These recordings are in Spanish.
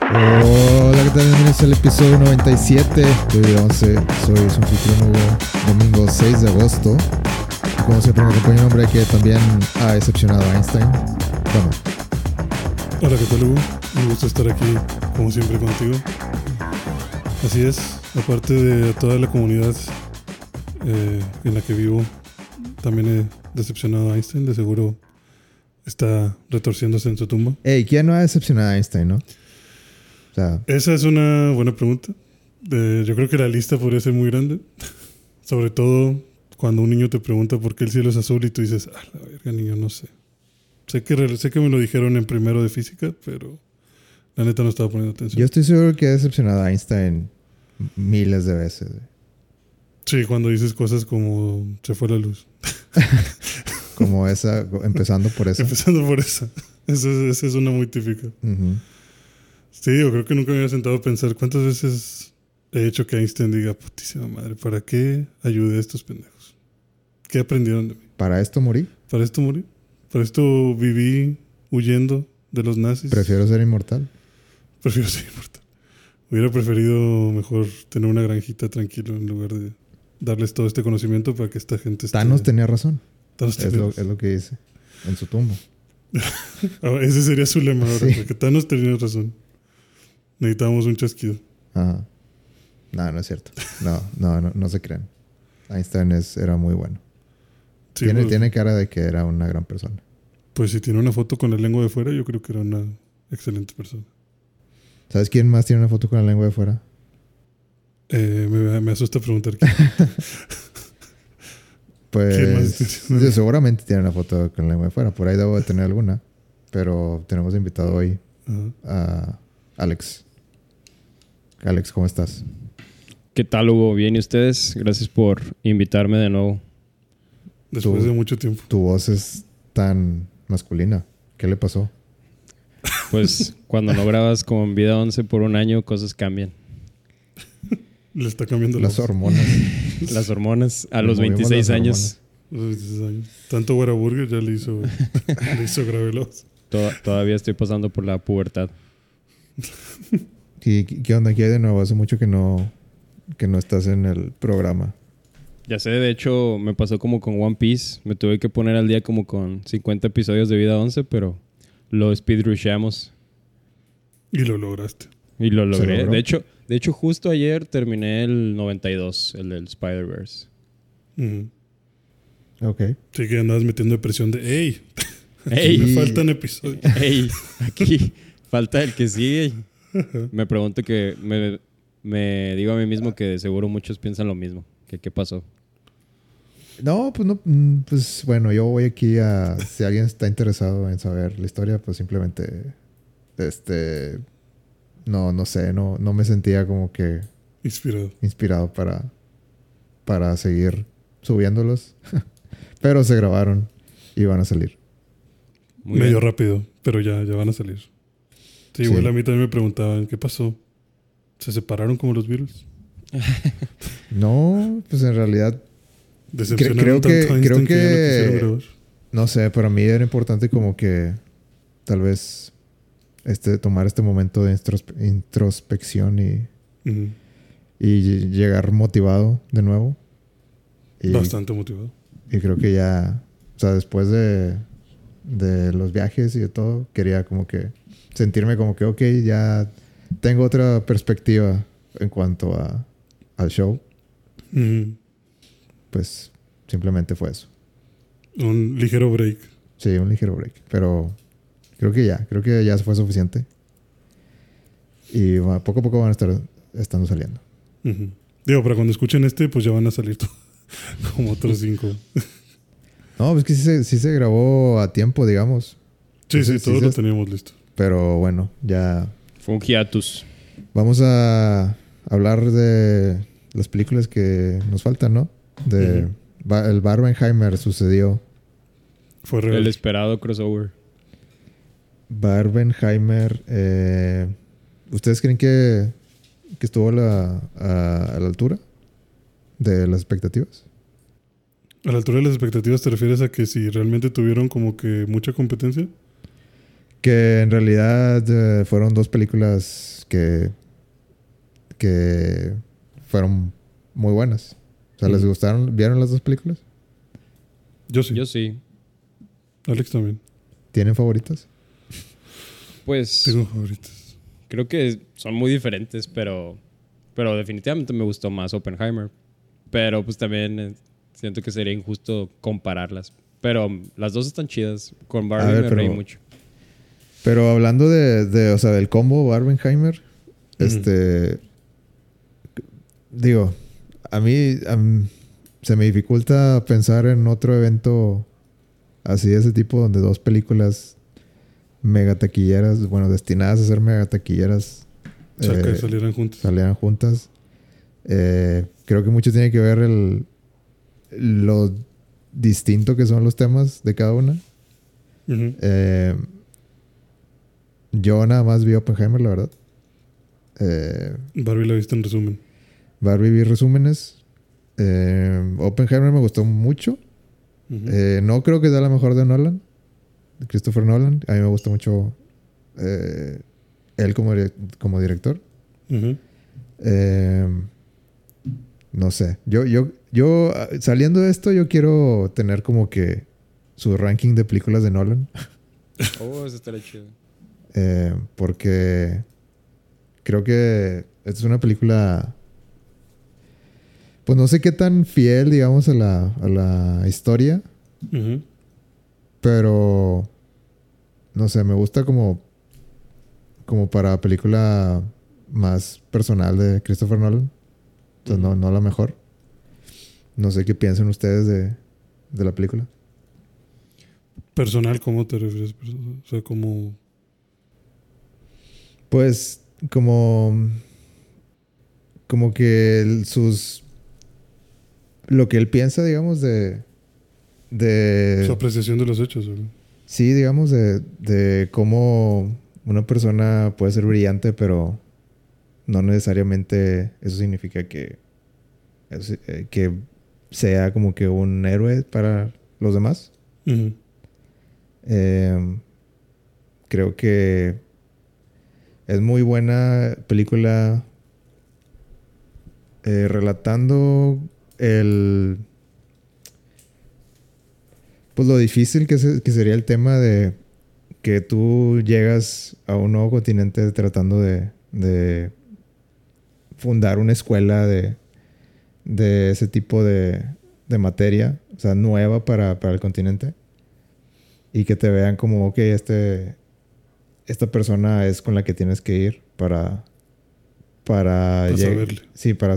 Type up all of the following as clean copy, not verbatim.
Hola, ¿qué tal? Bienvenidos al episodio 97 de Vida 11. Soy su anfitrión Hugo, domingo 6 de agosto. Y como siempre me acompaña un hombre que también ha decepcionado a Einstein. Bueno, Hola, ¿qué tal, Hugo? Un gusto estar aquí, como siempre, contigo. Así es, aparte de toda la comunidad en la que vivo, también he decepcionado a Einstein. De seguro está retorciéndose en su tumba. hey, ¿quién no ha decepcionado a Einstein, no? O sea, Esa es una buena pregunta. Yo creo que la lista podría ser muy grande. Sobre todo cuando un niño te pregunta por qué el cielo es azul y tú dices, la verga, niño, no sé. Sé que me lo dijeron en primero de física, pero la neta no estaba poniendo atención. yo estoy seguro que he decepcionado a Einstein miles de veces. Sí, cuando dices cosas como se fue la luz. Como esa, empezando por esa. Empezando por esa. Esa es una muy típica. Ujú. Sí, yo creo que nunca me había sentado a pensar cuántas veces he hecho que Einstein diga, putísima madre, ¿para qué ayudé a estos pendejos? ¿Qué aprendieron de mí? ¿Para esto morí? ¿Para esto morí? ¿Para esto viví huyendo de los nazis? Prefiero ser inmortal. Prefiero ser inmortal. Hubiera preferido mejor tener una granjita tranquilo en lugar de darles todo este conocimiento para que esta gente esté... Thanos tenía razón. Thanos tenía razón. Es lo que dice en su tumba. Ese sería su lema ahora, Sí. porque Thanos tenía razón. Necesitábamos un chasquido. Ajá. No es cierto. No se crean. Einstein era muy bueno. Sí, Tiene cara de que era una gran persona. Pues si tiene una foto con la lengua de fuera, yo creo que era una excelente persona. ¿Sabes quién más tiene una foto con la lengua de fuera? Me asusta preguntar quién. ¿Quién más Pues tiene? seguramente tiene una foto con la lengua de fuera. Por ahí debo de tener alguna. Pero tenemos invitado hoy Ajá. a Alex. Alex, ¿cómo estás? ¿Qué tal, Hugo? Bien, ¿y ustedes? Gracias por invitarme de nuevo. Después de mucho tiempo. Tu voz es tan masculina. ¿Qué le pasó? Pues cuando no grabas como en Vida 11 por un año, cosas cambian. Le está cambiando Las la voz. hormonas. Las hormonas a Le los movimos 26 las años. A los 16 años. Tanto Whataburger ya le hizo grave la voz. Todavía estoy pasando por la pubertad. ¿Y qué onda? ¿Qué hay de nuevo? Hace mucho que no estás en el programa. Ya sé, de hecho, me pasó como con One Piece. Me tuve que poner al día como con 50 episodios de Vida 11, pero lo speedrushamos Y lo lograste. y lo ¿Se logré. logró? De hecho, justo ayer terminé el 92, el del Spider-Verse. Ujú. Ok. Sí que andabas metiendo presión de ¡Ey! ¡Ey! Me faltan episodios. Ey, aquí falta el que sigue. Me pregunto me digo a mí mismo que de seguro muchos piensan lo mismo. Que qué pasó. No, pues bueno, yo voy aquí a... Si alguien está interesado en saber la historia, pues simplemente... No sé, no me sentía como que Inspirado. inspirado para seguir subiéndolos. Pero se grabaron y van a salir. Muy Medio bien. rápido, pero ya van a salir. Sí, Sí. igual a mí también me preguntaban ¿qué pasó? ¿Se separaron como los Beatles? No, pues en realidad... Decepcionaron creo que- tanto a creo Einstein que ya no que- quisieron grabar. No sé, para mí era importante como que... Tal vez... tomar este momento de introspección Ujú. y llegar motivado de nuevo. Y, Bastante motivado. y creo que ya, o sea, después de los viajes y de todo, quería como que sentirme como que, ok, ya tengo otra perspectiva en cuanto al show. Ujú. Pues simplemente fue eso. Un ligero break. Sí, un ligero break. Pero creo que ya fue suficiente. Y poco a poco van a estar estando saliendo. Ujú. Digo, para cuando escuchen este, pues ya van a salir como otros 5. No, pues que sí se grabó a tiempo, digamos. Sí, Sí, todos sí, lo sí. teníamos listo. Pero bueno, ya Fue un hiatus. vamos a hablar de las películas que nos faltan, ¿no? Ujú. El Barbenheimer sucedió. Fue real. El esperado crossover. Barbenheimer, ¿ustedes creen que estuvo a la altura de las expectativas? ¿A la altura de las expectativas te refieres a que si realmente tuvieron como que mucha competencia? Que en realidad fueron dos películas que fueron muy buenas. O sea, ¿les gustaron? ¿Vieron las dos películas? Yo sí. Yo sí. Alex también. ¿Tienen favoritas? Pues Tengo favoritos. creo que son muy diferentes, pero definitivamente me gustó más Oppenheimer. Pero pues también siento que sería injusto compararlas. Pero las dos están chidas. Con Barbie ver, me reí mucho. Pero hablando o sea, del combo Barbenheimer, digo, a mí se me dificulta pensar en otro evento así de ese tipo donde dos películas mega taquilleras, bueno, destinadas a ser mega taquilleras, Salieran juntas. Creo que mucho tiene que ver lo distinto que son los temas de cada una. Uh-huh. Yo nada más vi Oppenheimer, la verdad. Barbie la viste en resumen. Barbie vi resúmenes. Oppenheimer me gustó mucho. Uh-huh. No creo que sea la mejor de Nolan. De Christopher Nolan. A mí me gusta mucho él como director. Uh-huh. No sé. Yo saliendo de esto, yo quiero tener como que su ranking de películas de Nolan. Oh, eso estaría chido. Porque creo que esta es una película, pues no sé qué tan fiel, digamos, a la historia. Uh-huh. Pero no sé, me gusta como para película más personal de Christopher Nolan. Entonces, no la mejor. No sé qué piensan ustedes de la película. Personal, ¿cómo te refieres? O sea, como... Pues como que lo que él piensa, digamos, Su apreciación de los hechos, ¿verdad? Sí, digamos, de cómo una persona puede ser brillante, pero no necesariamente eso significa que sea como que un héroe para los demás. Uh-huh. Creo que es muy buena película relatando pues lo difícil que sería el tema de que tú llegas a un nuevo continente tratando de fundar una escuela de ese tipo de materia, o sea, nueva para el continente, y que te vean como, ok, esta persona es con la que tienes que ir para saberle. Sí, para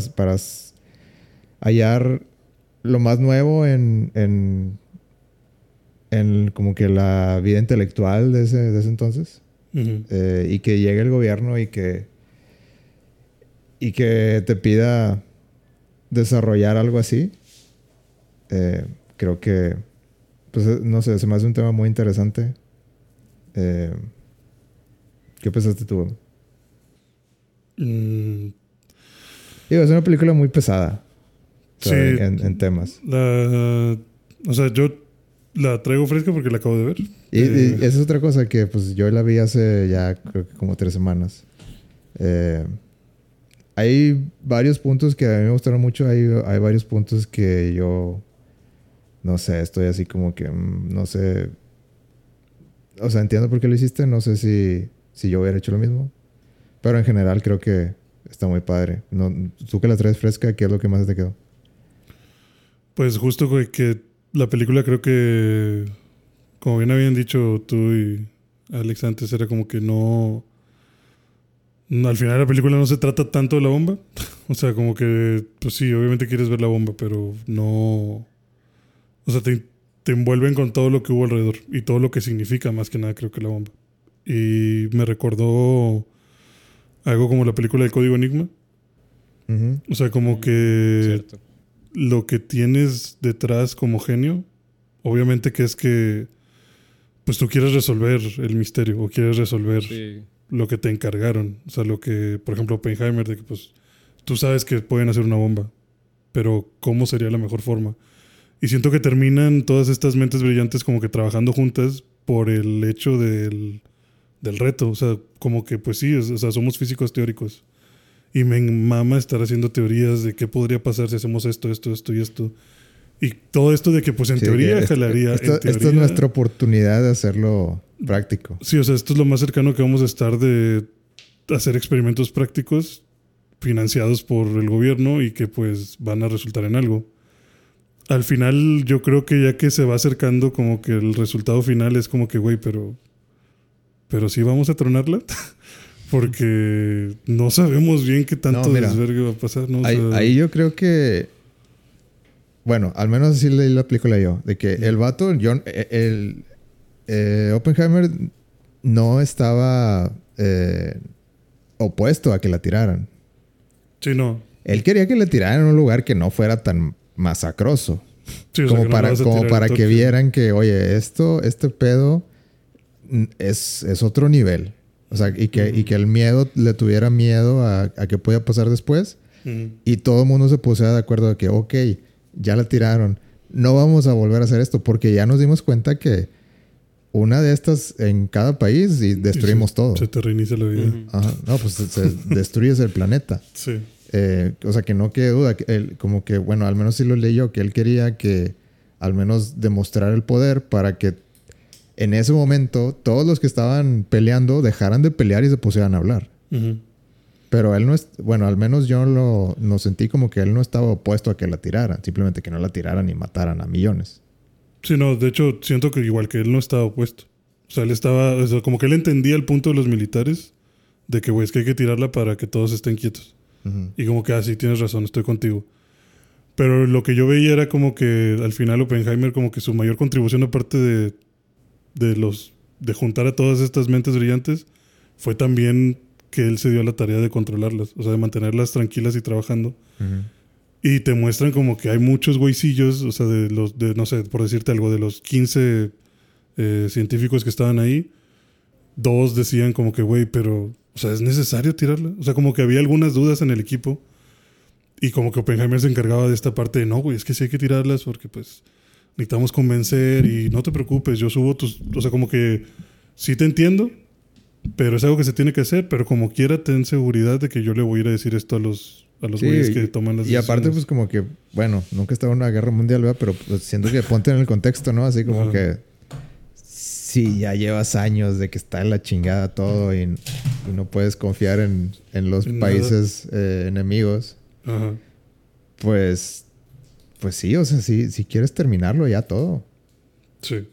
hallar lo más nuevo en como que la vida intelectual de ese entonces. Uh-huh. Y que llegue el gobierno y que te pida desarrollar algo así. Creo que, pues, no sé, se me hace un tema muy interesante. ¿Qué pensaste tú? Digo, es una película muy pesada. O sea, Sí. en temas. O sea, yo la traigo fresca porque la acabo de ver. Y esa es otra cosa que pues yo la vi hace ya creo que como 3 semanas. Hay varios puntos que a mí me gustaron mucho. Hay varios puntos que yo no sé, estoy así como que no sé. O sea, entiendo por qué lo hiciste. No sé si yo hubiera hecho lo mismo. Pero en general creo que está muy padre. Tú que la traes fresca, ¿qué es lo que más te quedó? Pues justo que la película creo que, como bien habían dicho tú y Alex antes, era como que no... Al final la película no se trata tanto de la bomba. O sea, como que, pues sí, obviamente quieres ver la bomba, pero no... O sea, te envuelven con todo lo que hubo alrededor y todo lo que significa más que nada, creo que la bomba. Y me recordó algo como la película del Código Enigma. Uh-huh. O sea, como que Cierto. lo que tienes detrás como genio, obviamente que es que pues tú quieres resolver el misterio o quieres resolver lo que te encargaron. O sea, lo que, por ejemplo, Oppenheimer, de que pues tú sabes que pueden hacer una bomba, pero ¿cómo sería la mejor forma? Y siento que terminan todas estas mentes brillantes como que trabajando juntas por el hecho del del reto. O sea, como que pues sí, o sea, somos físicos teóricos. Y me mama estar haciendo teorías de qué podría pasar si hacemos esto y esto. Y todo esto de que pues en Sí, teoría que jalaría. esta es nuestra oportunidad de hacerlo práctico. Sí, o sea, esto es lo más cercano que vamos a estar de hacer experimentos prácticos financiados por el gobierno y que pues van a resultar en algo. Al final yo creo que ya que se va acercando como que el resultado final es como que, güey, pero sí vamos a tronarla. Porque no sabemos bien qué tanto desvergue va a pasar, ¿no? Ahí yo creo que... Bueno, al menos así leí la película yo. De que el vato, Oppenheimer no estaba opuesto a que la tiraran. Sí, no. Él quería que la tiraran en un lugar que no fuera tan masacroso. Sí, como para que vieran que, oye, este pedo es otro nivel. O sea, y que el miedo le tuviera miedo a qué podía pasar después. Y todo el mundo se pusiera de acuerdo de que, ok, ya la tiraron. No vamos a volver a hacer esto porque ya nos dimos cuenta que una de estas en cada país y destruimos todo. Se te reinicia la vida. Ajá. No, pues se destruyes el planeta. Sí. O sea, que no quede duda. Como que, bueno, al menos sí lo leí yo, que él quería que al menos demostrar el poder para que en ese momento todos los que estaban peleando dejaran de pelear y se pusieran a hablar. Pero él no es... Bueno, al menos yo no sentí como que él no estaba opuesto a que la tiraran. Simplemente que no la tiraran y mataran a millones. Sí, no. De hecho, siento que igual que él no estaba opuesto. O sea, él estaba... O sea, como que él entendía el punto de los militares de que, güey, es que hay que tirarla para que todos estén quietos. Y como que, sí, tienes razón, estoy contigo. Pero lo que yo veía era como que al final Oppenheimer como que su mayor contribución aparte de juntar a todas estas mentes brillantes fue también que él se dio la tarea de controlarlas, o sea, de mantenerlas tranquilas y trabajando. Y te muestran como que hay muchos güeycillos, o sea, no sé, por decirte algo, de los 15 científicos que estaban ahí, 2 decían como que, güey, pero, o sea, ¿es necesario tirarla? O sea, como que había algunas dudas en el equipo y como que Oppenheimer se encargaba de esta parte de, no, güey, es que sí hay que tirarlas porque, pues, necesitamos convencer y no te preocupes, yo subo o sea, como que sí te entiendo, pero es algo que se tiene que hacer, pero como quiera ten seguridad de que yo le voy a ir a decir esto a los güeyes que toman las decisiones. Y aparte, pues como que, bueno, nunca estaba en una guerra mundial, ¿verdad? Pero pues, siento que ponte en el contexto, ¿no? Así como que sí, ya llevas años de que está en la chingada todo y no puedes confiar en los países enemigos. Pues sí, o sea, si quieres terminarlo ya todo. Sí.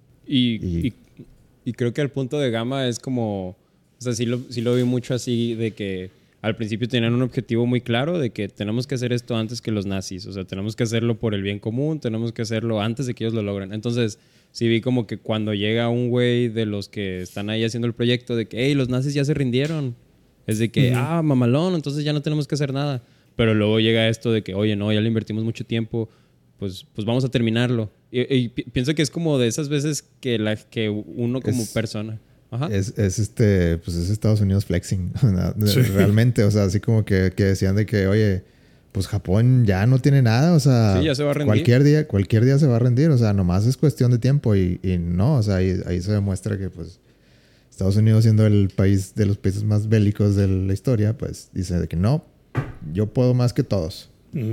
Y creo que el punto de Gamma es como... O sea, sí lo vi mucho así de que al principio tenían un objetivo muy claro de que tenemos que hacer esto antes que los nazis. O sea, tenemos que hacerlo por el bien común, tenemos que hacerlo antes de que ellos lo logren. Entonces, sí vi como que cuando llega un güey de los que están ahí haciendo el proyecto de que, hey, los nazis ya se rindieron. Es de que, mamalón, entonces ya no tenemos que hacer nada. Pero luego llega esto de que, oye, no, ya le invertimos mucho tiempo, pues vamos a terminarlo. Y pienso que es como de esas veces que uno como persona... Ajá. Pues es Estados Unidos flexing. Realmente, o sea, así como que decían de que, oye, pues Japón ya no tiene nada, o sea... Sí, ya se va a rendir. Cualquier día se va a rendir, o sea, nomás es cuestión de tiempo y no, o sea, ahí se demuestra que, pues, Estados Unidos siendo el país de los países más bélicos de la historia, pues, dice de que no, yo puedo más que todos.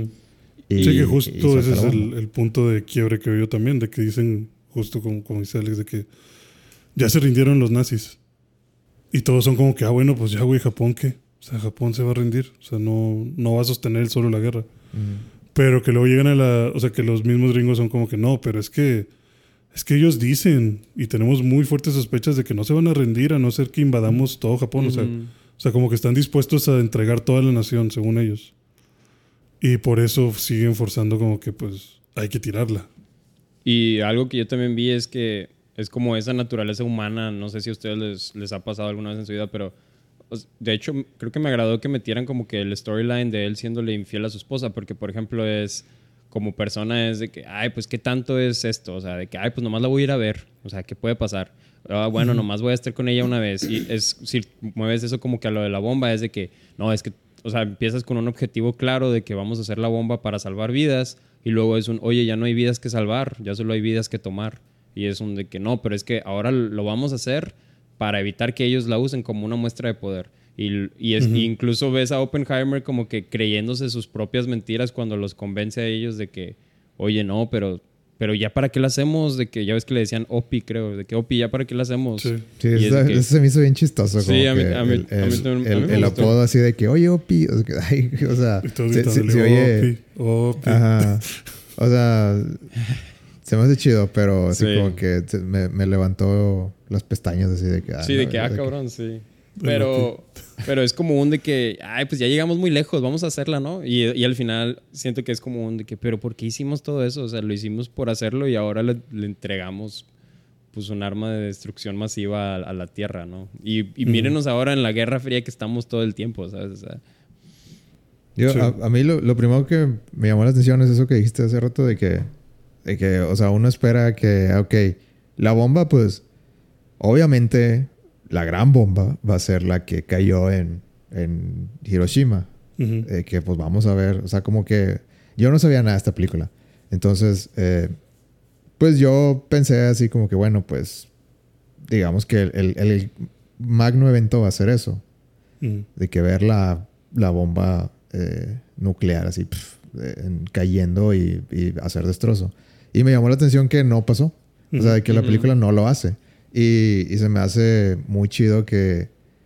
Sí, que justo ese es el punto de quiebre que veo yo también, de que dicen, justo como dice Alex, de que ya se rindieron los nazis. Y todos son como que, bueno, pues ya, güey, ¿Japón qué? O sea, Japón se va a rendir. O sea, no va a sostener él solo la guerra. Pero que luego llegan o sea, que los mismos gringos son como que, no, pero es que ellos dicen, y tenemos muy fuertes sospechas de que no se van a rendir a no ser que invadamos todo Japón. O sea, como que están dispuestos a entregar toda la nación, según ellos. Y por eso siguen forzando como que, pues, hay que tirarla. Y algo que yo también vi es que es como esa naturaleza humana. No sé si a ustedes les ha pasado alguna vez en su vida, pero de hecho creo que me agradó que metieran como que el storyline de él siéndole infiel a su esposa, porque por ejemplo es como persona es de que, ay, pues qué tanto es esto, o sea, de que, ay, pues nomás la voy a ir a ver, o sea, ¿qué puede pasar? Bueno, nomás voy a estar con ella una vez. Y si mueves eso como que a lo de la bomba, es de que, no, es que, o sea, empiezas con un objetivo claro de que vamos a hacer la bomba para salvar vidas, y luego es oye, ya no hay vidas que salvar, ya solo hay vidas que tomar. Y es de que no, pero es que ahora lo vamos a hacer para evitar que ellos la usen como una muestra de poder. Y incluso ves a Oppenheimer como que creyéndose sus propias mentiras cuando los convence a ellos de que, oye, no, pero ya para qué la hacemos, de que ya ves que le decían Opi, creo, de que Opi, ya para qué la hacemos. Sí, eso se me hizo bien chistoso. Sí, el apodo así de que, oye, Opi, o sea, se oye... Opi. Ajá. O sea, se me hace chido, pero así como que me levantó las pestañas así de que... Sí, de que, cabrón, sí. Pero es como un de que, pues ya llegamos muy lejos, vamos a hacerla, ¿no? Y al final siento que es como un de que, pero ¿por qué hicimos todo eso? O sea, lo hicimos por hacerlo y ahora le entregamos pues un arma de destrucción masiva a la Tierra, ¿no? Y mírenos ahora en la Guerra Fría que estamos todo el tiempo, ¿sabes? O sea, a mí lo primero que me llamó la atención es eso que dijiste hace rato de que, o sea, uno espera que, ok, la bomba, pues, obviamente... La gran bomba va a ser la que cayó en Hiroshima. Que pues vamos a ver. O sea, como que... Yo no sabía nada de esta película. Entonces, pues yo pensé así como que, bueno, pues... Digamos que el magno evento va a ser eso. De que ver la bomba nuclear así... cayendo y hacer destrozo. Y me llamó la atención que no pasó. O sea, de que la película no lo hace. Y se me hace muy chido que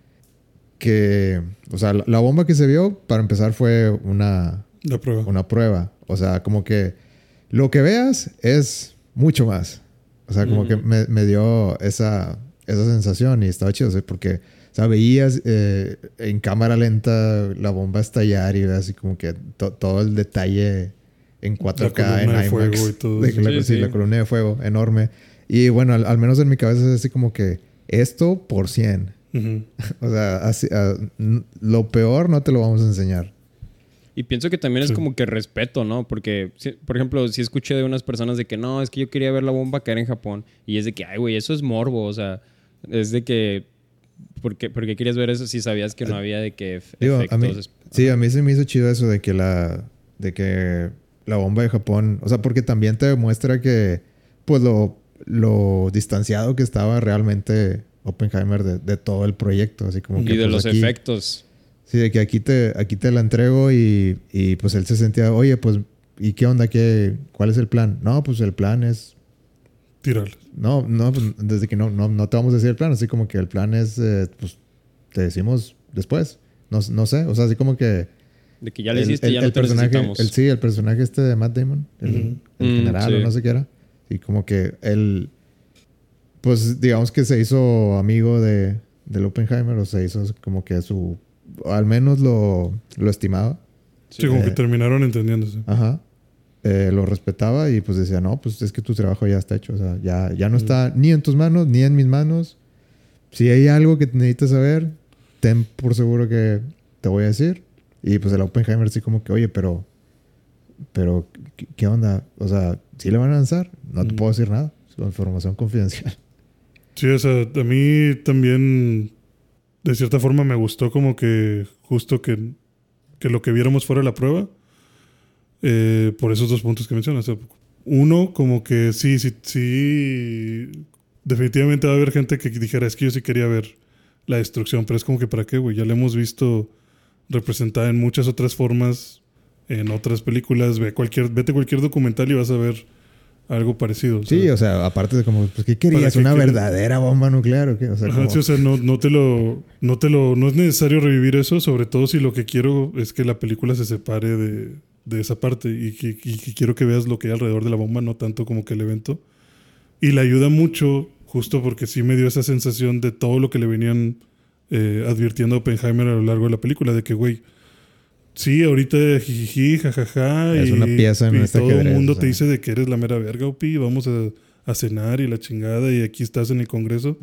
o sea, la bomba que se vio, para empezar, fue una prueba. O sea, como que lo que veas es mucho más. O sea, como que me dio esa sensación y estaba chido, ¿sí? Porque, o sea, veías en cámara lenta la bomba estallar y ves así como que todo el detalle en 4K, en IMAX. Fuego y todo. La columna de fuego enorme. Y bueno, al menos en mi cabeza es así como que esto por 100. O sea, así, lo peor no te lo vamos a enseñar. Y pienso que también es como que respeto, ¿no? Porque, por ejemplo, si escuché de unas personas de que no, es que yo quería ver la bomba caer en Japón. Y es de que, ay, güey, eso es morbo. O sea, es de que... ¿Por qué querías ver eso si sabías que no había de que efectos? A mí se me hizo chido eso de que la bomba de Japón... O sea, porque también te demuestra que... Pues lo distanciado que estaba realmente Oppenheimer de todo el proyecto. Así como que, y de pues, los efectos. Sí, de que aquí te la entrego y pues él se sentía, oye, pues, ¿y qué onda? ¿Cuál es el plan? No, pues el plan es... Tirarlos. No, pues, desde que no te vamos a decir el plan. Así como que el plan es, pues, te decimos después. No sé, o sea, así como que... De que ya le hiciste, ya no te necesitamos. El personaje este de Matt Damon, el general o no sé qué era. Y como que él, pues digamos que se hizo amigo del Oppenheimer o se hizo como que al menos lo estimaba. Sí, como que terminaron entendiéndose. Ajá. Lo respetaba y pues decía, no, pues es que tu trabajo ya está hecho. O sea, ya no está ni en tus manos ni en mis manos. Si hay algo que necesitas saber, ten por seguro que te voy a decir. Y pues el Oppenheimer así como que, oye, pero ¿qué onda? O sea, ¿sí le van a lanzar? No te puedo decir nada. Es información confidencial. Sí, o sea, a mí también de cierta forma me gustó como que justo que lo que viéramos fuera la prueba por esos dos puntos que mencionas. O sea, uno, como que sí, definitivamente va a haber gente que dijera, es que yo sí quería ver la destrucción, pero es como que ¿para qué, güey? Ya la hemos visto representada en muchas otras formas en otras películas. Vete cualquier documental y vas a ver algo parecido. Sí, o sea, aparte de como, pues, ¿qué querías? ¿Una verdadera bomba nuclear o qué? O sea, ajá, sí, o sea, no es necesario revivir eso, sobre todo si lo que quiero es que la película se separe de esa parte y que quiero que veas lo que hay alrededor de la bomba, no tanto como que el evento. Y le ayuda mucho, justo porque sí me dio esa sensación de todo lo que le venían advirtiendo a Oppenheimer a lo largo de la película, de que, güey, sí, ahorita jijiji, jajaja. Es una pieza en este todo el mundo te dice de que eres la mera verga, Opi. Vamos a cenar y la chingada. Y aquí estás en el Congreso.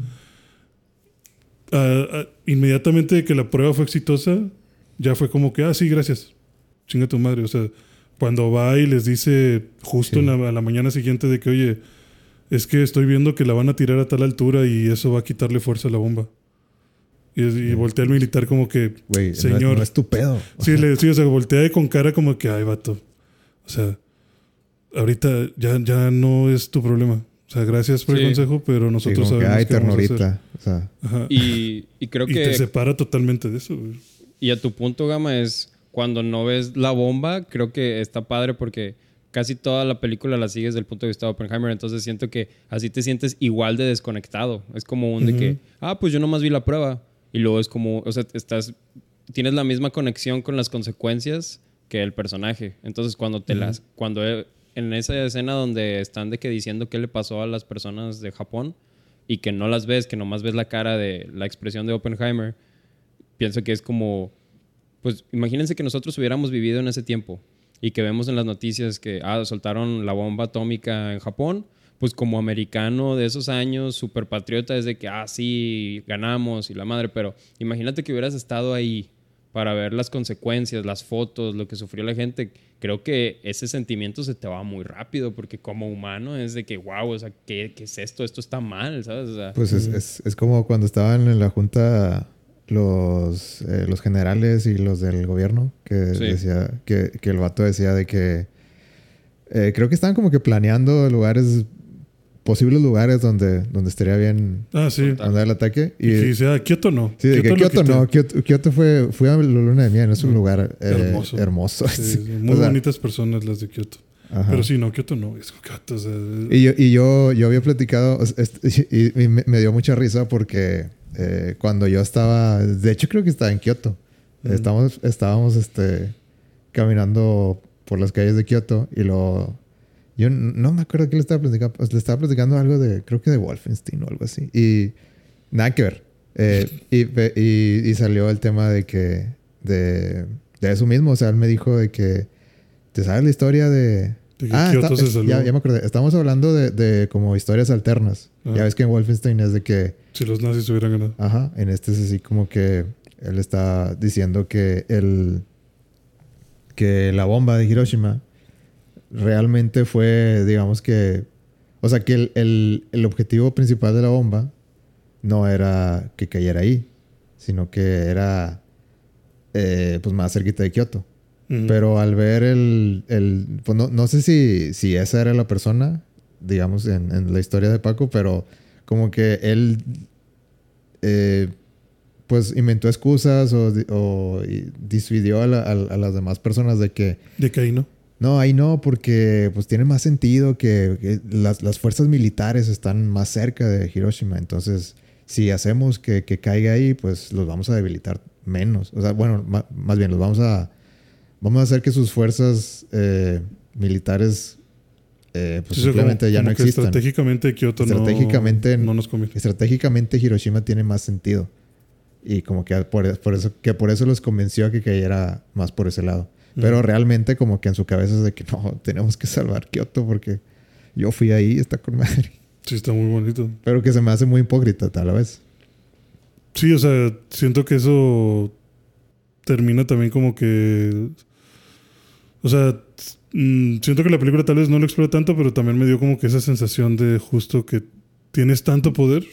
Inmediatamente de que la prueba fue exitosa, ya fue como que, sí, gracias. Chinga tu madre. O sea, cuando va y les dice justo a la mañana siguiente de que, oye, es que estoy viendo que la van a tirar a tal altura y eso va a quitarle fuerza a la bomba. Y voltea al militar como que, güey, señor... No es tu pedo. Sí, o sea, voltea con cara como que, ay, vato. O sea, ahorita ya no es tu problema. O sea, gracias por el Sí. consejo, pero Sí, nosotros como que sabemos hay qué vamos a hacer. ternurita. O sea, Ajá. Y creo Y te que... separa totalmente de eso, güey. Y a tu punto, Gama, es cuando no ves la bomba, creo que está padre porque casi toda la película la sigues desde el punto de vista de Oppenheimer, entonces siento que así te sientes igual de desconectado. Es como un de que, pues yo nomás vi la prueba. Y luego es como, o sea, tienes la misma conexión con las consecuencias que el personaje. Entonces cuando en esa escena donde están de que diciendo qué le pasó a las personas de Japón y que no las ves, que nomás ves la cara de la expresión de Oppenheimer, pienso que es como, pues imagínense que nosotros hubiéramos vivido en ese tiempo y que vemos en las noticias que soltaron la bomba atómica en Japón, pues como americano de esos años, súper patriota, es de que, sí, ganamos y la madre, pero imagínate que hubieras estado ahí para ver las consecuencias, las fotos, lo que sufrió la gente. Creo que ese sentimiento se te va muy rápido porque como humano es de que, wow, o sea, ¿qué es esto? Esto está mal, ¿sabes? O sea, pues es como cuando estaban en la junta los generales y los del gobierno, que Sí. decía que el vato decía de que creo que estaban como que planeando posibles lugares donde estaría bien Sí. andar el ataque. Y que dice, Kioto no. Sí, de que Kioto no. Kioto fue a la luna de miel, es un lugar hermoso. Sí, Sí. muy bonitas personas las de Kioto. Ajá. Pero sí, no, Kioto no. Es Kioto, o sea, Y yo había platicado, y me dio mucha risa porque cuando yo estaba, de hecho creo que estaba en Kioto. Estábamos caminando por las calles de Kioto y yo no me acuerdo qué le estaba platicando. Le estaba platicando algo creo que de Wolfenstein o algo así. Y nada que ver. Y salió el tema de eso mismo. O sea, él me dijo de que, ¿te sabes la historia de que Kioto se salvó? Ya me acordé. Estamos hablando de como historias alternas. Ya ves que en Wolfenstein es de que... Si los nazis hubieran ganado. Ajá. En este es así como que él está diciendo que la bomba de Hiroshima realmente fue, digamos que... O sea, que el objetivo principal de la bomba no era que cayera ahí, sino que era pues más cerquita de Kioto. Pero al ver pues no sé si esa era la persona, digamos, en la historia de Paco, pero como que él pues inventó excusas o disuadió a las demás personas de que... De que ahí no. No, ahí no, porque pues tiene más sentido que las fuerzas militares están más cerca de Hiroshima. Entonces, si hacemos que caiga ahí, pues los vamos a debilitar menos. O sea, bueno, más bien, vamos a hacer que sus fuerzas militares pues Sí, simplemente ya no existan. Estratégicamente Kioto no nos conviene. Estratégicamente Hiroshima tiene más sentido. Y como que por eso los convenció a que cayera más por ese lado. Pero realmente como que en su cabeza es de que no, tenemos que salvar Kioto porque yo fui ahí, está con madre. Sí, está muy bonito. Pero que se me hace muy hipócrita tal vez. Sí, o sea, siento que eso termina también como que... O sea, siento que la película tal vez no lo explora tanto, pero también me dio como que esa sensación de justo que tienes tanto poder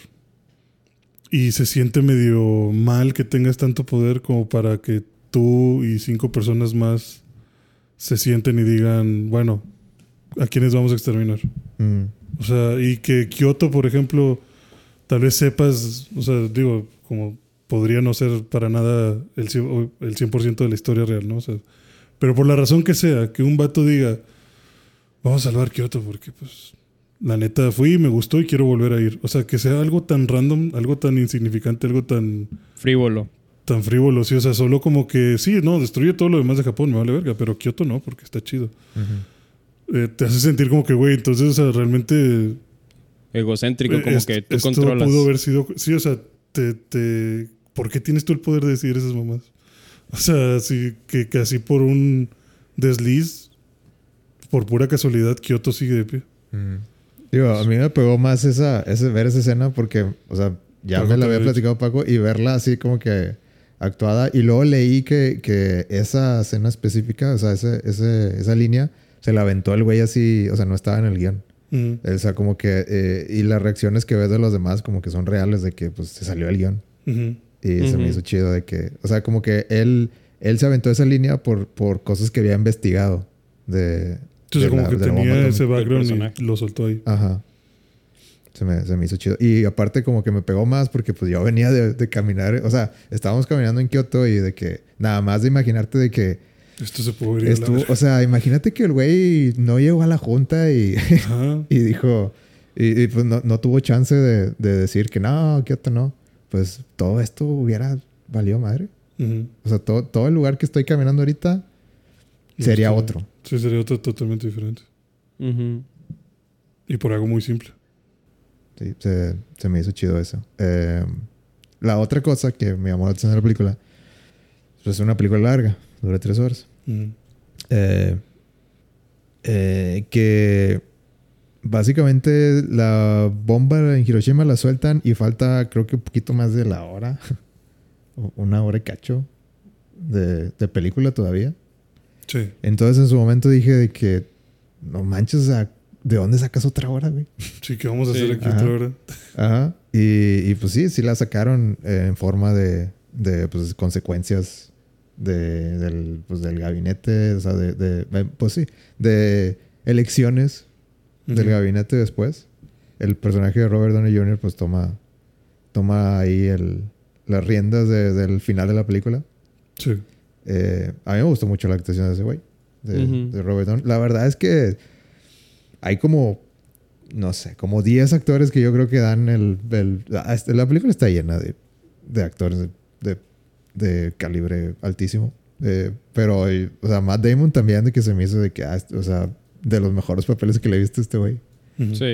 y se siente medio mal que tengas tanto poder como para que tú y 5 personas más se sienten y digan, bueno, ¿a quiénes vamos a exterminar? O sea, y que Kioto, por ejemplo, tal vez sepas, o sea, digo, como podría no ser para nada el 100% de la historia real, ¿no? O sea, pero por la razón que sea, que un vato diga, vamos a salvar Kioto porque, pues, la neta fui, me gustó y quiero volver a ir. O sea, que sea algo tan random, algo tan insignificante, algo tan... frívolo. Tan frívolo, sí. O sea, solo como que, sí, no, destruye todo lo demás de Japón, me vale verga, pero Kioto no, porque está chido. Te hace sentir como que, güey, entonces, o sea, realmente... egocéntrico, como que tú esto controlas. Pudo haber sido... Sí, o sea, ¿por qué tienes tú el poder de decir esas mamás? O sea, sí, que así por un desliz, por pura casualidad, Kioto sigue de pie. Digo, a mí me pegó más ver esa escena porque, o sea, ya me la había platicado Paco y verla así como que actuada. Y luego leí que esa escena específica, o sea, esa línea, se la aventó el güey así, o sea, no estaba en el guión. O sea, como que... y las reacciones que ves de los demás como que son reales de que, pues, se salió el guión. Y se me hizo chido de que... O sea, como que él se aventó esa línea por cosas que había investigado Entonces, como que tenía ese background y lo soltó ahí. Ajá. Se me hizo chido. Y aparte como que me pegó más porque pues yo venía de caminar. O sea, estábamos caminando en Kioto y de que nada más de imaginarte de que Esto se podría ir. o sea, imagínate que el güey no llegó a la junta y, Ajá. y dijo... Y pues no tuvo chance de decir que no, Kioto no. Pues todo esto hubiera valido madre. Ujú. O sea, todo el lugar que estoy caminando ahorita sería otro. Sí, sería otro totalmente diferente. Ujú. Y por algo muy simple. Sí, se me hizo chido eso. La otra cosa que me llamó la atención de la película, pues es una película larga, dura 3 horas. Ujú. Que básicamente la bomba en Hiroshima la sueltan y falta creo que un poquito más de la hora, o 1 hora y cacho de película todavía. Sí. Entonces en su momento dije de que no manches, o sea, ¿de dónde sacas otra hora, güey? Sí, ¿qué vamos a Sí. hacer aquí Ajá. otra hora? Ajá. Y pues sí la sacaron en forma de pues, consecuencias del gabinete, o sea, pues sí, de elecciones del Ujú. gabinete después. El personaje de Robert Downey Jr. pues toma ahí las riendas del final de la película. Sí. A mí me gustó mucho la actuación de ese güey, Ujú. de Robert Downey. La verdad es que hay como, no sé, como 10 actores que yo creo que dan la película está llena de actores de calibre altísimo. Pero, o sea, Matt Damon también de que se me hizo de que, o sea, de los mejores papeles que le he visto a este güey. Ujú. Sí.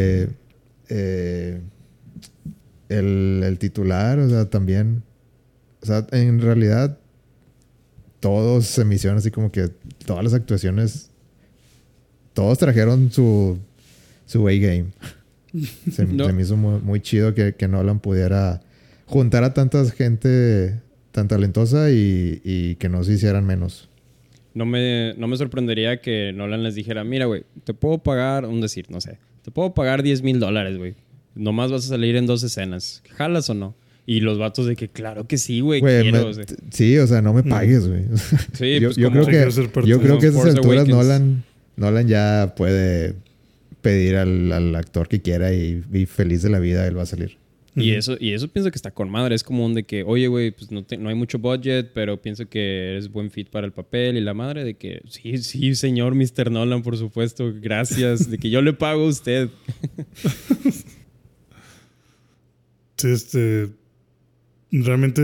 El titular, o sea, también. O sea, en realidad, todos se me hicieron así como que todas las actuaciones, todos trajeron su A-game. No. Se me hizo muy, muy chido que Nolan pudiera juntar a tanta gente tan talentosa y que no se hicieran menos. No me sorprendería que Nolan les dijera, mira, güey, te puedo pagar, no sé, te puedo pagar $10,000, güey. Nomás vas a salir en 2 escenas. ¿Jalas o no? Y los vatos de que, claro que sí, güey, Güey, quiero. O sea. sí, o sea, no me pagues, güey. Sí, yo pues yo como- creo quiero ser parte yo de creo que a esas Force alturas Awakens. Nolan ya puede pedir al actor que quiera y feliz de la vida él va a salir. Y Ujú. eso pienso que está con madre. Es como un de que, oye, güey, pues no hay mucho budget, pero pienso que eres buen fit para el papel. Y la madre de que, sí, señor Mr. Nolan, por supuesto, gracias. De que yo le pago a usted. Sí, realmente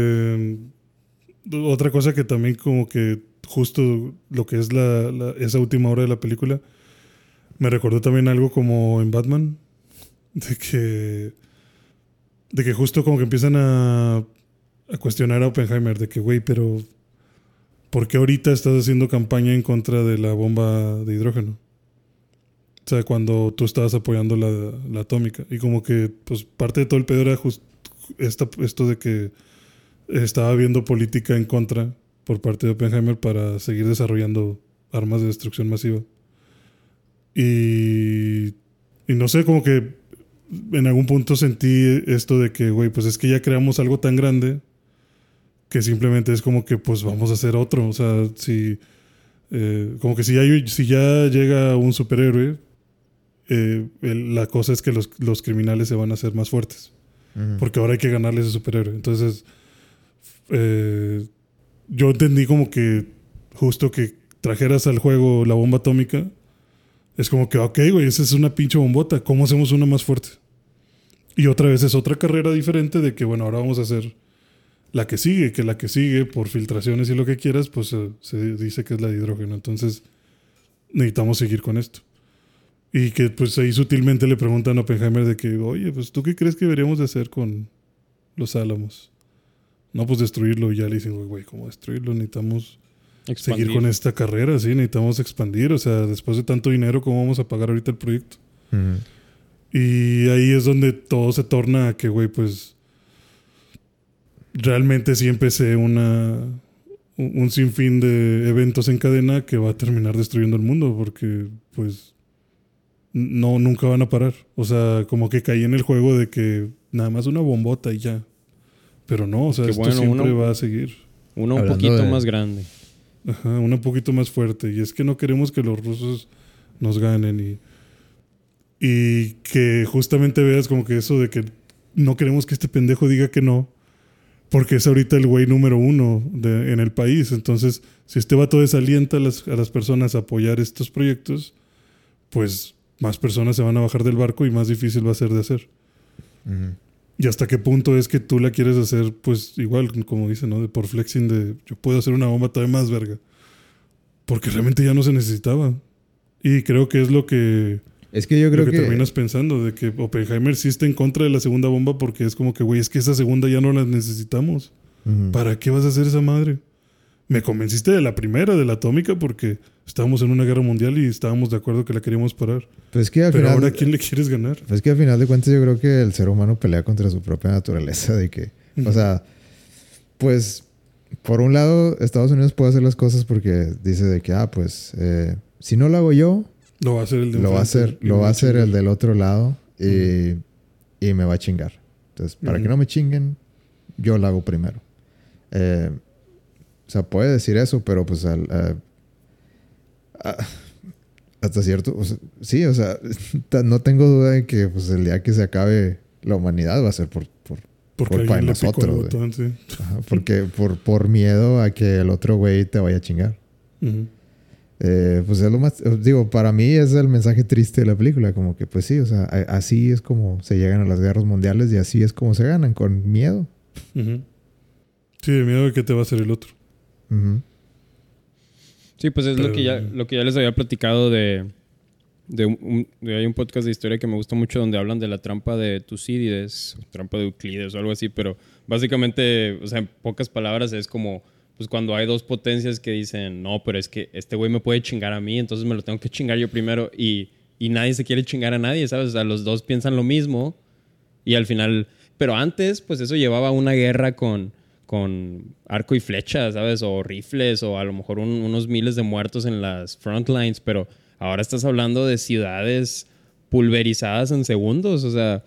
otra cosa que también como que justo lo que es esa última hora de la película me recordó también algo como en Batman de que justo como que empiezan a cuestionar a Oppenheimer de que güey, pero ¿por qué ahorita estás haciendo campaña en contra de la bomba de hidrógeno? O sea, cuando tú estabas apoyando la atómica. Y como que, pues, parte de todo el pedo era esto de que estaba habiendo política en contra por parte de Oppenheimer para seguir desarrollando armas de destrucción masiva. Y no sé, como que en algún punto sentí esto de que, güey, pues es que ya creamos algo tan grande que simplemente es como que, pues, vamos a hacer otro. O sea, como que si ya llega un superhéroe, la cosa es que los criminales se van a hacer más fuertes. Ujú. Porque ahora hay que ganarle a ese superhéroe. Entonces, yo entendí como que justo que trajeras al juego la bomba atómica, es como que, ok, güey, esa es una pinche bombota. ¿Cómo hacemos una más fuerte? Y otra vez es otra carrera diferente de que, bueno, ahora vamos a hacer la que sigue, por filtraciones y lo que quieras, pues se dice que es la de hidrógeno. Entonces, necesitamos seguir con esto. Y que pues ahí sutilmente le preguntan a Oppenheimer de que, oye, pues ¿tú qué crees que deberíamos de hacer con los Álamos? No, pues destruirlo. Y ya le dicen, güey, ¿cómo destruirlo? Necesitamos Expandir. seguir con esta carrera, sí, necesitamos expandir. O sea, después de tanto dinero, ¿cómo vamos a pagar ahorita el proyecto? Ujú. Y ahí es donde todo se torna a que, güey, pues realmente sí empecé un sinfín de eventos en cadena que va a terminar destruyendo el mundo porque, pues, nunca van a parar. O sea, como que caí en el juego de que nada más una bombota y ya. Pero no, o sea, Que esto bueno, siempre va a seguir. Uno un Hablando poquito de- más grande. Ajá, una un poquito más fuerte. Y es que no queremos que los rusos nos ganen. Y que justamente veas como que eso de que no queremos que este pendejo diga que no, porque es ahorita el güey número uno en el país. Entonces, si este vato desalienta a las personas a apoyar estos proyectos, pues más personas se van a bajar del barco y más difícil va a ser de hacer. Ujú. Y hasta qué punto es que tú la quieres hacer, pues igual, como dicen, ¿no? Por flexing de yo puedo hacer una bomba todavía más verga. Porque realmente ya no se necesitaba. Y creo que es lo que Es que yo creo que terminas pensando, de que Oppenheimer sí está en contra de la segunda bomba porque es como que, güey, es que esa segunda ya no la necesitamos. Ujú. ¿Para qué vas a hacer esa madre? Me convenciste de la primera, de la atómica, porque estábamos en una guerra mundial y estábamos de acuerdo que la queríamos parar. Pues es que al Pero final, ahora, ¿a quién le quieres ganar? pues es que al final de cuentas yo creo que el ser humano pelea contra su propia naturaleza de que, o sea, pues por un lado Estados Unidos puede hacer las cosas porque dice de que, pues si no lo hago yo, Lo va a hacer el de lo va a enfrente hacer, y lo me va a hacer chingar. el del otro lado y me va a chingar. Entonces, para que no me chinguen, yo lo hago primero. O sea, puede decir eso, pero pues hasta cierto... O sea, sí, o sea, no tengo duda de que pues, el día que se acabe la humanidad va a ser por Porque culpa de alguien le picó nosotros, el güey. botón, sí. Ajá, porque por miedo a que el otro güey te vaya a chingar. Ujú. Pues es lo más... Digo, para mí es el mensaje triste de la película. Como que, pues sí, o sea, así es como se llegan a las guerras mundiales y así es como se ganan, con miedo. Ujú. Sí, de miedo de que te va a hacer el otro. Ujú. Sí, pues es Pero- lo que ya les había platicado hay un podcast de historia que me gusta mucho donde hablan de la trampa de Tucídides, o trampa de Euclides o algo así, pero básicamente, o sea, en pocas palabras es como, pues cuando hay dos potencias que dicen, no, pero es que este güey me puede chingar a mí, entonces me lo tengo que chingar yo primero y nadie se quiere chingar a nadie, ¿sabes? O sea, los dos piensan lo mismo y al final, pero antes, pues eso llevaba a una guerra con arco y flecha, ¿sabes? O rifles, o a lo mejor unos miles de muertos en las front lines, pero ahora estás hablando de ciudades pulverizadas en segundos, o sea,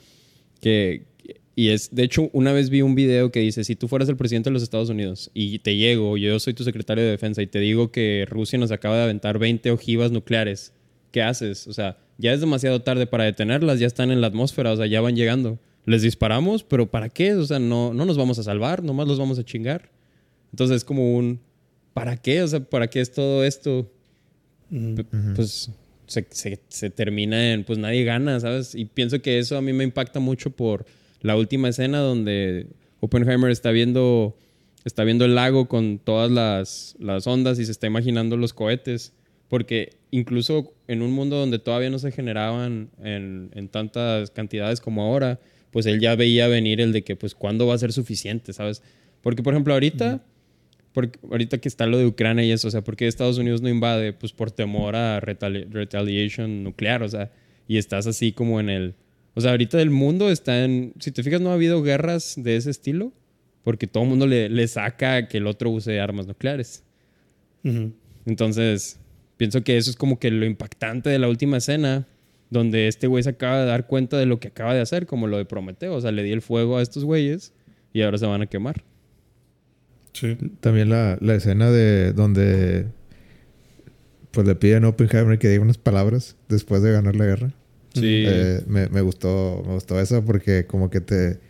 y es, de hecho, una vez vi un video que dice, si tú fueras el presidente de los Estados Unidos y te llego, yo soy tu secretario de defensa y te digo que Rusia nos acaba de aventar 20 ojivas nucleares, ¿qué haces? O sea, ya es demasiado tarde para detenerlas, ya están en la atmósfera, o sea, ya van llegando. Les disparamos, pero ¿para qué? O sea, no nos vamos a salvar, nomás los vamos a chingar. Entonces es como ¿para qué? O sea, ¿para qué es todo esto? Ujú. Pues se termina en, pues nadie gana, ¿sabes? Y pienso que eso a mí me impacta mucho por la última escena donde Oppenheimer está viendo el lago con todas las ondas y se está imaginando los cohetes. Porque incluso en un mundo donde todavía no se generaban en tantas cantidades como ahora, pues él ya veía venir el de que, pues, ¿cuándo va a ser suficiente, sabes? Porque, por ejemplo, ahorita que está lo de Ucrania y eso, o sea, ¿por qué Estados Unidos no invade? Pues por temor a retaliation nuclear, o sea, y estás así como o sea, ahorita el mundo está si te fijas, no ha habido guerras de ese estilo, porque todo el mundo le saca que el otro use armas nucleares. Ujú. Entonces, pienso que eso es como que lo impactante de la última escena, donde este güey se acaba de dar cuenta de lo que acaba de hacer, como lo de Prometeo. O sea, le di el fuego a estos güeyes y ahora se van a quemar. Sí. También la escena de donde pues le piden a Oppenheimer que diga unas palabras después de ganar la guerra. Sí. Me gustó eso porque como que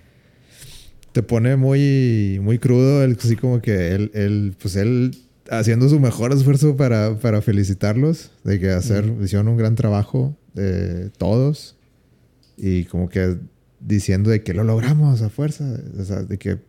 te pone muy, muy crudo. Así como que él haciendo su mejor esfuerzo para felicitarlos. De que hicieron un gran trabajo todos. Y como que diciendo de que lo logramos a fuerza. O sea, de que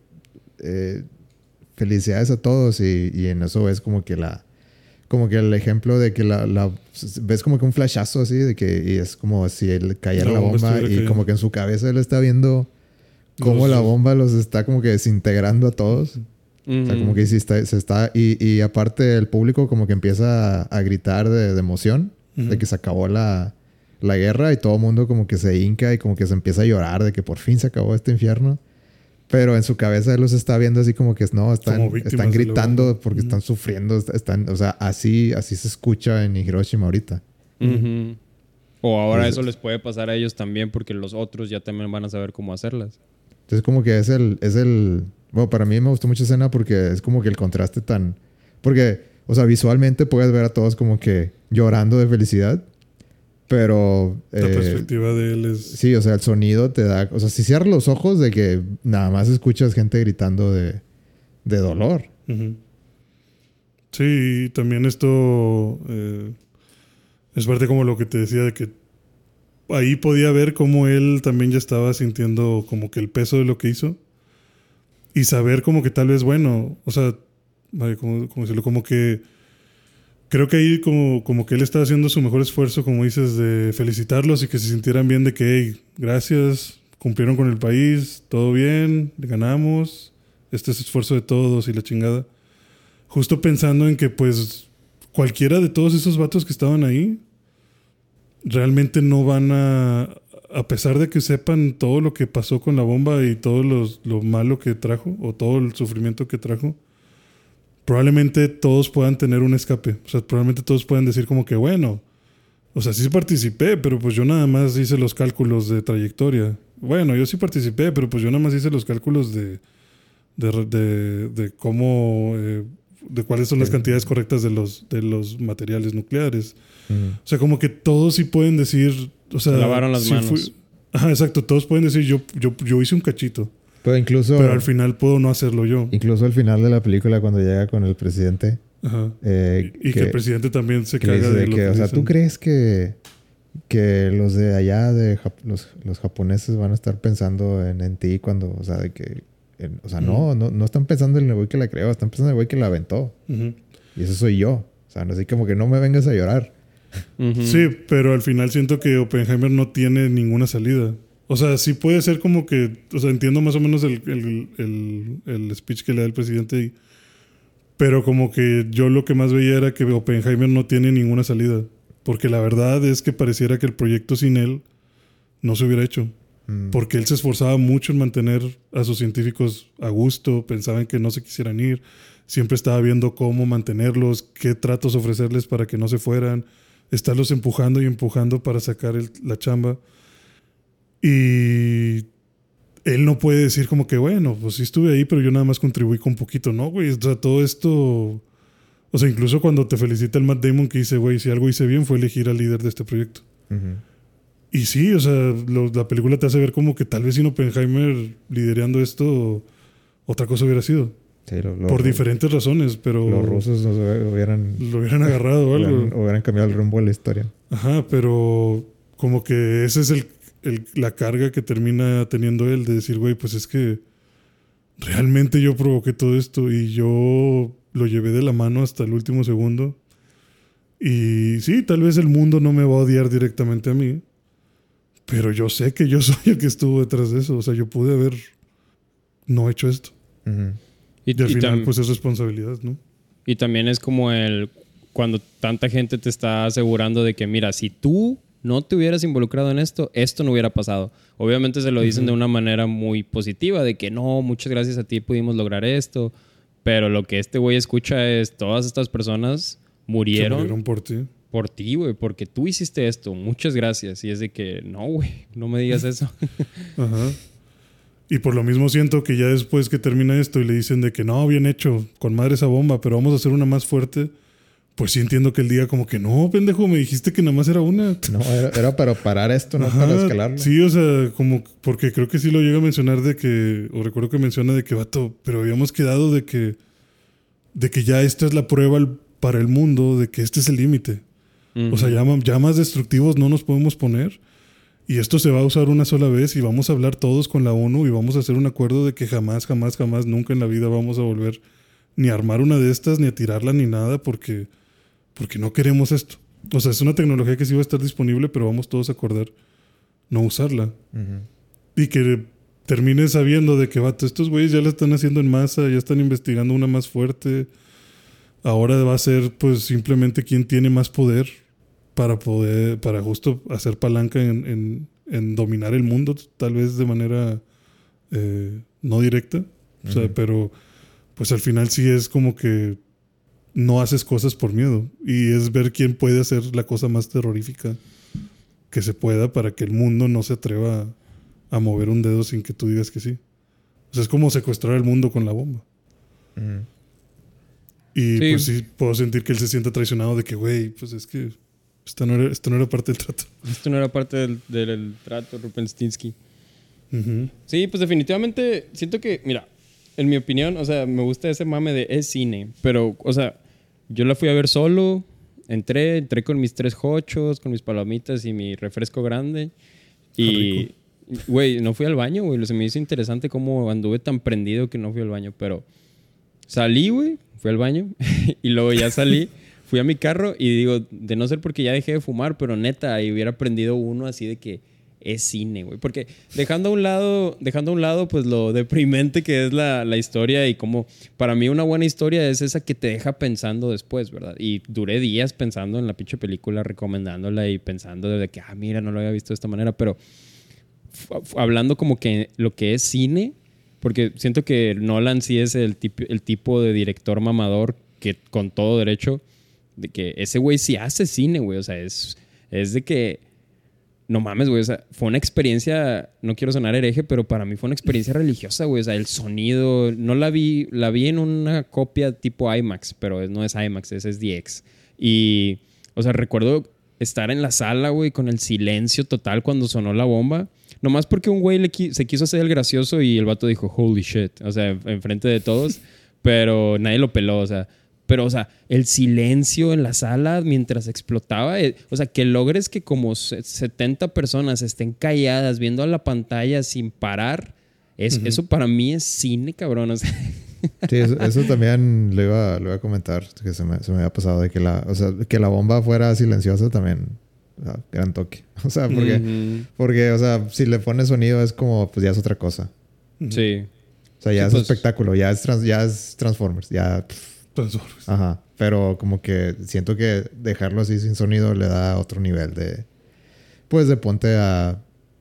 felicidades a todos. Y en eso es como que como que el ejemplo de que ves como que un flashazo así de que y es como si él cayera la bomba y como que en su cabeza él está viendo cómo la bomba los está como que desintegrando a todos. O sea, como que sí se está y aparte el público como que empieza a gritar de emoción de que se acabó la guerra y todo el mundo como que se hinca y como que se empieza a llorar de que por fin se acabó este infierno. Pero en su cabeza él los está viendo así como que no, están gritando porque están sufriendo. O sea, así se escucha en Hiroshima ahorita. Uh-huh. O ahora eso les puede pasar a ellos también porque los otros ya también van a saber cómo hacerlas. Entonces como que es el... Bueno, para mí me gustó mucho esa escena porque es como que el contraste tan... Porque, o sea, visualmente puedes ver a todos como que llorando de felicidad. Pero... La perspectiva de él es... Sí, o sea, el sonido te da... O sea, si cierras los ojos de que nada más escuchas gente gritando de dolor. Uh-huh. Sí, también esto es parte como lo que te decía de que ahí podía ver cómo él también ya estaba sintiendo como que el peso de lo que hizo y saber como que tal vez, bueno, o sea, como decirlo, como que creo que ahí como que él estaba haciendo su mejor esfuerzo, como dices, de felicitarlos y que se sintieran bien de que, hey, gracias, cumplieron con el país, todo bien, ganamos, este es esfuerzo de todos y la chingada. Justo pensando en que pues cualquiera de todos esos vatos que estaban ahí realmente no van a pesar de que sepan todo lo que pasó con la bomba y todo lo malo que trajo o todo el sufrimiento que trajo, probablemente todos puedan tener un escape. O sea, probablemente todos puedan decir como que bueno, o sea, sí participé, pero pues yo nada más hice los cálculos de trayectoria. Bueno, yo sí participé, pero pues yo nada más hice los cálculos de cómo... de cuáles son las cantidades correctas de los materiales nucleares. Uh-huh. O sea, como que todos sí pueden decir... O sea, se lavaron las manos. Ajá, exacto. Todos pueden decir, yo hice un cachito. Pero al final puedo no hacerlo yo. Incluso al final de la película, cuando llega con el presidente... Ajá. Y que el presidente también se caga de lo que o sea, ¿tú crees que los de allá, los japoneses van a estar pensando en ti cuando... O sea, de que... O sea, no están pensando en el güey que la creó, están pensando en el güey que la aventó. Uh-huh. Y eso soy yo. O sea, así como que no me vengas a llorar. Uh-huh. Sí, pero al final siento que Oppenheimer no tiene ninguna salida. O sea, sí puede ser como que... O sea, entiendo más o menos el speech que le da el presidente. Pero como que yo lo que más veía era que Oppenheimer no tiene ninguna salida. Porque la verdad es que pareciera que el proyecto sin él no se hubiera hecho. Porque él se esforzaba mucho en mantener a sus científicos a gusto, pensaban que no se quisieran ir, siempre estaba viendo cómo mantenerlos, qué tratos ofrecerles para que no se fueran, estarlos empujando y empujando para sacar la chamba. Y él no puede decir como que, bueno, pues sí estuve ahí, pero yo nada más contribuí con poquito. No, güey, o sea, todo esto... O sea, incluso cuando te felicita el Matt Damon que dice, güey, si algo hice bien fue elegir al líder de este proyecto. Uh-huh. Y sí, o sea, la película te hace ver como que tal vez sin Oppenheimer liderando esto, otra cosa hubiera sido. Sí, por diferentes razones, pero... Los rusos lo hubieran agarrado o algo. Hubieran cambiado el rumbo de la historia. Ajá, pero como que ese es la carga que termina teniendo él de decir, güey, pues es que realmente yo provoqué todo esto y yo lo llevé de la mano hasta el último segundo. Y sí, tal vez el mundo no me va a odiar directamente a mí, pero yo sé que yo soy el que estuvo detrás de eso. O sea, yo pude haber no hecho esto. Uh-huh. Y al final, pues es responsabilidad, ¿no? Y también es como cuando tanta gente te está asegurando de que, mira, si tú no te hubieras involucrado en esto no hubiera pasado. Obviamente se lo dicen de una manera muy positiva, de que no, muchas gracias a ti pudimos lograr esto. Pero lo que este güey escucha es, todas estas personas murieron por ti. Por ti, güey, porque tú hiciste esto. Muchas gracias. Y es de que, no, güey, no me digas eso. Ajá. Y por lo mismo siento que ya después que termina esto y le dicen de que no, bien hecho, con madre esa bomba, pero vamos a hacer una más fuerte, pues sí entiendo que él diga como que no, pendejo, me dijiste que nada más era una. No, era para parar esto, no para escalarlo. Sí, o sea, como porque creo que sí lo llega a mencionar de que, o recuerdo que menciona de que, vato, pero habíamos quedado de que ya esta es la prueba para el mundo, de que este es el límite. Uh-huh. O sea, ya más destructivos no nos podemos poner. Y esto se va a usar una sola vez y vamos a hablar todos con la ONU y vamos a hacer un acuerdo de que jamás, nunca en la vida vamos a volver ni a armar una de estas, ni a tirarla, ni nada, porque no queremos esto. O sea, es una tecnología que sí va a estar disponible, pero vamos todos a acordar no usarla. Uh-huh. Y que termines sabiendo de que, vato, estos güeyes ya la están haciendo en masa, ya están investigando una más fuerte. Ahora va a ser, pues, simplemente quién tiene más poder para justo hacer palanca en dominar el mundo, tal vez de manera no directa. Uh-huh. O sea, pero pues al final sí es como que no haces cosas por miedo. Y es ver quién puede hacer la cosa más terrorífica que se pueda para que el mundo no se atreva a mover un dedo sin que tú digas que sí. O sea, es como secuestrar el mundo con la bomba. Uh-huh. Y sí, pues sí puedo sentir que él se siente traicionado de que, güey, pues es que Esto no era parte del trato. Esto no era parte del trato, Rupenstinsky. Ujú. Sí, pues definitivamente siento que, mira, en mi opinión, o sea, me gusta ese mame de es cine, pero, o sea, yo la fui a ver solo, entré con mis 3 hochos, con mis palomitas y mi refresco grande y, güey, no fui al baño, güey, se me hizo interesante cómo anduve tan prendido que no fui al baño, pero salí, güey, fui al baño y luego ya salí. Fui a mi carro y digo, de no ser porque ya dejé de fumar, pero neta, ahí hubiera prendido uno así de que es cine, güey. Porque dejando a un lado, pues lo deprimente que es la historia y como para mí una buena historia es esa que te deja pensando después, ¿verdad? Y duré días pensando en la pinche película, recomendándola y pensando de que, mira, no lo había visto de esta manera, pero hablando como que lo que es cine, porque siento que Nolan sí es el tipo de director mamador que con todo derecho de que ese güey sí hace cine, güey. O sea, es de que no mames, güey. O sea, fue una experiencia, no quiero sonar hereje, pero para mí fue una experiencia religiosa, güey. O sea, el sonido, no la vi en una copia tipo IMAX, pero no es IMAX, es DX. Y, o sea, recuerdo estar en la sala, güey, con el silencio total cuando sonó la bomba. Nomás porque un güey se quiso hacer el gracioso y el vato dijo, holy shit. O sea, enfrente de todos, pero nadie lo peló, o sea. Pero, o sea, el silencio en la sala mientras explotaba. O sea, que logres que como 70 personas estén calladas viendo a la pantalla sin parar. Eso para mí es cine, cabrón. O sea. Sí, eso también lo iba a comentar. Que se me había pasado de que que la bomba fuera silenciosa también. O sea, gran toque. O sea, porque, o sea, si le pones sonido es como, pues ya es otra cosa. Sí. O sea, ya sí, es pues, espectáculo. Ya es Transformers. Ya... Transformers. Ajá. Pero como que siento que dejarlo así sin sonido le da otro nivel de... Pues de ponte a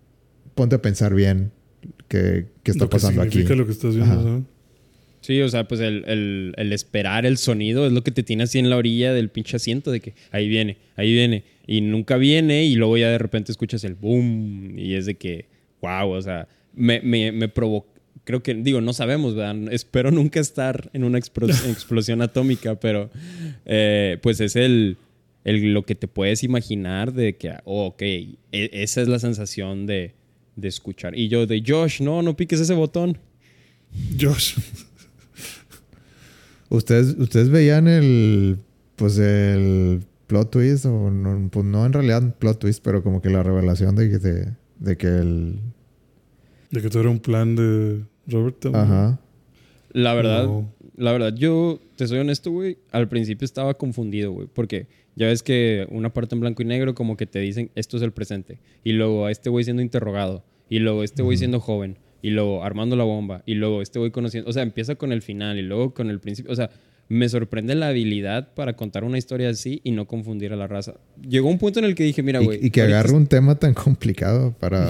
pensar bien qué está pasando aquí. Significa lo que estás viendo, ¿sabes? Sí, o sea, pues el esperar el sonido es lo que te tiene así en la orilla del pinche asiento de que ahí viene. Y nunca viene y luego ya de repente escuchas el boom y es de que, wow, o sea, me provocó. Creo que, digo, no sabemos, ¿verdad? Espero nunca estar en una explosión atómica, pero pues es lo que te puedes imaginar de que, ok, esa es la sensación de escuchar. Y yo de Josh, no piques ese botón. Josh. ¿Ustedes veían el plot twist? O no, pues no en realidad plot twist, pero como que la revelación de que el... De que todo era un plan de Robert también. Ajá. La verdad, No. yo te soy honesto, güey. Al principio estaba confundido, güey. Porque ya ves que una parte en blanco y negro como que te dicen esto es el presente. Y luego a este güey siendo interrogado. Y luego este güey siendo joven. Y luego armando la bomba. Y luego este güey conociendo... O sea, empieza con el final y luego con el principio. O sea, me sorprende la habilidad para contar una historia así y no confundir a la raza. Llegó un punto en el que dije, mira, güey... Y que agarre un tema tan complicado para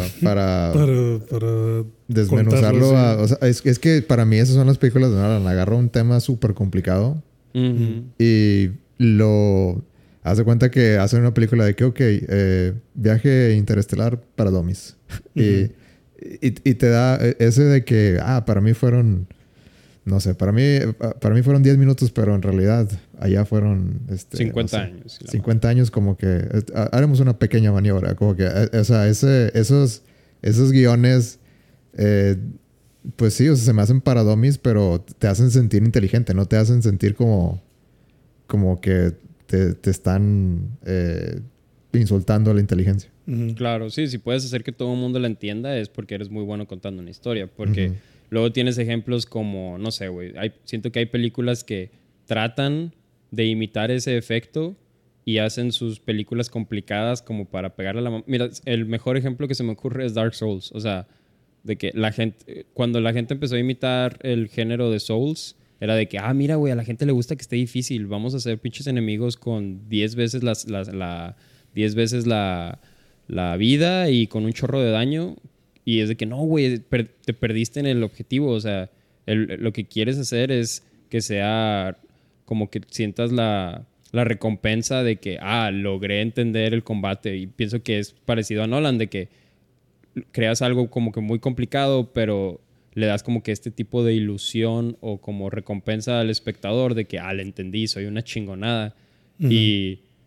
desmenuzarlo. Contarlo, sí. O sea, es que para mí esas son las películas de Nolan. Agarra un tema súper complicado y lo... Haz de cuenta que hacen una película de que, ok, viaje interestelar para dummies. Y te da ese de que, para mí fueron... No sé, para mí fueron 10 minutos, pero en realidad allá fueron... 50 no sé, años. 50 años como que... haremos una pequeña maniobra. Como que, o sea, esos guiones... pues sí, o sea, se me hacen para dummies, pero te hacen sentir inteligente. No te hacen sentir como que te están insultando a la inteligencia. Claro, sí, si puedes hacer que todo el mundo la entienda es porque eres muy bueno contando una historia. Porque luego tienes ejemplos como, no sé, güey, siento que hay películas que tratan de imitar ese efecto y hacen sus películas complicadas como para pegarle a la... Mira, el mejor ejemplo que se me ocurre es Dark Souls. O sea, de que cuando la gente empezó a imitar el género de Souls, era de que, mira, güey, a la gente le gusta que esté difícil. Vamos a hacer pinches enemigos con 10 veces 10 veces la vida y con un chorro de daño. Y es de que no, güey, te perdiste en el objetivo. O sea, lo que quieres hacer es que sea como que sientas la recompensa de que, logré entender el combate. Y pienso que es parecido a Nolan, de que creas algo como que muy complicado, pero le das como que este tipo de ilusión o como recompensa al espectador de que, le entendí, soy una chingonada. Y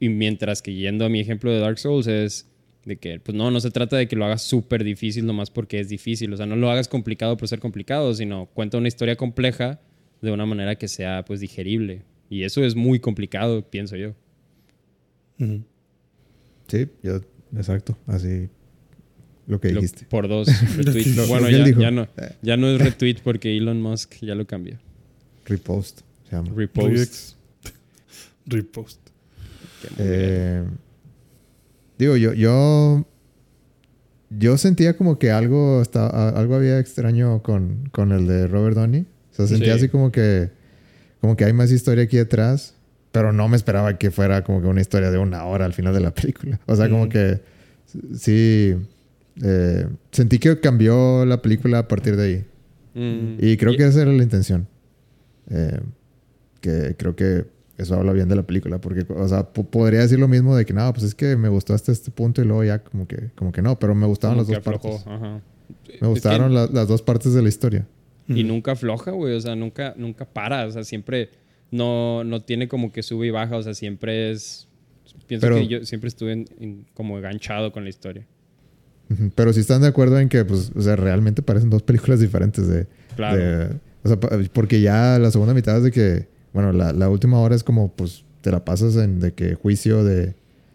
Y mientras que yendo a mi ejemplo de Dark Souls es de que, pues no se trata de que lo hagas súper difícil nomás porque es difícil. O sea, no lo hagas complicado por ser complicado, sino cuenta una historia compleja de una manera que sea, pues, digerible. Y eso es muy complicado, pienso yo. Ujú. Sí, yo, exacto, así lo que dijiste. Por 2 retweets. Bueno, lo que él dijo. ya no es retweet porque Elon Musk ya lo cambió. Repost, se llama. Repost. Repost. Digo, yo sentía como que algo había extraño con el de Robert Downey. O sea, sentía así como que hay más historia aquí detrás, pero no me esperaba que fuera como que una historia de 1 hora al final de la película. O sea, como que sí sentí que cambió la película a partir de ahí. Y creo que esa era la intención. Que creo que eso habla bien de la película, porque, o sea, podría decir lo mismo de que no, pues es que me gustó hasta este punto y luego ya como que no, pero me gustaron las dos partes. Ajá. Me gustaron las dos partes de la historia. Y nunca afloja, güey. O sea, nunca para. O sea, siempre no tiene como que sube y baja. O sea, siempre es... Pienso que yo siempre estuve como enganchado con la historia. Pero si están de acuerdo en que, pues, o sea, realmente parecen dos películas diferentes Claro. o sea, porque ya la segunda mitad es de que, bueno, la última hora es como, pues, te la pasas en de que juicio de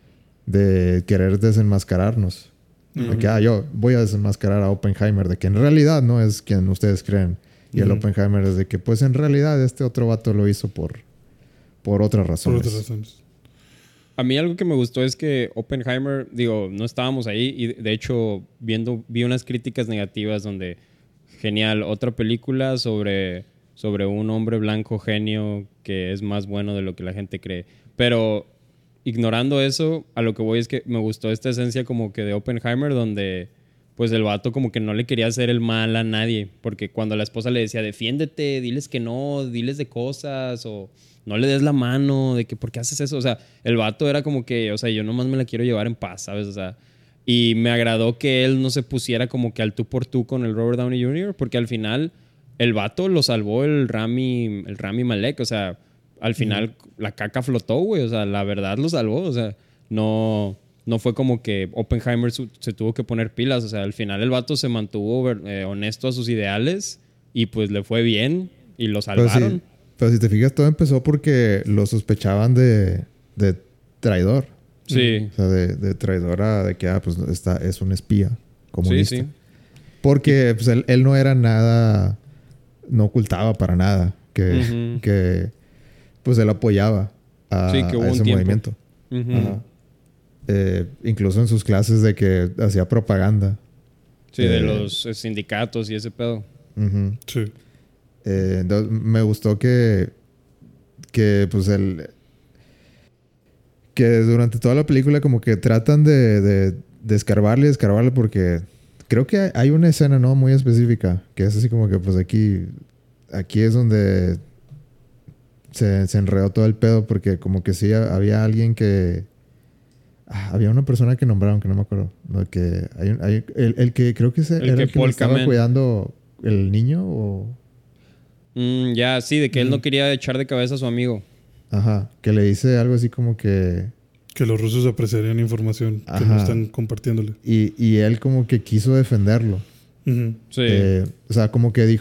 querer desenmascararnos. De que, yo voy a desenmascarar a Oppenheimer, de que en realidad no es quien ustedes creen. Y el Oppenheimer es de que, pues, en realidad este otro vato lo hizo por otras razones. Por otras razones. A mí algo que me gustó es que Oppenheimer, digo, no estábamos ahí y de hecho vi unas críticas negativas donde, genial, otra película sobre un hombre blanco genio que es más bueno de lo que la gente cree. Pero ignorando eso, a lo que voy es que me gustó esta esencia como que de Oppenheimer donde pues el vato como que no le quería hacer el mal a nadie. Porque cuando la esposa le decía, defiéndete, diles que no, diles de cosas o... no le des la mano, de que ¿por qué haces eso? O sea, el vato era como que, o sea, yo nomás me la quiero llevar en paz, ¿sabes? O sea, y me agradó que él no se pusiera como que al tú por tú con el Robert Downey Jr., porque al final el vato lo salvó el Rami Malek, o sea, al final la caca flotó, güey, o sea, la verdad lo salvó, o sea, no fue como que Oppenheimer se tuvo que poner pilas, o sea, al final el vato se mantuvo honesto a sus ideales y pues le fue bien y lo salvaron. Pero si te fijas, todo empezó porque lo sospechaban de traidor. Sí. O sea, de traidora, de que, pues, es un espía comunista. Sí. Porque pues, él no era nada, no ocultaba para nada que pues, él apoyaba a ese movimiento. Ajá. Incluso en sus clases de que hacía propaganda. Sí, de los sindicatos y ese pedo. Sí. Entonces, me gustó que pues que durante toda la película como que tratan de escarbarle porque creo que hay una escena no muy específica que es así como que pues aquí es donde se enredó todo el pedo porque como que sí había alguien que había una persona que nombraron que no me acuerdo, ¿no? Que hay el que creo que era el que le estaba cuidando el niño o ya, sí, de que él no quería echar de cabeza a su amigo. Ajá, que le dice algo así como que los rusos apreciarían información que no están compartiéndole. Y él como que quiso defenderlo. Sí. O sea, como que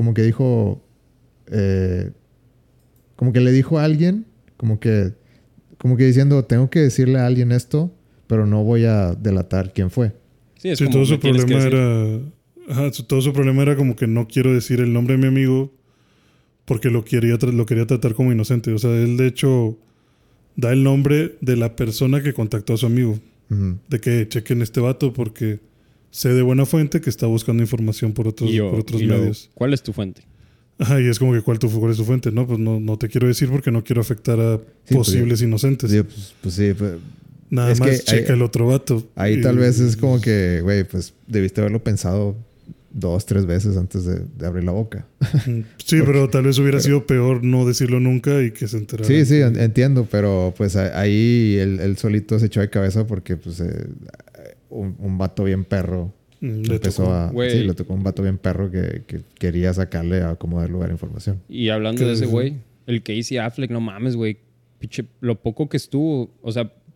le dijo a alguien, como que diciendo, tengo que decirle a alguien esto, pero no voy a delatar quién fue. Sí, es sí, como todo su problema era... Ajá, todo su problema era como que no quiero decir el nombre de mi amigo porque lo quería tratar como inocente. O sea, él de hecho da el nombre de la persona que contactó a su amigo. De que chequen este vato porque sé de buena fuente que está buscando información por otros medios. ¿Cuál es tu fuente? Ajá, y es como que ¿cuál es tu fuente? No, pues no te quiero decir porque no quiero afectar a posibles inocentes. Sí, pues sí. Nada es más que checa el otro vato. Ahí tal vez es como que, güey, pues debiste haberlo pensado 2-3 veces antes de abrir la boca. Sí, pero tal vez hubiera sido peor no decirlo nunca y que se enterara. Sí, entiendo, pero pues ahí él solito se echó de cabeza porque pues un vato bien perro le tocó un vato bien perro que quería sacarle a como dar lugar a información. Y hablando de ese güey, el Casey Affleck, no mames, güey, lo poco que estuvo, o sea,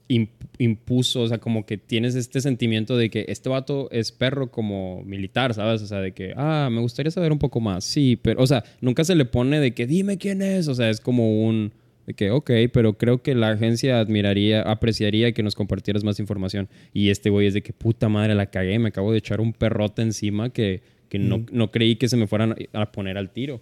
impuso, o sea, como que tienes este sentimiento de que este vato es perro como militar, ¿sabes? O sea, de que, me gustaría saber un poco más. Sí, pero, o sea, nunca se le pone de que dime quién es. O sea, es como de que, ok, pero creo que la agencia apreciaría que nos compartieras más información. Y este güey es de que, puta madre, la cagué, me acabo de echar un perrote encima que no creí que se me fueran a poner al tiro.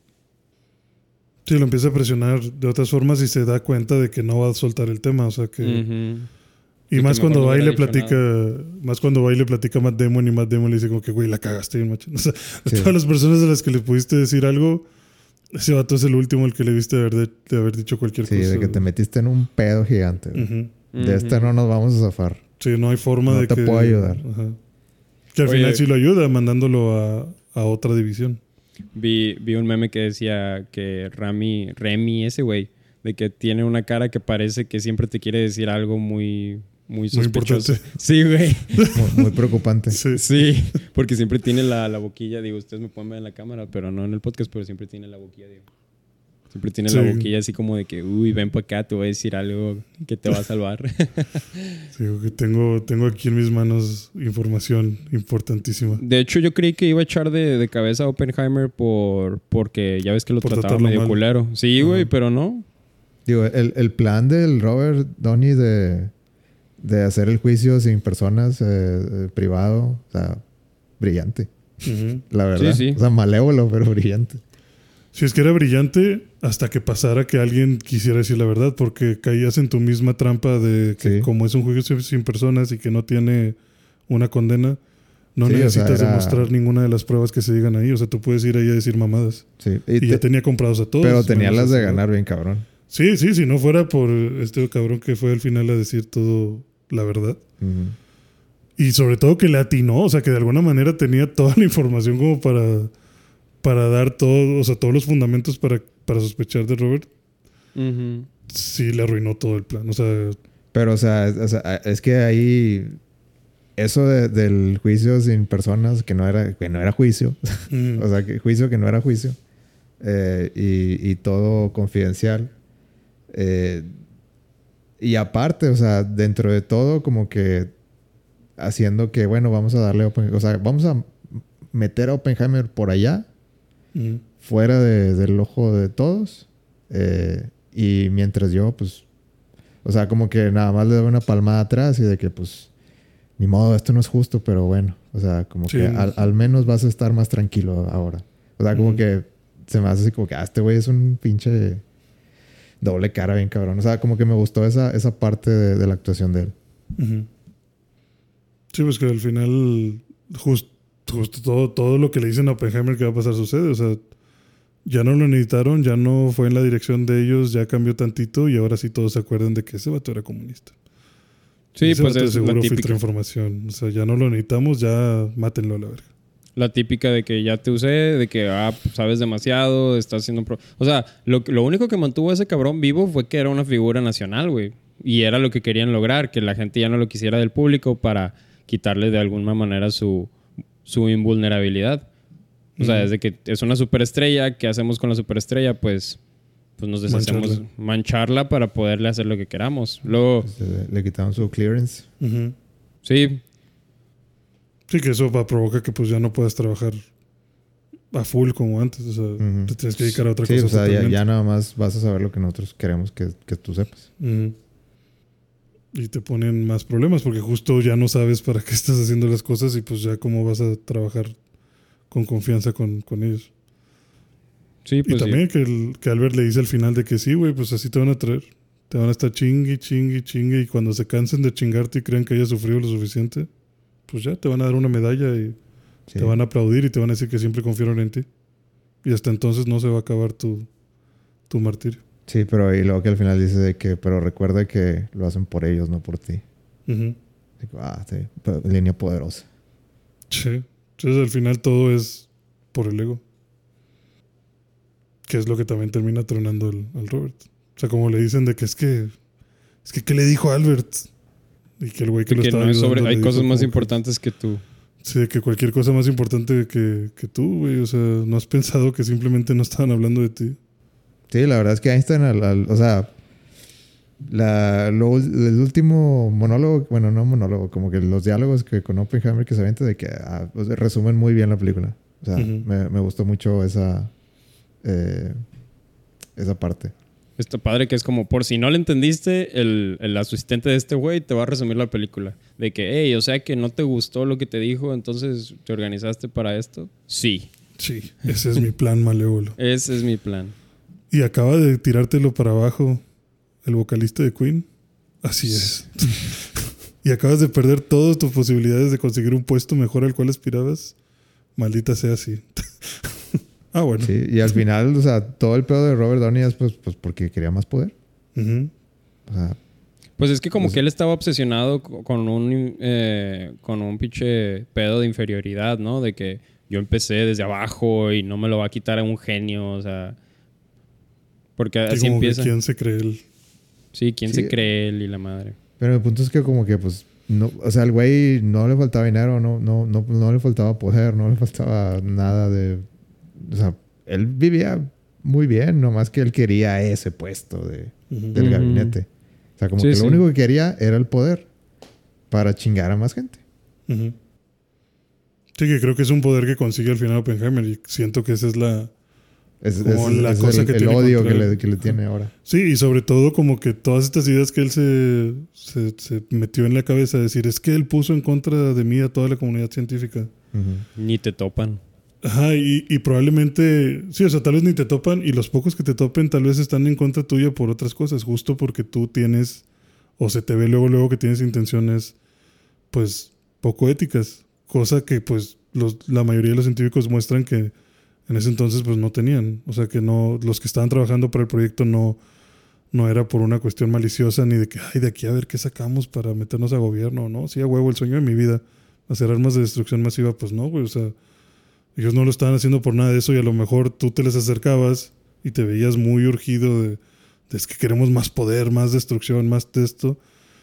Sí, lo empieza a presionar de otras formas y se da cuenta de que no va a soltar el tema, o sea que... Y más cuando va y le platica, más cuando va y le platica a Matt Damon y Matt Damon le dice como que, güey, la cagaste bien, macho. O sea, de todas las personas a las que le pudiste decir algo, ese vato es el último el que le viste de haber dicho cualquier cosa. Sí, de que te metiste en un pedo gigante. De esta no nos vamos a zafar. Sí, no hay forma de que... No te puedo ayudar. Que al final sí lo ayuda, mandándolo a otra división. Vi un meme que decía que Remy, ese güey, de que tiene una cara que parece que siempre te quiere decir algo muy sospechoso. Muy importante. Sí, güey. Muy preocupante. Sí, porque siempre tiene la boquilla, digo, ustedes me pueden ver en la cámara, pero no en el podcast, pero siempre tiene la boquilla, digo. Siempre tiene la boquilla así como de que, uy, ven para acá, te voy a decir algo que te va a salvar. Sí, que tengo aquí en mis manos información importantísima. De hecho, yo creí que iba a echar de cabeza a Oppenheimer porque ya ves que lo trataba medio mal. Culero. Sí, güey, pero no. Digo, el plan del Robert Downey de hacer el juicio sin personas, privado, o sea, brillante. La verdad. Sí. O sea, malévolo, pero brillante. Sí, es que era brillante hasta que pasara que alguien quisiera decir la verdad, porque caías en tu misma trampa de que como es un juicio sin personas y que no tiene una condena, no necesitas demostrar ninguna de las pruebas que se digan ahí. O sea, tú puedes ir ahí a decir mamadas. Sí. Y ya tenía comprados a todos. Pero tenía las de ganar bien, cabrón. Sí, si no fuera por este cabrón que fue al final a decir todo la verdad. Y sobre todo que le atinó, o sea, que de alguna manera tenía toda la información como para dar todo, o sea, todos los fundamentos para sospechar de Robert. Sí, le arruinó todo el plan, o sea... Pero, o sea, es que ahí... Eso del juicio sin personas, que no era juicio. O sea, que juicio que no era juicio. Y todo confidencial. Y aparte, o sea, dentro de todo, como que... Haciendo que, bueno, vamos a darle... O sea, vamos a meter a Oppenheimer por allá. Fuera del ojo de todos. Y mientras yo, pues... O sea, como que nada más le doy una palmada atrás y de que, pues... Ni modo, esto no es justo, pero bueno. O sea, como que al menos vas a estar más tranquilo ahora. O sea, como que se me hace así como que... este güey es un pinche... doble cara bien cabrón. O sea, como que me gustó esa parte de la actuación de él. Sí, pues que al final... Justo todo lo que le dicen a Oppenheimer que va a pasar sucede. O sea, ya no lo necesitaron, ya no fue en la dirección de ellos, ya cambió tantito y ahora sí todos se acuerdan de que ese vato era comunista. Sí, ese pues vato es seguro la típica. filtra información. O sea, ya no lo necesitamos, ya mátenlo a la verga. La típica de que ya te usé, de que sabes demasiado, estás haciendo... O sea, lo único que mantuvo a ese cabrón vivo fue que era una figura nacional, güey. Y era lo que querían lograr, que la gente ya no lo quisiera del público para quitarle de alguna manera su invulnerabilidad. O sea, desde que es una superestrella, ¿qué hacemos con la superestrella? Pues nos deshacemos, mancharla para poderle hacer lo que queramos. Luego... Pues le quitaron su clearance. Sí. Sí, que eso va a provocar que pues ya no puedas trabajar a full como antes. O sea, te tienes que dedicar a otra cosa. Sí, o sea, ya nada más vas a saber lo que nosotros queremos que tú sepas. Y te ponen más problemas porque justo ya no sabes para qué estás haciendo las cosas y pues ya cómo vas a trabajar con confianza con ellos. Sí, pues y también que Albert le dice al final de que sí, güey, pues así te van a traer. Te van a estar chingue y cuando se cansen de chingarte y crean que hayas sufrido lo suficiente, pues ya te van a dar una medalla y te van a aplaudir y te van a decir que siempre confiaron en ti. Y hasta entonces no se va a acabar tu martirio. Sí, pero y luego que al final dice de que, pero recuerda que lo hacen por ellos, no por ti. Sí, línea poderosa. Sí. Entonces al final todo es por el ego. Que es lo que también termina tronando al Robert. O sea, como le dicen de que es que ¿qué le dijo Albert? Y que el güey que lo estaba ayudando hay cosas más importantes que tú. Sí, de que cualquier cosa más importante que tú, güey. O sea, ¿no has pensado que simplemente no estaban hablando de ti? Sí, la verdad es que Einstein, o sea, El último monólogo, bueno, no monólogo, como que los diálogos que con Oppenheimer que se avienta de que pues, resumen muy bien la película. O sea, me gustó mucho esa parte. Está padre que es como, por si no le entendiste, el asistente de este güey te va a resumir la película. De que, hey, o sea que no te gustó lo que te dijo, entonces te organizaste para esto. Sí. Sí, ese es mi plan malévolo. Ese es mi plan. Y acaba de tirártelo para abajo el vocalista de Queen. Así es. Y acabas de perder todas tus posibilidades de conseguir un puesto mejor al cual aspirabas. Maldita sea así. Ah, bueno. Sí, y al final, o sea, todo el pedo de Robert Downey es pues porque quería más poder. O sea, pues es que como que él estaba obsesionado con un pinche pedo de inferioridad, ¿no? De que yo empecé desde abajo y no me lo va a quitar a un genio, o sea... Porque así empieza. ¿Quién se cree él? Sí, ¿quién se cree él y la madre? Pero el punto es que como que pues... No, o sea, al güey no le faltaba dinero, no le faltaba poder, no le faltaba nada de... O sea, él vivía muy bien, nomás que él quería ese puesto del gabinete. O sea, como que lo único que quería era el poder para chingar a más gente. Sí, que creo que es un poder que consigue al final Oppenheimer y siento que esa es la... la cosa el que tiene odio que le tiene ahora. Sí, y sobre todo como que todas estas ideas que él se metió en la cabeza, decir, es que él puso en contra de mí a toda la comunidad científica. Ni te topan. Ajá, y probablemente, sí, o sea, tal vez ni te topan y los pocos que te topen tal vez están en contra tuya por otras cosas, justo porque tú tienes, o se te ve luego que tienes intenciones, pues, poco éticas, cosa que, pues, la mayoría de los científicos muestran que en ese entonces, pues, no tenían. O sea, que no, los que estaban trabajando para el proyecto no era por una cuestión maliciosa ni de que, ay, de aquí a ver qué sacamos para meternos a gobierno, ¿no? Sí, a huevo, el sueño de mi vida, hacer armas de destrucción masiva, pues no, güey, o sea... Ellos no lo estaban haciendo por nada de eso y a lo mejor tú te les acercabas y te veías muy urgido de es que queremos más poder, más destrucción, más de esto.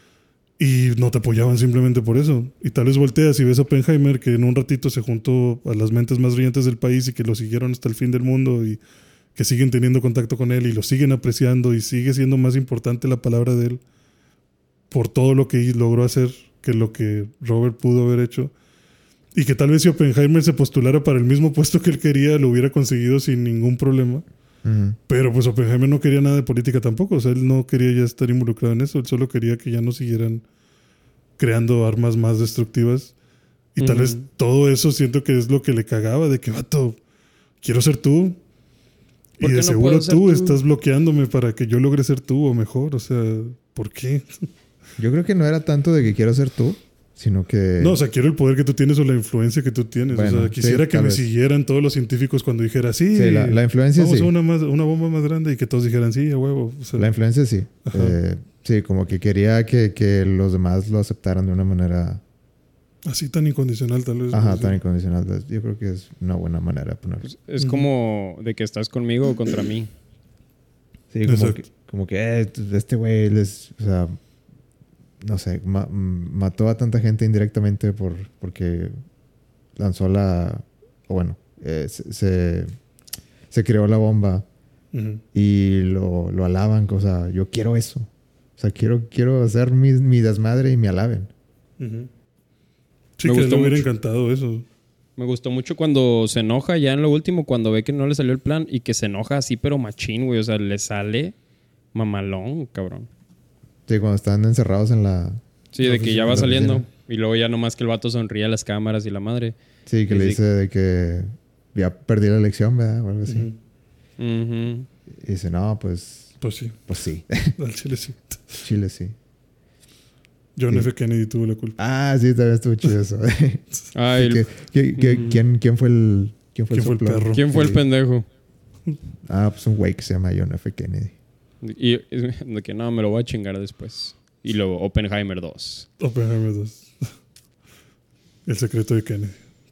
Y no te apoyaban simplemente por eso. Y tal vez volteas y ves a Oppenheimer que en un ratito se juntó a las mentes más brillantes del país y que lo siguieron hasta el fin del mundo y que siguen teniendo contacto con él y lo siguen apreciando y sigue siendo más importante la palabra de él por todo lo que logró hacer que lo que Robert pudo haber hecho. Y que tal vez si Oppenheimer se postulara para el mismo puesto que él quería, lo hubiera conseguido sin ningún problema. Pero pues Oppenheimer no quería nada de política tampoco. O sea, él no quería ya estar involucrado en eso. Él solo quería que ya no siguieran creando armas más destructivas. Y tal vez todo eso siento que es lo que le cagaba. De que, vato, quiero ser tú. Y de seguro tú estás bloqueándome para que yo logre ser tú o mejor. O sea, ¿por qué? Yo creo que no era tanto de que quiero ser tú, sino que... No, o sea, quiero el poder que tú tienes o la influencia que tú tienes. Bueno, o sea, quisiera que me siguieran todos los científicos cuando dijera, sí, la influencia vamos sí. a una bomba más grande y que todos dijeran, sí, a huevo. O sea, la influencia sí. Sí, como que quería que los demás lo aceptaran de una manera... Así tan incondicional tal vez. Ajá, tan incondicional. Yo creo que es una buena manera de ponerlo. Pues es como de que estás conmigo o contra mí. Sí, como que este güey les... O sea... No sé, mató a tanta gente indirectamente porque lanzó o bueno, se creó la bomba y lo alaban. O sea, yo quiero eso. O sea, quiero hacer mi desmadre y me alaben. Sí, que le hubiera encantado eso. Me gustó mucho cuando se enoja ya en lo último, cuando ve que no le salió el plan y que se enoja así, pero machín, güey. O sea, le sale mamalón, cabrón. Sí, cuando están encerrados en la... Sí, de que ya va saliendo. Y luego ya nomás que el vato sonríe a las cámaras y la madre. Sí, que le dice de que ya perdí la elección, ¿verdad? O algo así. Y dice, no, pues... Pues sí. Pues sí. Al Chile sí. Chile sí. John F. Kennedy tuvo la culpa. Ah, sí, también estuvo chido eso. ¿Quién fue el... ¿Quién fue el perro? ¿Quién fue el pendejo? Pues un güey que se llama John F. Kennedy. Y de que no, me lo voy a chingar después. Y luego Oppenheimer 2. Oppenheimer 2. El secreto de Kennedy.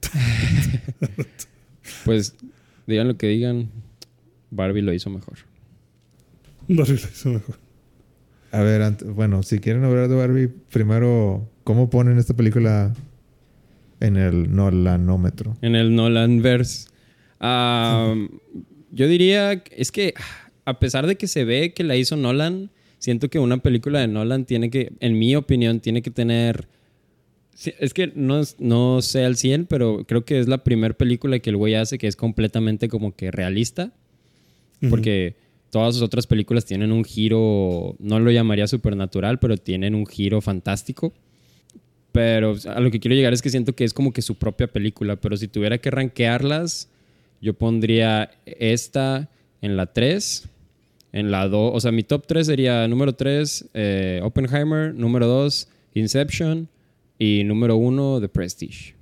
Pues digan lo que digan, Barbie lo hizo mejor. Barbie lo hizo mejor. A ver, bueno, si quieren hablar de Barbie, primero, ¿cómo ponen esta película en el Nolanómetro? En el Nolanverse. Yo diría, es que a pesar de que se ve que la hizo Nolan, siento que una película de Nolan tiene que, en mi opinión, tiene que tener... Es que no sé al 100, pero creo que es la primera película que el güey hace que es completamente como que realista. Porque todas sus otras películas tienen un giro, no lo llamaría supernatural, pero tienen un giro fantástico. Pero a lo que quiero llegar es que siento que es como que su propia película. Pero si tuviera que rankearlas, yo pondría esta en la 3, en la 2. O sea, mi top 3 sería número 3, Oppenheimer, número 2, Inception y número 1, The Prestige.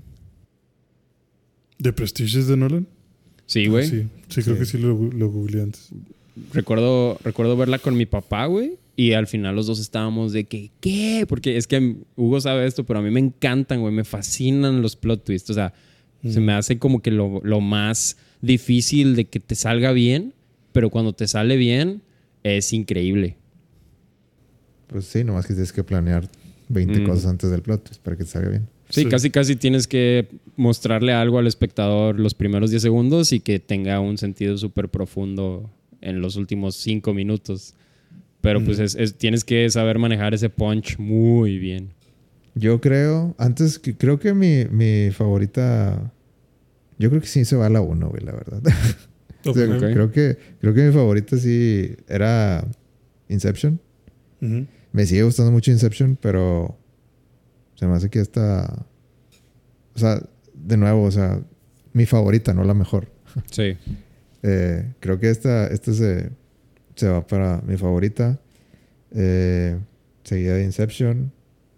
¿The Prestige es de Nolan? Sí, güey. Sí, creo que sí lo googleé antes. Recuerdo verla con mi papá, güey. Y al final los dos estábamos de que, ¿qué? Porque es que Hugo sabe esto, pero a mí me encantan, güey. Me fascinan los plot twists. O sea, se me hace como que lo más difícil de que te salga bien. Pero cuando te sale bien, es increíble. Pues sí, nomás que tienes que planear 20 cosas antes del plot twist para que te salga bien. Sí, casi tienes que mostrarle algo al espectador los primeros 10 segundos y que tenga un sentido súper profundo en los últimos 5 minutos. Pero pues tienes que saber manejar ese punch muy bien. Yo creo, creo que mi favorita, yo creo que sí se va a la 1, güey, la verdad. O sea, creo que mi favorita sí era Inception. Me sigue gustando mucho Inception, pero se me hace que esta... O sea, de nuevo, o sea, mi favorita, no la mejor. Sí. Creo que esta se va para mi favorita. Seguida de Inception.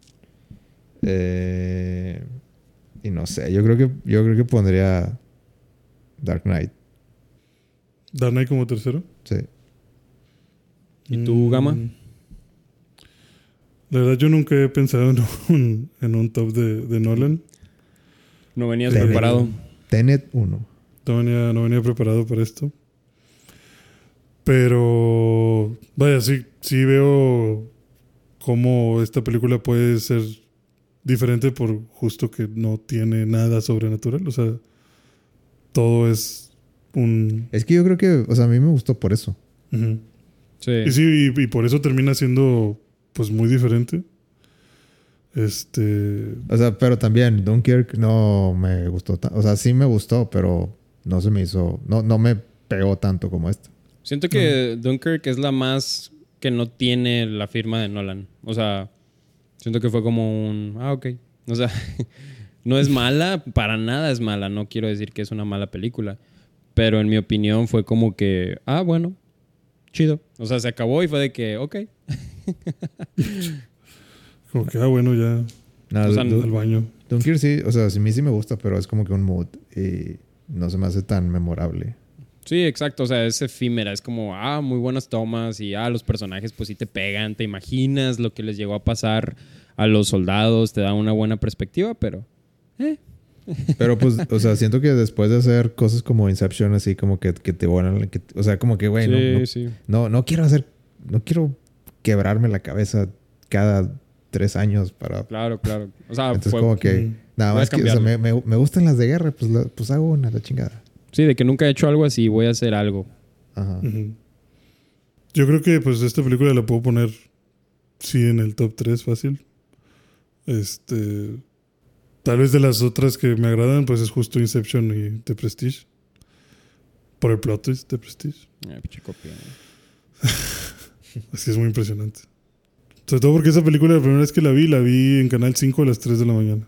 Y no sé, yo creo que pondría Dark Knight. ¿Dark Knight como tercero? Sí. ¿Y tú, Gama? La verdad, yo nunca he pensado en un top de Nolan. ¿No venías preparado? Tenet 1. No venía preparado para esto. Pero, vaya, sí veo cómo esta película puede ser diferente por justo que no tiene nada sobrenatural. O sea, todo es un... Es que yo creo que, o sea, a mí me gustó por eso. Sí. Y sí, y por eso termina siendo, pues, muy diferente. O sea, pero también Dunkirk no me gustó. O sea, sí me gustó, pero no se me hizo... No me pegó tanto como esta. Siento que Dunkirk es la más que no tiene la firma de Nolan. O sea, siento que fue como un... ok. O sea, no es mala, para nada es mala. No quiero decir que es una mala película. Pero en mi opinión fue como que... bueno, chido. O sea, se acabó y fue de que, ok. Como que, bueno, ya... No, o sea, al baño. Dunkirk sí, o sea, a mí sí me gusta, pero es como que un mood y no se me hace tan memorable. Sí, exacto. O sea, es efímera. Es como, muy buenas tomas y los personajes pues sí te pegan. Te imaginas lo que les llegó a pasar a los soldados. Te da una buena perspectiva, pero... Pero pues, o sea, siento que después de hacer cosas como Inception, así como que te vuelan... o sea, como que, güey, sí. No quiero quebrarme la cabeza cada 3 años para... Claro. O sea, entonces como que... Nada más que, o sea, me gustan las de guerra, pues hago una, la chingada. Sí, de que nunca he hecho algo así, voy a hacer algo. Ajá. Yo creo que pues esta película la puedo poner sí en el top 3 fácil. Tal vez de las otras que me agradan pues es justo Inception y The Prestige. Por el plot twist de Prestige. Pinche copia. Así es muy impresionante. Sobre todo porque esa película la primera vez que la vi en Canal 5 a las 3 de la mañana.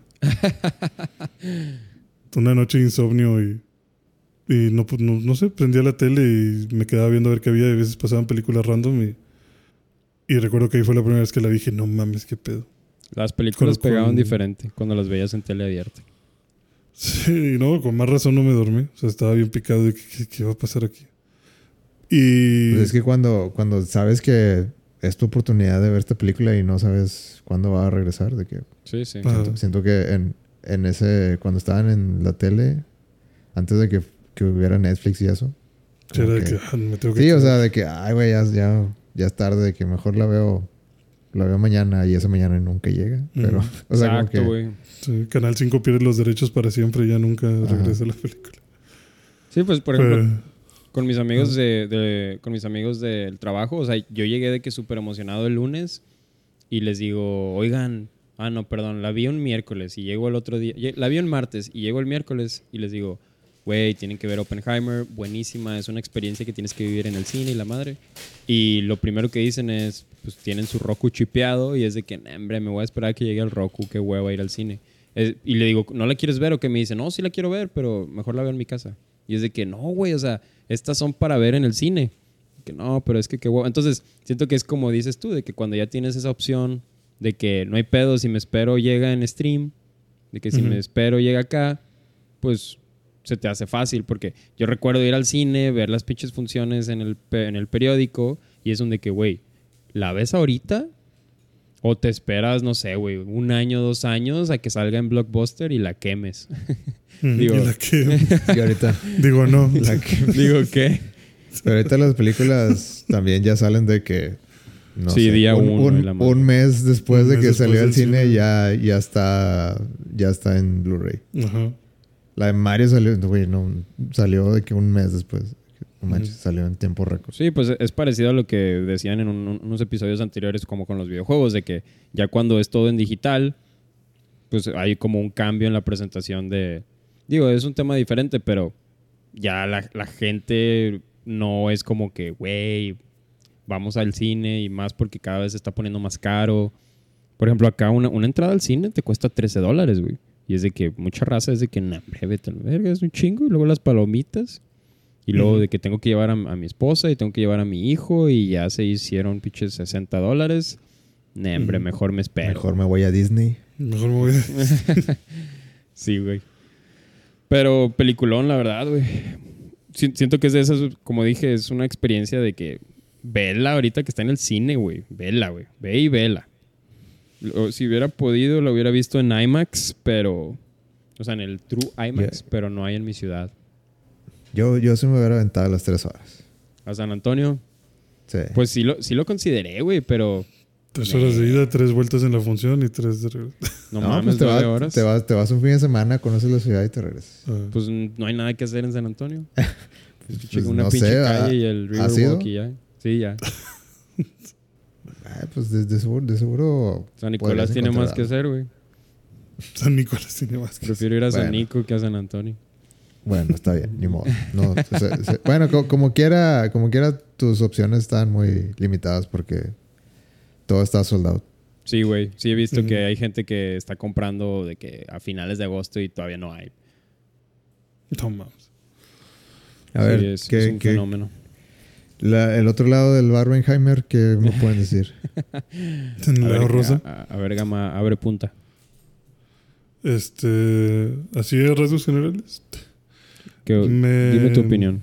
Una noche de insomnio y no sé, prendía la tele y me quedaba viendo a ver qué había. Y a veces pasaban películas random y recuerdo que ahí fue la primera vez que la dije, no mames, qué pedo. Las películas pegaban diferente cuando las veías en tele abierta. Sí, no, con más razón no me dormí. O sea, estaba bien picado de qué va a pasar aquí. Y... Pues es que cuando sabes que es tu oportunidad de ver esta película y no sabes cuándo va a regresar, de que... Sí. Siento que en ese... Cuando estaban en la tele, antes de que hubiera Netflix y eso. Era de que me tengo que... Sí, o sea, de que, güey, ya es tarde, de que mejor la veo mañana y esa mañana nunca llega. Pero, o sea, exacto, güey. Sí, Canal 5 pierde los derechos para siempre y ya nunca regresa la película. Sí, pues, por ejemplo, Con mis amigos con mis amigos del trabajo, o sea, yo llegué de que súper emocionado el lunes y les digo, oigan, no, perdón, la vi un miércoles y llego el otro día, la vi un martes y llego el miércoles y les digo, güey, tienen que ver Oppenheimer, buenísima, es una experiencia que tienes que vivir en el cine y la madre. Y lo primero que dicen es, pues tienen su Roku chipeado y es de que, hombre, me voy a esperar a que llegue el Roku, qué hueva ir al cine. Y le digo, ¿no la quieres ver? O que me dice, no, sí la quiero ver, pero mejor la veo en mi casa. Y es de que, no, güey, o sea, estas son para ver en el cine. Que no, pero es que qué hueva. Entonces, siento que es como dices tú, de que cuando ya tienes esa opción de que no hay pedo, si me espero llega en stream, de que si me espero llega acá, pues se te hace fácil. Porque yo recuerdo ir al cine, ver las pinches funciones en el periódico y es donde que, güey, ¿la ves ahorita? O te esperas, no sé, güey, 1 año, 2 años a que salga en Blockbuster y la quemes. Digo, ¿y la quemes? Y ahorita... Digo, no. Digo, ¿qué? Pero ahorita las películas también ya salen de que... No sí, sé, día 1. Un mes después de que salió al cine ya está en Blu-ray. Ajá. La de Mario salió... Güey, no... Salió de que 1 mes después. No manches, salió en tiempo récord. Sí, pues es parecido a lo que decían en unos episodios anteriores como con los videojuegos, de que ya cuando es todo en digital, pues hay como un cambio en la presentación de... Digo, es un tema diferente, pero ya la gente no es como que, güey, vamos al cine y más porque cada vez se está poniendo más caro. Por ejemplo, acá una entrada al cine te cuesta $13, güey. Y es de que mucha raza es de que, nah, vete a la verga, es un chingo. Y luego las palomitas. Y luego de que tengo que llevar a mi esposa y tengo que llevar a mi hijo y ya se hicieron pinches $60. Nah, hombre, mejor me espero. Mejor me voy a Disney. Mejor me voy a... Sí, güey. Pero peliculón, la verdad, güey. Siento que es de esas, como dije, es una experiencia de que vela ahorita que está en el cine, güey. Vela, güey. Ve y vela. Si hubiera podido, lo hubiera visto en IMAX, pero... O sea, en el True IMAX, pero no hay en mi ciudad. Yo sí me hubiera aventado las 3 horas. ¿A San Antonio? Sí. Pues sí lo consideré, güey, pero... 3 horas de ida, 3 vueltas en la función y 3 de regreso. No mames, pues 9 horas. Te vas un fin de semana, conoces la ciudad y te regresas. Pues no hay nada que hacer en San Antonio. Pues una no pinche sé, calle y el Riverwalk y ya. Sí, ya. Pues de seguro... San Nicolás tiene más que hacer, güey. San Nicolás tiene más que hacer. Prefiero ir a San Nico que a San Antonio. Bueno, está bien, ni modo. No, bueno, como quiera, tus opciones están muy limitadas porque todo está sold out. Sí, güey. Sí he visto que hay gente que está comprando de que a finales de agosto y todavía no hay. No mames. A ver, es un fenómeno. El otro lado del Barbenheimer, ¿qué me pueden decir? ¿En el lado rosa? A ver, Gama, abre punta. Así de rasgos generales. Dime tu opinión.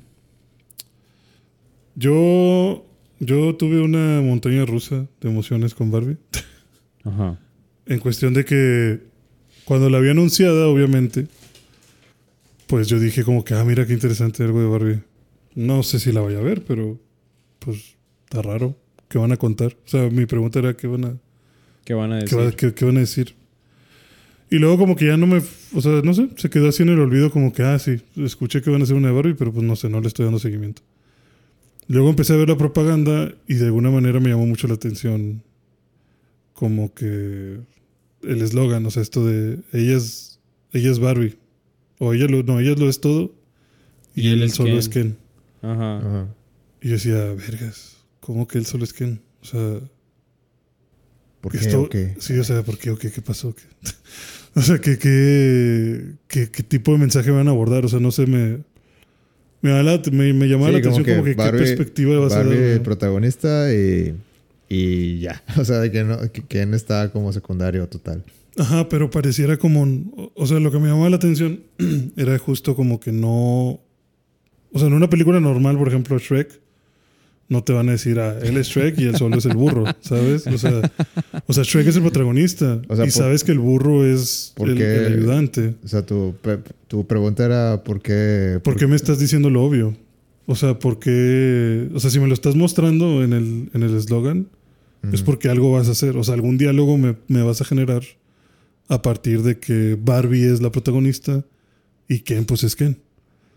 Yo tuve una montaña rusa de emociones con Barbie. Ajá. En cuestión de que cuando la había anunciada, obviamente, pues yo dije como que, mira qué interesante algo de Barbie. No sé si la vaya a ver, pero pues está raro. ¿Qué van a contar? O sea, mi pregunta era ¿qué van a decir? ¿Qué van a decir? Y luego como que ya no me... O sea, no sé, se quedó así en el olvido como que, sí, escuché que van a hacer una de Barbie, pero pues no sé, no le estoy dando seguimiento. Luego empecé a ver la propaganda y de alguna manera me llamó mucho la atención como que el eslogan, o sea, esto de ella es Barbie. O ella lo es todo y él solo es Ken. Ajá. Y yo decía, vergas, ¿cómo que él solo es Ken? O sea... ¿Por qué? ¿O qué? Sí, o sea, ¿por qué? ¿O qué? ¿Qué pasó? O sea, ¿qué tipo de mensaje van a abordar? O sea, no sé, me llamaba la atención como que Barbie, qué perspectiva vas a dar. Barbie el protagonista y ya. O sea, de que Ken está como secundario total. Ajá, pero pareciera como... O sea, lo que me llamaba la atención era justo como que no... O sea, en una película normal, por ejemplo, Shrek, no te van a decir, él es Shrek y él solo es el burro, ¿sabes? O sea, Shrek es el protagonista. O sea, y sabes que el burro es el ayudante. O sea, tu pregunta era ¿por qué? ¿Por qué me estás diciendo lo obvio? O sea, ¿por qué? O sea, si me lo estás mostrando en el eslogan, es porque algo vas a hacer. O sea, algún diálogo me vas a generar a partir de que Barbie es la protagonista y Ken, pues es Ken.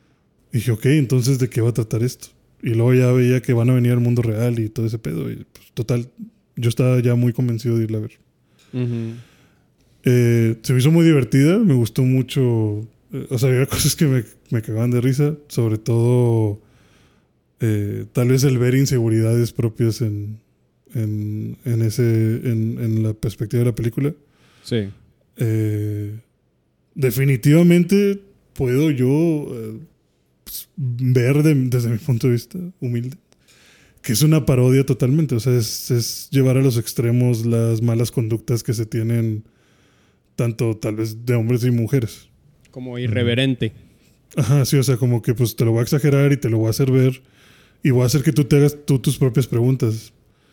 Y dije, ok, entonces ¿de qué va a tratar esto? Y luego ya veía que van a venir al mundo real y todo ese pedo. Y pues, total, yo estaba ya muy convencido de irla a ver. Ujú. Se me hizo muy divertida, me gustó mucho. O sea, había cosas que me cagaban de risa, sobre todo tal vez el ver inseguridades propias en la perspectiva de la película. Sí. Definitivamente puedo yo pues, ver desde mi punto de vista humilde que es una parodia totalmente. O sea, es llevar a los extremos las malas conductas que se tienen tanto tal vez de hombres y mujeres. Como irreverente. Ajá, sí, o sea, como que pues te lo voy a exagerar y te lo voy a hacer ver y voy a hacer que tú te hagas tú tus propias preguntas.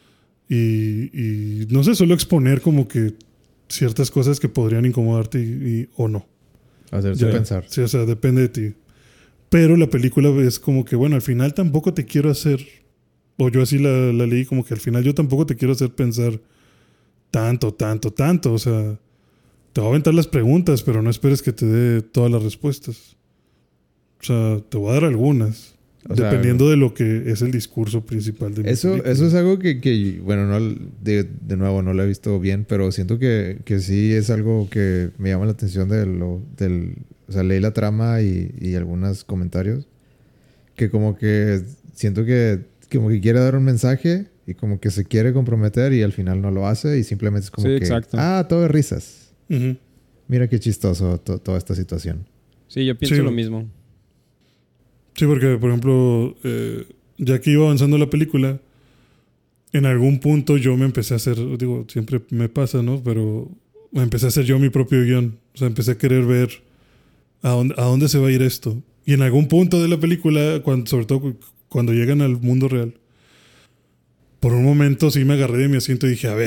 Y no sé, solo exponer como que ciertas cosas que podrían incomodarte o no. Hacerte pensar. Sí, o sea, depende de ti. Pero la película es como que, bueno, al final tampoco te quiero hacer, o yo así la leí, como que al final yo tampoco te quiero hacer pensar tanto. O sea, te voy a aventar las preguntas, pero no esperes que te dé todas las respuestas. O sea, te voy a dar algunas. O sea, dependiendo de lo que es el discurso principal de mi película. Eso es algo que bueno, no, de nuevo no lo he visto bien, pero siento que sí es algo que me llama la atención o sea, leí la trama y algunos comentarios que como que siento que como que quiere dar un mensaje y como que se quiere comprometer y al final no lo hace y simplemente es como que exacto. todo es risas. Uh-huh. Mira qué chistoso toda esta situación. Sí, yo pienso lo mismo. Sí, porque, por ejemplo, ya que iba avanzando la película, en algún punto yo me empecé a hacer, digo, siempre me pasa, ¿no? Pero me empecé a hacer yo mi propio guión. O sea, empecé a querer ver a dónde se va a ir esto. Y en algún punto de la película, sobre todo cuando llegan al mundo real, por un momento sí me agarré de mi asiento y dije, a ver.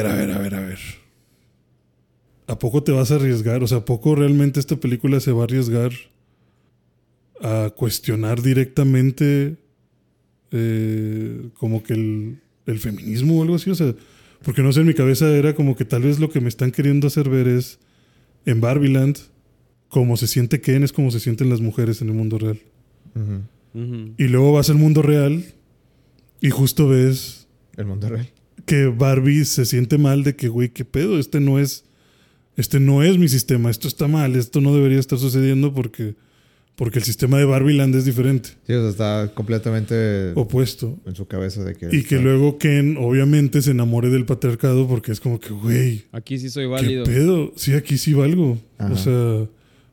¿A poco te vas a arriesgar? O sea, ¿a poco realmente esta película se va a arriesgar a cuestionar directamente como que el feminismo o algo así? O sea, porque no sé, en mi cabeza era como que tal vez lo que me están queriendo hacer ver es en Barbieland cómo se siente Ken es como se sienten las mujeres en el mundo real. Uh-huh. Uh-huh. Y luego vas al mundo real y justo ves el mundo real que Barbie se siente mal de que, güey, qué pedo, este no es mi sistema, esto está mal, esto no debería estar sucediendo porque el sistema de Barbieland es diferente. Sí, o sea, está completamente opuesto en su cabeza de que... Y que luego Ken obviamente se enamore del patriarcado porque es como que, güey, aquí sí soy válido. ¿Qué pedo? Sí, aquí sí valgo. Ajá. O sea,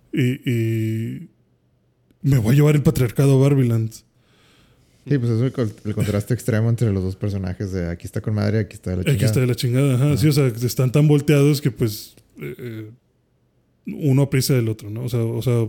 y me voy a llevar el patriarcado a Barbieland. Sí, pues eso es el contraste extremo entre los dos personajes de aquí está con madre, aquí está de la chingada. Aquí está de la chingada, ajá. Sí, o sea, están tan volteados que pues uno aprecia del otro, ¿no? O sea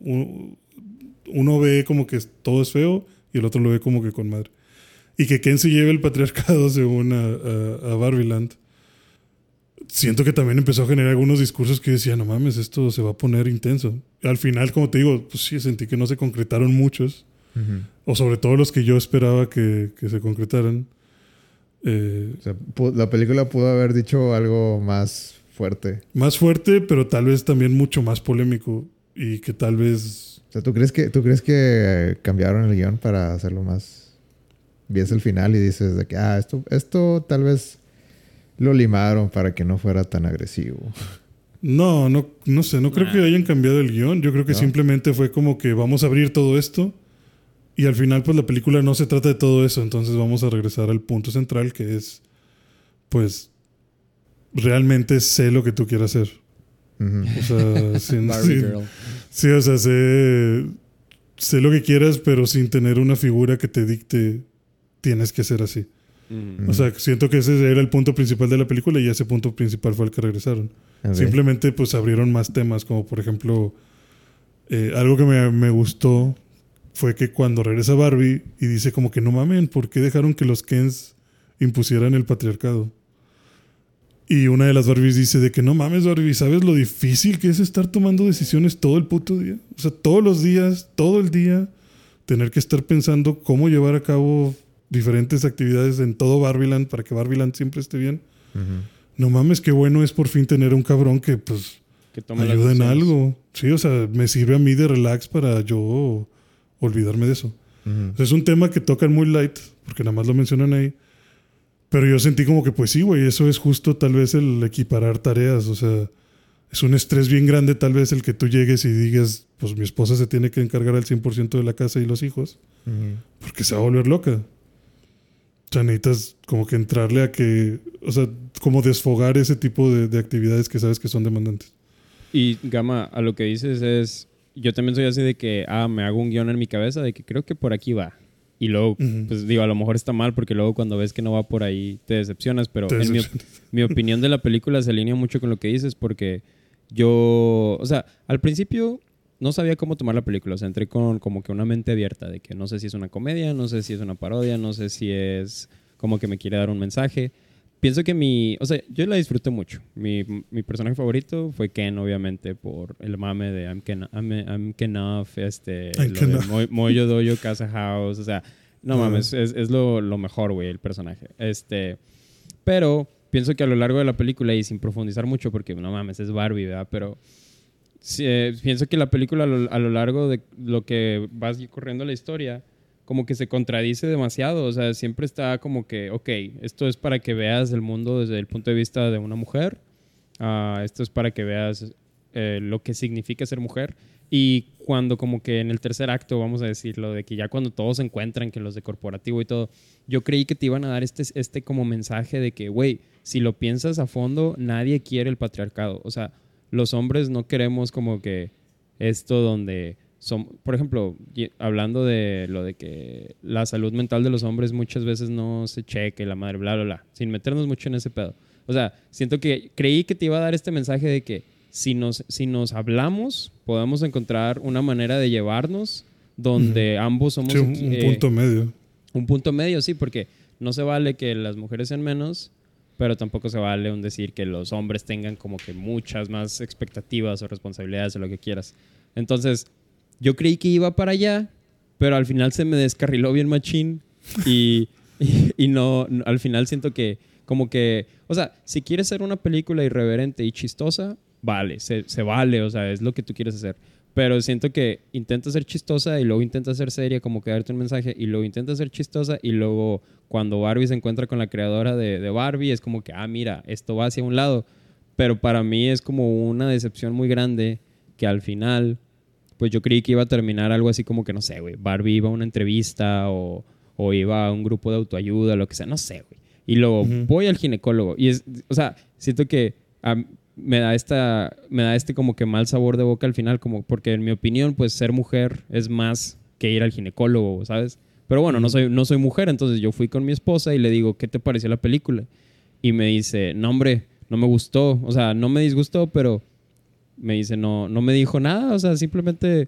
uno ve como que todo es feo y el otro lo ve como que con madre. Y que Ken se lleve el patriarcado según a Barbieland. Siento que también empezó a generar algunos discursos que decían, no mames, esto se va a poner intenso. Al final, como te digo, pues sí, sentí que no se concretaron muchos. Uh-huh. O sobre todo los que yo esperaba que se concretaran. O sea, la película pudo haber dicho algo más fuerte. Más fuerte, pero tal vez también mucho más polémico. Y que tal vez... O sea, ¿tú crees que cambiaron el guión para hacerlo más... Ves el final y dices de que esto tal vez lo limaron para que no fuera tan agresivo? No sé, no creo que hayan cambiado el guión. Yo creo que simplemente fue como que vamos a abrir todo esto y al final pues la película no se trata de todo eso, entonces vamos a regresar al punto central que es pues realmente sé lo que tú quieras hacer. Uh-huh. O sea, Barbie Girl. Sí, o sea, sé lo que quieras, pero sin tener una figura que te dicte tienes que ser así. Uh-huh. O sea, siento que ese era el punto principal de la película y ese punto principal fue el que regresaron. Okay. Simplemente pues abrieron más temas, como por ejemplo algo que me gustó fue que cuando regresa Barbie y dice como que no mamen, ¿por qué dejaron que los Kens impusieran el patriarcado? Y una de las Barbies dice de que no mames, Barbie, ¿sabes lo difícil que es estar tomando decisiones todo el puto día? O sea, todos los días, todo el día, tener que estar pensando cómo llevar a cabo diferentes actividades en todo Barbieland para que Barbieland siempre esté bien. Uh-huh. No mames, qué bueno es por fin tener un cabrón que pues que tome ayuda en algo. Sí, o sea, me sirve a mí de relax para yo olvidarme de eso. Ujú. O sea, es un tema que tocan muy light, porque nada más lo mencionan ahí. Pero yo sentí como que, pues sí, güey, eso es justo tal vez el equiparar tareas. O sea, es un estrés bien grande tal vez el que tú llegues y digas, pues mi esposa se tiene que encargar al 100% de la casa y los hijos, Ujú. porque se va a volver loca. O sea, necesitas como que entrarle a que, o sea, como desfogar ese tipo de actividades que sabes que son demandantes. Y Gama, a lo que dices es, yo también soy así de que, me hago un guión en mi cabeza de que creo que por aquí va. Y luego, pues digo, a lo mejor está mal porque luego cuando ves que no va por ahí te decepcionas, pero Te en mi opinión de la película se alinea mucho con lo que dices porque yo, o sea, al principio no sabía cómo tomar la película, o sea, entré con como que una mente abierta de que no sé si es una comedia, no sé si es una parodia, no sé si es como que me quiere dar un mensaje. Pienso que o sea, yo la disfruté mucho. Mi personaje favorito fue Ken, obviamente, por el mame de I'm Ken Off, lo de Moyo Dojo, Casa House, o sea, no mames, es lo mejor, güey, el personaje. Pero pienso que a lo largo de la película, y sin profundizar mucho, porque no mames, es Barbie, ¿verdad? Pero sí, pienso que la película a lo largo de lo que vas corriendo la historia, como que se contradice demasiado. O sea, siempre está como que, ok, esto es para que veas el mundo desde el punto de vista de una mujer. Esto es para que veas lo que significa ser mujer. Y cuando como que en el tercer acto, vamos a decirlo, de que ya cuando todos se encuentran, que los de corporativo y todo, yo creí que te iban a dar este como mensaje de que, güey, si lo piensas a fondo, nadie quiere el patriarcado. O sea, los hombres no queremos como que esto donde por ejemplo, hablando de lo de que la salud mental de los hombres muchas veces no se cheque, la madre, bla, bla, bla, sin meternos mucho en ese pedo. O sea, siento que creí que te iba a dar este mensaje de que si nos hablamos, podemos encontrar una manera de llevarnos donde ambos somos... Sí, un punto medio. Un punto medio, sí, porque no se vale que las mujeres sean menos, pero tampoco se vale decir que los hombres tengan como que muchas más expectativas o responsabilidades o lo que quieras. Entonces, yo creí que iba para allá, pero al final se me descarriló bien machín y no, al final siento que como que, o sea, si quieres ser una película irreverente y chistosa, vale, se vale, o sea, es lo que tú quieres hacer. Pero siento que intenta ser chistosa y luego intenta ser seria, como que darte un mensaje, y luego intenta ser chistosa y luego cuando Barbie se encuentra con la creadora de Barbie es como que, mira, esto va hacia un lado. Pero para mí es como una decepción muy grande que al final, pues yo creí que iba a terminar algo así como que, no sé, güey, Barbie iba a una entrevista o iba a un grupo de autoayuda, lo que sea, no sé, güey. Y luego voy al ginecólogo y o sea, siento que me da este como que mal sabor de boca al final, como porque en mi opinión, pues ser mujer es más que ir al ginecólogo, ¿sabes? Pero bueno, no soy mujer, entonces yo fui con mi esposa y le digo, ¿qué te pareció la película? Y me dice, no, hombre, no me gustó, o sea, no me disgustó, pero me dice, no me dijo nada, o sea, simplemente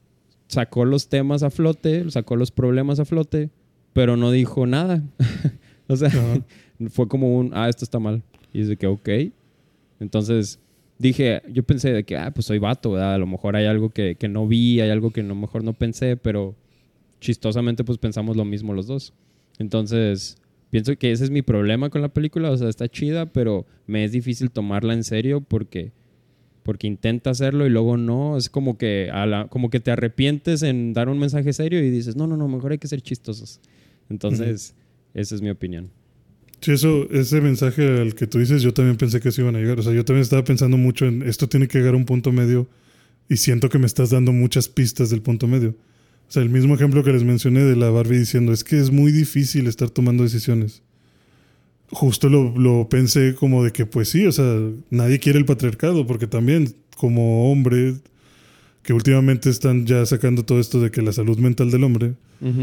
sacó los temas a flote, sacó los problemas a flote, pero no dijo nada. O sea, fue como esto está mal. Y dice que, ok. Entonces yo pensé de que, pues soy vato, ¿verdad? A lo mejor hay algo que no vi, hay algo que a lo mejor no pensé, pero chistosamente pues pensamos lo mismo los dos. Entonces, pienso que ese es mi problema con la película, o sea, está chida, pero me es difícil tomarla en serio porque intenta hacerlo y luego no, es como que como que te arrepientes en dar un mensaje serio y dices, no, mejor hay que ser chistosos. Entonces, esa es mi opinión. Sí, ese mensaje al que tú dices, yo también pensé que se iban a llegar. O sea, yo también estaba pensando mucho en esto tiene que llegar a un punto medio y siento que me estás dando muchas pistas del punto medio. O sea, el mismo ejemplo que les mencioné de la Barbie diciendo, es que es muy difícil estar tomando decisiones. Justo lo pensé como de que, pues sí, o sea, nadie quiere el patriarcado, porque también como hombre, que últimamente están ya sacando todo esto de que la salud mental del hombre,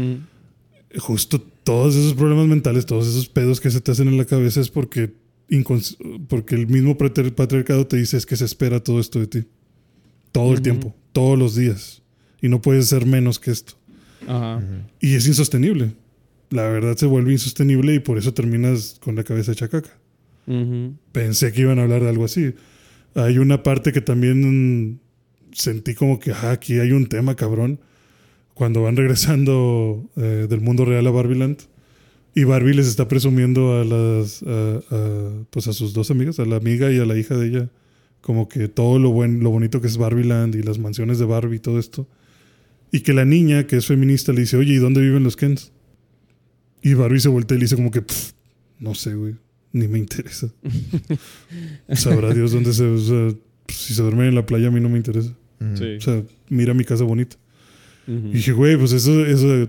justo todos esos problemas mentales, todos esos pedos que se te hacen en la cabeza es porque el mismo patriarcado te dice es que se espera todo esto de ti. Todo el tiempo, todos los días. Y no puedes ser menos que esto. Y es insostenible. La verdad se vuelve insostenible y por eso terminas con la cabeza hecha caca. Pensé que iban a hablar de algo así. Hay una parte que también sentí como que aquí hay un tema cabrón. Cuando van regresando del mundo real a Barbieland y Barbie les está presumiendo pues a sus dos amigas, a la amiga y a la hija de ella, como que todo lo bonito que es Barbieland y las mansiones de Barbie y todo esto. Y que la niña, que es feminista, le dice, oye, ¿y dónde viven los Kens? Y Barbie se voltea y le dice como que, no sé, güey, ni me interesa. Sabrá Dios dónde se... O sea, si se duermen en la playa a mí no me interesa. Sí. O sea, mira mi casa bonita. Ujú. Y dije, güey, pues eso,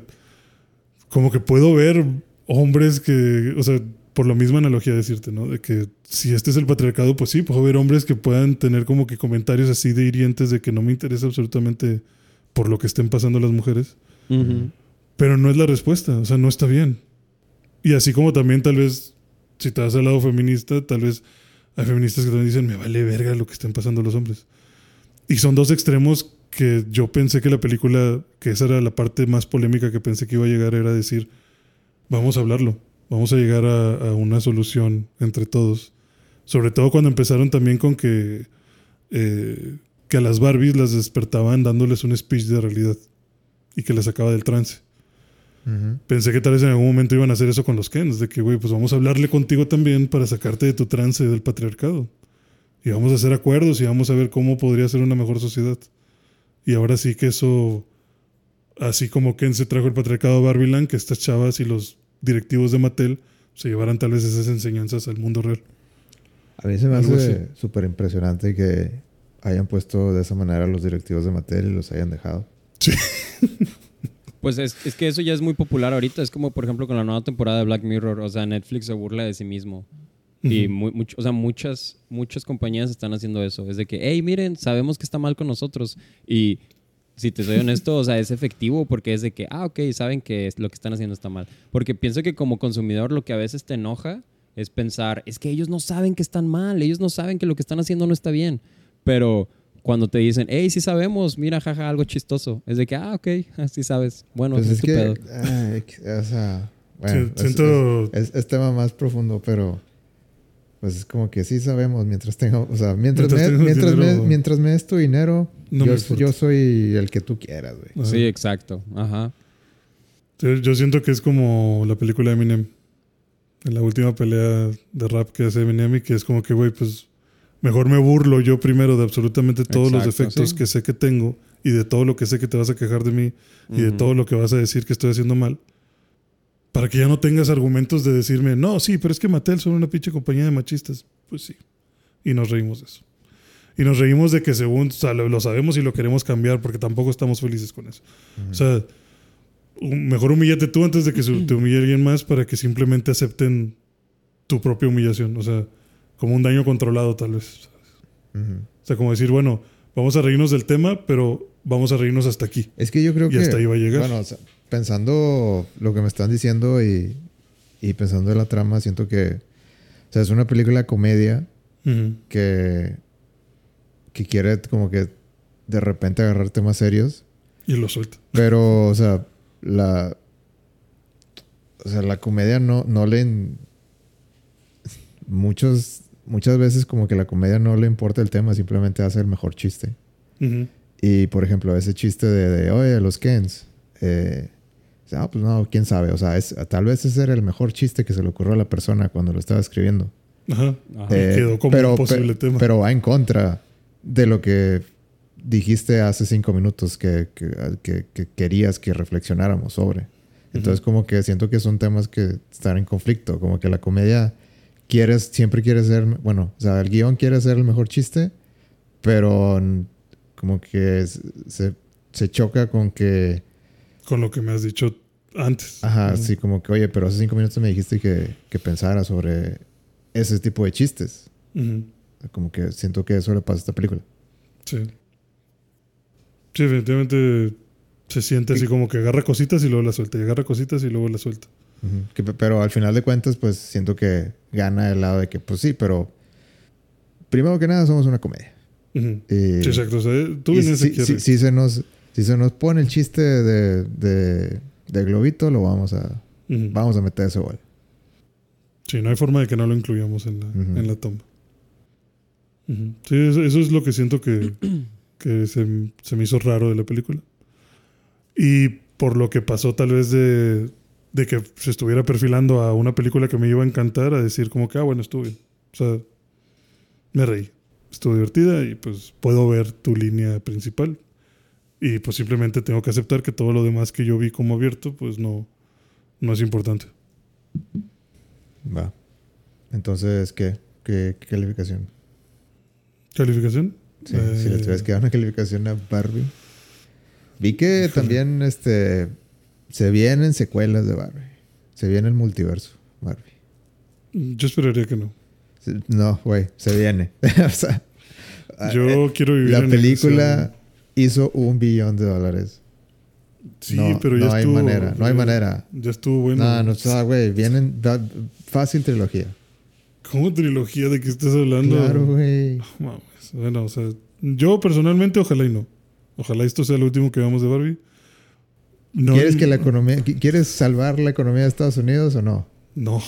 como que puedo ver hombres que, o sea, por la misma analogía decirte, ¿no? De que si este es el patriarcado, pues sí, puedo ver hombres que puedan tener como que comentarios así de hirientes de que no me interesa absolutamente por lo que estén pasando las mujeres. Ujú. Pero no es la respuesta, o sea, no está bien. Y así como también tal vez, si te vas al lado feminista, tal vez hay feministas que también dicen, me vale verga lo que estén pasando los hombres. Y son dos extremos que yo pensé que la película, que esa era la parte más polémica que pensé que iba a llegar, era decir, vamos a hablarlo, vamos a llegar a una solución entre todos. Sobre todo cuando empezaron también con que a las Barbies las despertaban dándoles un speech de realidad y que las sacaba del trance. Ujú. Pensé que tal vez en algún momento iban a hacer eso con los Kens, de que, güey, pues vamos a hablarle contigo también para sacarte de tu trance del patriarcado. Y vamos a hacer acuerdos y vamos a ver cómo podría ser una mejor sociedad. Y ahora sí que eso, así como Ken se trajo el patriarcado a Barbieland, que estas chavas y los directivos de Mattel se llevaran tal vez esas enseñanzas al mundo real. A mí se me Algo hace súper impresionante que hayan puesto de esa manera a los directivos de Mattel y los hayan dejado. Sí. Pues es que eso ya es muy popular ahorita. Es como, por ejemplo, con la nueva temporada de Black Mirror. O sea, Netflix se burla de sí mismo. Y o sea, muchas compañías están haciendo eso. Es de que, hey, miren, sabemos que está mal con nosotros. Y si te soy honesto, o sea, es efectivo porque es de que, ok, saben que lo que están haciendo está mal. Porque pienso que como consumidor lo que a veces te enoja es pensar, es que ellos no saben que están mal. Ellos no saben que lo que están haciendo no está bien. Pero cuando te dicen, hey, sí sabemos, mira, jaja, algo chistoso. Es de que, ok, sí sabes. Bueno, Pues es es tu que, pedo. o sea, bueno, Siento... es tema más profundo, pero pues es como que sí sabemos mientras tengo, o sea, mientras me des tu dinero, No me importa. yo soy el que tú quieras, güey. Ajá. Sí, exacto. Ajá. Yo siento que es como la película de Eminem. En la última pelea de rap que hace Eminem y que es como que, güey, pues mejor me burlo yo primero de absolutamente todos los Exacto, defectos sí. que sé que tengo y de todo lo que sé que te vas a quejar de mí y de todo lo que vas a decir que estoy haciendo mal. Para que ya no tengas argumentos de decirme, no, sí, pero es que Mattel son una pinche compañía de machistas. Pues sí. Y nos reímos de eso. Y nos reímos de que según, o sea, lo sabemos y lo queremos cambiar porque tampoco estamos felices con eso. O sea, mejor humíllate tú antes de que te humille alguien más para que simplemente acepten tu propia humillación. O sea, como un daño controlado tal vez. Ujú. O sea, como decir, bueno, vamos a reírnos del tema, pero vamos a reírnos hasta aquí. Es que yo creo Y que hasta ahí va a llegar. bueno, o sea, pensando lo que me están diciendo y pensando en la trama, siento que, o sea, es una película comedia Ujú. que quiere como que de repente agarrar temas serios, Y lo suelta. pero, o sea, la comedia no le... Muchas veces como que la comedia no le importa el tema, simplemente hace el mejor chiste. Ujú. Y, por ejemplo, ese chiste de oye, los Kens. Pues no, quién sabe. O sea, tal vez ese era el mejor chiste que se le ocurrió a la persona cuando lo estaba escribiendo. Ajá. Ajá. Y quedó como un posible tema. Pero va en contra de lo que dijiste hace 5 minutos que querías que reflexionáramos sobre. Entonces, como que siento que son temas que están en conflicto. Como que la comedia siempre quiere ser... Bueno, o sea, el guión quiere ser el mejor chiste, pero como que se choca con que... Con lo que me has dicho antes. Ajá, Ujú. sí, como que, oye, pero hace 5 minutos me dijiste que pensara sobre ese tipo de chistes. Ujú. Como que siento que eso le pasa a esta película. Sí. Sí, definitivamente se siente así como que agarra cositas y luego la suelta. Y agarra cositas y luego la suelta. Ujú. Pero al final de cuentas, pues siento que gana el lado de que, pues sí, pero primero que nada somos una comedia. Ujú. Y, Sí, exacto. O sea, tú y vienes aquí a reír. si se nos pone el chiste de globito, lo vamos a meter ese gol. Sí, no hay forma de que no lo incluyamos en Ujú. la toma. Ujú. Sí, eso es lo que siento que se me hizo raro de la película. Y por lo que pasó tal vez de que se estuviera perfilando a una película que me iba a encantar, a decir como que, bueno, estuvo bien. O sea, me reí. Estuvo divertida y pues puedo ver tu línea principal. Y pues simplemente tengo que aceptar que todo lo demás que yo vi como abierto, pues no es importante. Va. Entonces, ¿qué calificación? ¿Calificación? Sí, si le tuvieras que dar una calificación a Barbie. Vi que Híjole. también se vienen secuelas de Barbie. Se viene el multiverso, Barbie. Yo esperaría que no. No, güey, se viene. O sea, Yo quiero vivir la en película hizo $1 billón. Sí, No, pero ya no hay estuvo. manera, no hay manera. Ya estuvo bueno. No, está, güey, fácil trilogía. ¿Cómo trilogía de qué estás hablando? Claro, güey. No mames. Bueno, o sea, yo personalmente ojalá y no. Ojalá esto sea lo último que veamos de Barbie. No, ¿Quieres salvar la economía de Estados Unidos o no? No.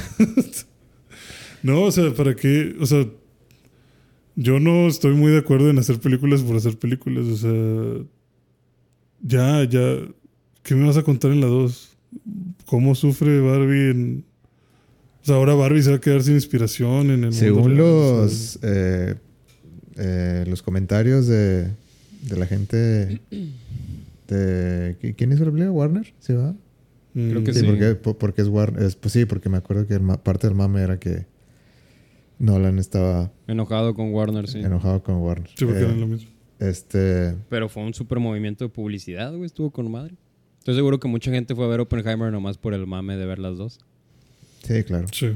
No, o sea, ¿para qué? O sea, yo no estoy muy de acuerdo en hacer películas por hacer películas. O sea, ya. ¿Qué me vas a contar en la 2? ¿Cómo sufre Barbie en... O sea, ahora Barbie se va a quedar sin inspiración en el Según mundo real, o sea, los comentarios de la gente ¿quién hizo la película? ¿Warner? ¿Sí va? Creo que Sí, sí. porque es Warner. Pues sí, porque me acuerdo que parte del mame era que Nolan estaba Enojado con Warner, sí. enojado con Warner. Sí, porque eran lo mismo. Pero fue un super movimiento de publicidad, güey. Estuvo con madre. Estoy seguro que mucha gente fue a ver Oppenheimer nomás por el mame de ver las dos. Sí, claro. Sí.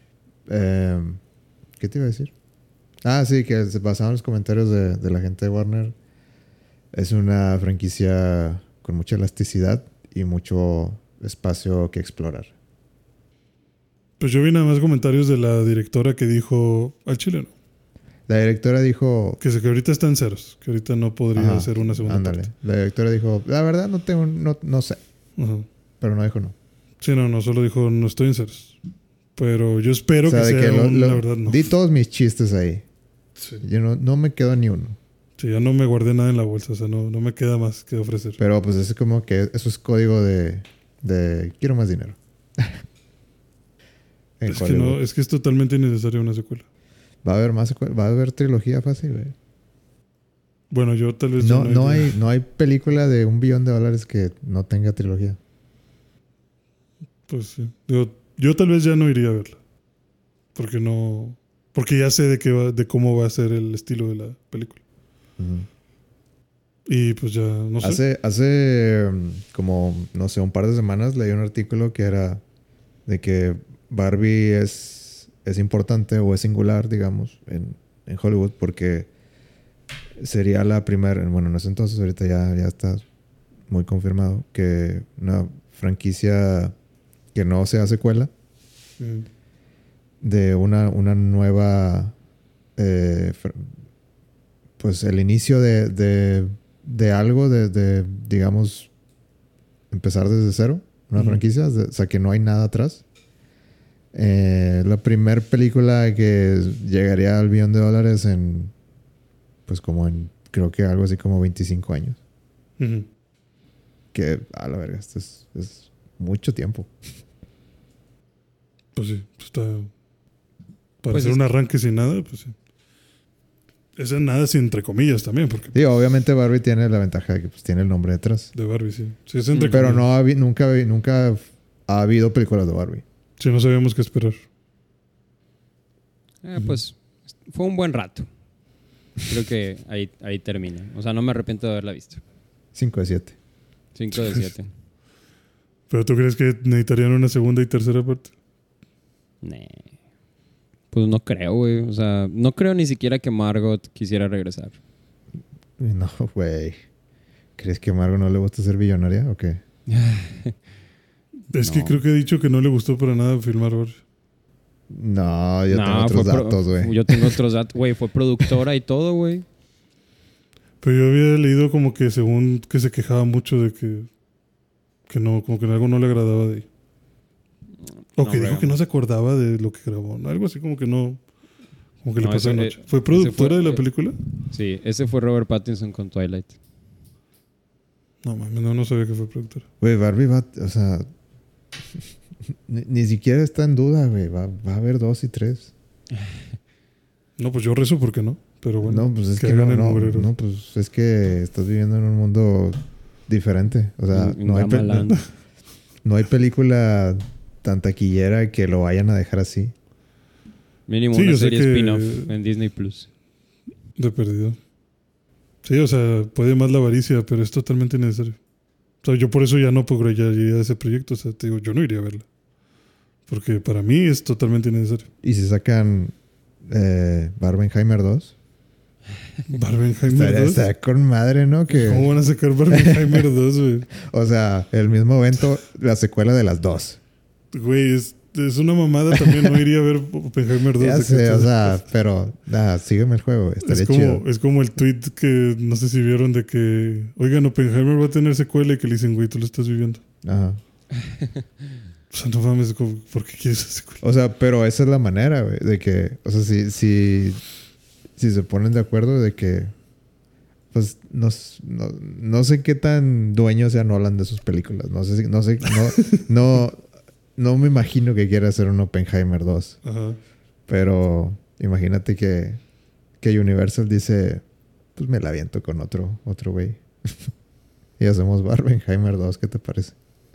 ¿Qué te iba a decir? Ah, sí, que se basaban en los comentarios de la gente de Warner. Es una franquicia con mucha elasticidad y mucho espacio que explorar. Pues yo vi nada más comentarios de la directora que dijo al chile no. La directora dijo... Que ahorita está en ceros. Que ahorita no podría Ajá, hacer una segunda ándale. parte. La directora dijo, la verdad no sé. Ajá. Pero no dijo no. Sí, no, solo dijo no estoy en ceros. Pero yo espero O sea, que de sea que la verdad no. di todos mis chistes ahí. Sí. Yo no me quedo ni uno. Sí, ya no me guardé nada en la bolsa. O sea, no me queda más que ofrecer. Pero pues es como que eso es código de quiero más dinero. En Es que Hollywood. no, es que es totalmente innecesaria una secuela. Va a haber más va a haber trilogía fácil, güey. Bueno, yo tal vez ya No iría. hay película de $1 billón que no tenga trilogía. Pues sí. Yo tal vez ya no iría a verla. Porque no... Porque ya sé de cómo va a ser el estilo de la película. Ujú. Y pues ya no sé. Hace como, no sé, un par de semanas leí un artículo que era de que Barbie es importante o es singular, digamos, en Hollywood porque sería la primera, bueno, en ese entonces, ahorita ya está muy confirmado, que una franquicia que no sea secuela de una nueva, pues el inicio de algo, digamos, empezar desde cero, una franquicia, o sea, que no hay nada atrás. La primera película que llegaría al $1 billón en, pues como en, creo que algo así como 25 años. Ujú. Que, a la verga, esto es mucho tiempo. Pues sí, pues está... Para Pues hacer es- un arranque sin nada, pues sí. Es nada sin entre comillas también, porque Sí, obviamente Barbie tiene la ventaja de que pues, tiene el nombre detrás. de Barbie, sí. Sí, es entre Pero comillas. nunca ha habido películas de Barbie. Sí, no sabíamos qué esperar. Pues fue un buen rato. Creo que ahí termina. O sea, no me arrepiento de haberla visto. 5 de 7. 5 de 7. ¿Pero tú crees que necesitarían una segunda y tercera parte? Nee. Pues no creo, güey. O sea, no creo ni siquiera que Margot quisiera regresar. No, güey. ¿Crees que a Margo no le gusta ser billonaria o qué? Es que No. creo que he dicho que no le gustó para nada filmar Barbie. No, yo tengo No, otros datos, güey. Yo tengo otros datos. Güey, fue productora y todo, güey. Pero yo había leído como que según que se quejaba mucho de que no, como que algo no le agradaba de ahí. O No, que dijo güey. que no se acordaba de lo que grabó, ¿no? Algo así como que no, como que le No, pasó ese- anoche. ¿Fue ese productora fue- de la película? Sí, ese fue Robert Pattinson con Twilight. No mames, no sabía que fue productora. Güey, Barbie va, o sea, ni siquiera está en duda, güey. Va a haber 2 y 3. No, pues yo rezo porque no, Pero bueno, No, pues es que que hagan no, el no, mugrero. no, pues es que estás viviendo en un mundo diferente. O sea, En no hay, Gamaland. no hay película tan taquillera que lo vayan a dejar así. Mínimo Sí, una yo sé serie que- spin-off en Disney Plus. De perdido. Sí, o sea, puede más la avaricia, pero es totalmente innecesario. O sea, yo por eso ya no progresaría ese proyecto. O sea, te digo, yo no iría a verla. Porque para mí es totalmente innecesario. Y si sacan Barbenheimer 2, Barbenheimer 2. estaría con madre, ¿no? Que, ¿Cómo van a sacar Barbenheimer 2, güey? o sea, el mismo evento, la secuela de las dos. Güey, es una mamada también. No iría a ver Oppenheimer 2. Ya de que sé, o estás- sea, pero nada, sígueme el juego, estaría chido. es como el tweet que no sé si vieron de que, oigan, Oppenheimer va a tener secuela y que le dicen, güey, tú lo estás viviendo. Ajá. O sea, no mames, ¿por qué quieres esa secuela? O sea, pero esa es la manera, güey, de que, o sea, si se ponen de acuerdo de que, pues, no sé qué tan dueños sean Nolan de sus películas. No me imagino que quiera hacer un Oppenheimer 2. Ajá. Pero imagínate que Universal dice, pues me la aviento con otro güey. Y hacemos Barbenheimer 2, ¿qué te parece?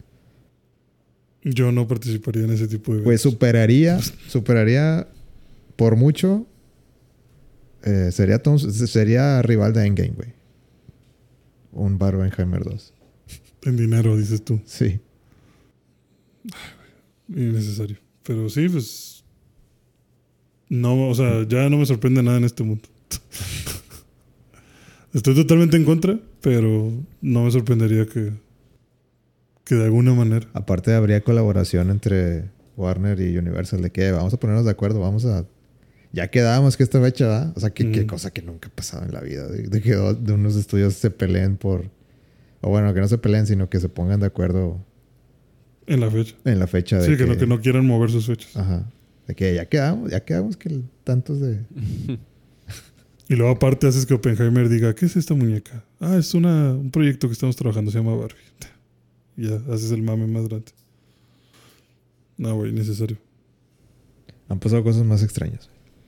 Yo no participaría en ese tipo de Pues eventos. superaría por mucho. Sería rival de Endgame, güey. Un Barbenheimer 2. En dinero, dices tú. Sí. Innecesario. Pero sí, pues... No, o sea, ya no me sorprende nada en este mundo. Estoy totalmente en contra, pero no me sorprendería que de alguna manera... Aparte habría colaboración entre Warner y Universal de que vamos a ponernos de acuerdo, ya quedábamos que esta fecha, ¿va? O sea, qué cosa que nunca ha pasado en la vida. De que de unos estudios se peleen o bueno, que no se peleen, sino que se pongan de acuerdo En la fecha. en la fecha de Sí, que no quieran mover sus fechas. Ajá. De que ya quedamos que tantos de... Y luego aparte haces que Oppenheimer diga, ¿qué es esta muñeca? Ah, es un proyecto que estamos trabajando, se llama Barbie. Y ya haces el mame más grande. No, güey, innecesario. Han pasado cosas más extrañas.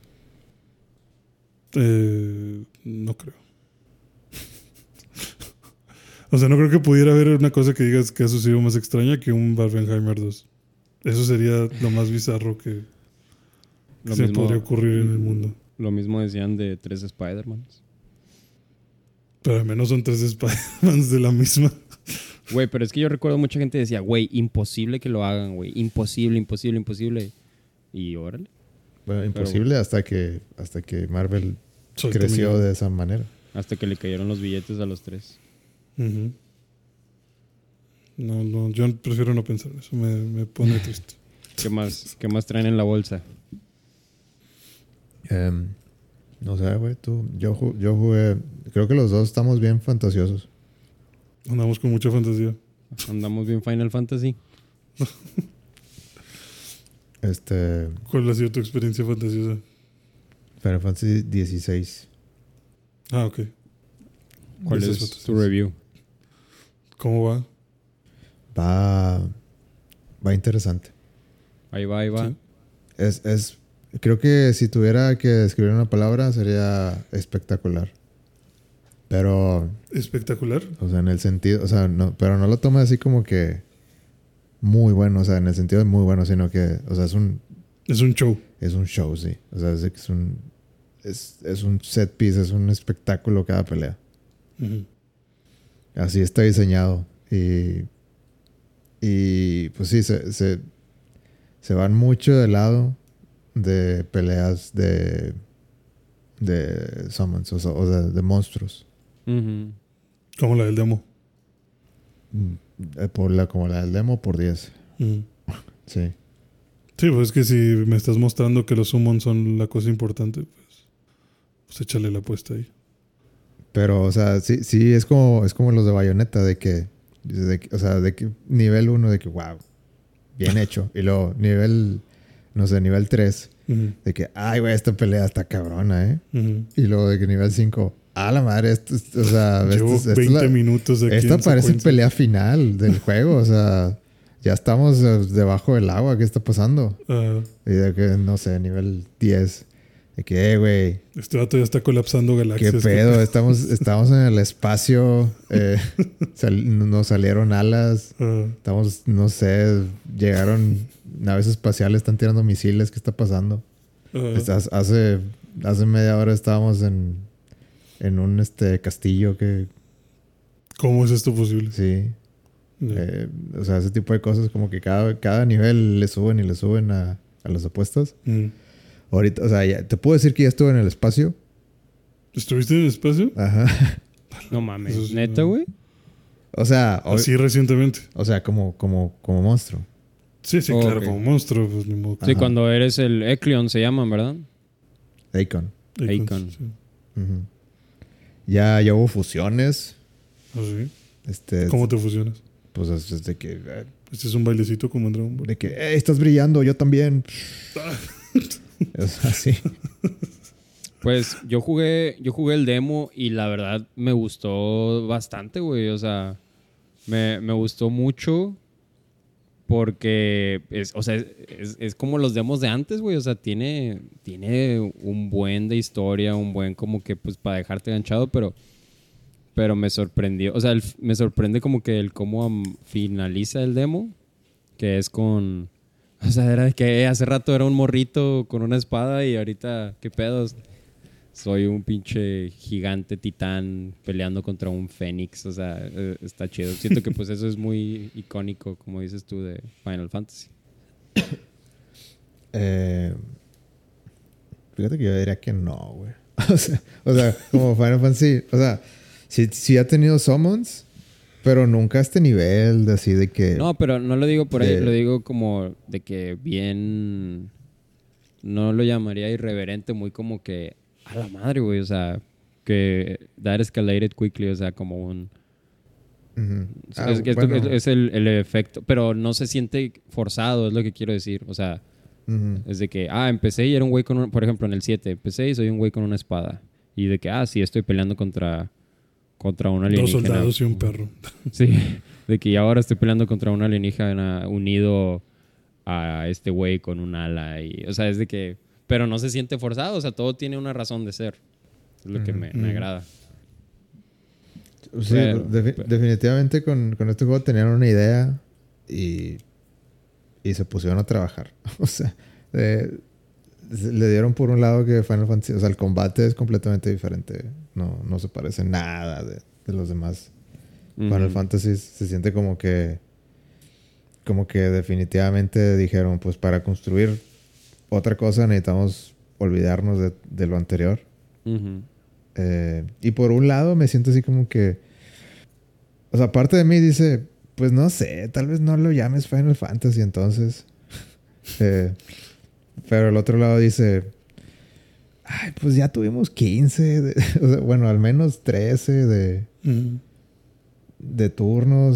No creo. O sea, no creo que pudiera haber una cosa que digas que ha sucedido más extraña que un Barbenheimer 2. Eso sería lo más bizarro que Lo se mismo- podría ocurrir en el mundo. Lo mismo decían de 3 Spider-Mans. Pero al menos son 3 Spider-Mans de la misma. Güey, pero es que yo recuerdo mucha gente decía, güey, imposible que lo hagan, güey. Imposible, imposible, imposible. Y órale. Bueno, imposible hasta que Marvel Suelta creció millones. de esa manera. Hasta que le cayeron los billetes a los 3. Ujú. No, yo prefiero no pensar en eso. Me pone triste. ¿Qué más traen en la bolsa? No sé, güey, yo jugué... Creo que los dos estamos bien fantasiosos. Andamos con mucha fantasía. Andamos bien Final Fantasy. ¿Cuál ha sido tu experiencia fantasiosa? Final Fantasy 16. Ah, ok. ¿Cuál Esas es otras. tu review? ¿Cómo va? Va interesante. Ahí va, ahí va. Sí. Creo que si tuviera que describir una palabra sería espectacular. Pero, Espectacular. o sea, en el sentido, o sea, no, pero no lo toma así como que muy bueno, o sea, en el sentido de muy bueno, sino que, o sea, Es un show. es un show, sí. O sea, es un set piece, es un espectáculo cada pelea. Ujú. Así está diseñado. Y pues sí, se van mucho del lado de peleas de summons, o sea, de monstruos. Ujú. Como la del demo. Como la del demo, por 10. Ujú. Sí. Sí, pues es que si me estás mostrando que los summons son la cosa importante, pues échale la apuesta ahí. Pero, o sea, sí es como los de Bayonetta, o sea, de que nivel 1 de que, wow, bien hecho. Y luego nivel 3, Ujú. de que, ay, güey, esta pelea está cabrona, ¿eh? Ujú. Y luego de que nivel 5, la madre, o sea, Llevo 20 minutos aquí esta en parece secuencia. pelea final del juego, o sea, ya estamos debajo del agua, ¿qué está pasando? Ah, Y de que, no sé, nivel 10, De que, güey, Este vato ya está colapsando qué galaxias. pedo, estamos en el espacio, nos salieron alas, Ah, estamos, no sé, llegaron naves espaciales, están tirando misiles, ¿qué está pasando? Hace media hora estábamos en un castillo que, ¿cómo es esto posible? sí, Ya. o sea, ese tipo de cosas como que cada nivel le suben y le suben a las apuestas. Mm. Ahorita, o sea, te puedo decir que ya estuve en el espacio. ¿Estuviste en el espacio? Ajá. No mames. Eso sí, ¿Neta, no. güey? O sea, Así recientemente. o sea, como monstruo. Sí, Oh, claro, ok. como monstruo, pues ni modo. Sí, Ajá. cuando eres el Ecleon se llaman, ¿verdad? Akon. Akon. Sí. Ujú. Ya hubo fusiones. ¿Ah, sí? Este, ¿Cómo te fusionas? Pues es de que, Este es un bailecito como en Dragon Ball. de que, estás brillando, yo también. O sea, sí. Pues yo jugué el demo y la verdad me gustó bastante, güey. O sea, me gustó mucho porque es como los demos de antes, güey. O sea, tiene un buen de historia, un buen como que pues para dejarte ganchado, pero me sorprendió. O sea, me sorprende como que el cómo finaliza el demo, que es con... O sea, era de que hace rato era un morrito con una espada y ahorita, ¿qué pedos? Soy un pinche gigante titán peleando contra un fénix. O sea, está chido. Siento que pues eso es muy icónico, como dices tú, de Final Fantasy. Fíjate que yo diría que no, güey. O sea, como Final Fantasy, o sea, sí ha tenido summons, pero nunca a este nivel de así de que... No, pero no lo digo por ahí, de- lo digo como de que bien... No lo llamaría irreverente, muy como que... A la madre, güey. O sea, que that escalated quickly, o sea, como un... Ujú. Es, es el efecto, pero no se siente forzado, es lo que quiero decir. O sea, Ujú. es de que, empecé y era un güey con por ejemplo, en el 7, empecé y soy un güey con una espada. Y de que, sí, estoy peleando contra un Dos alienígena. soldados y un perro. Sí, de que ahora estoy peleando contra un alienígena unido a este güey con un ala. Y, o sea, es de que, pero no se siente forzado, o sea, todo tiene una razón de ser. Es lo que me agrada. Sí, Pero- definitivamente con este juego tenían una idea y se pusieron a trabajar. O sea, le dieron por un lado que Final Fantasy, o sea, el combate es completamente diferente. No se parece nada de los demás. Final Fantasy se siente como que definitivamente dijeron, pues para construir otra cosa necesitamos olvidarnos de lo anterior. Ujú. Y por un lado me siento así como que, o sea, parte de mí dice, pues no sé, tal vez no lo llames Final Fantasy entonces. Pero el otro lado dice, ay, pues ya tuvimos 15, o sea, bueno, al menos 13 Mm. de turnos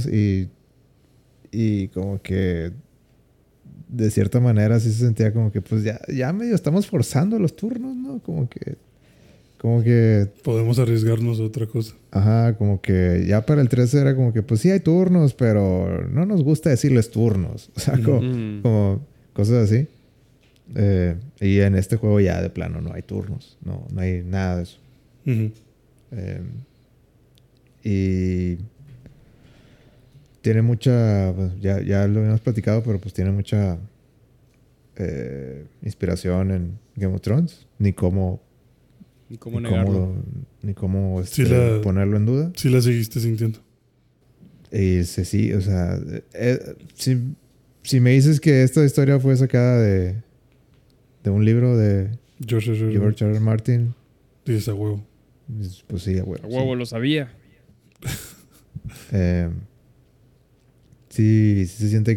y como que de cierta manera sí se sentía como que pues ya medio estamos forzando los turnos, ¿no? Como que Podemos arriesgarnos a otra cosa. ajá, como que ya para el 13 era como que pues sí hay turnos, pero no nos gusta decirles turnos. O sea, como cosas así. Y en este juego ya de plano no hay turnos. No hay nada de eso. Ujú. Y tiene mucha... pues, ya lo habíamos platicado, pero pues tiene mucha inspiración en Game of Thrones. Ni cómo negarlo? Sí la- ponerlo en duda. Sí la seguiste sintiendo. Y sí, o sea, si me dices que esta historia fue sacada de un libro de George R. R. George R. R. Martin, Dices a huevo. pues sí, güey. A huevo, lo sabía. Sí se siente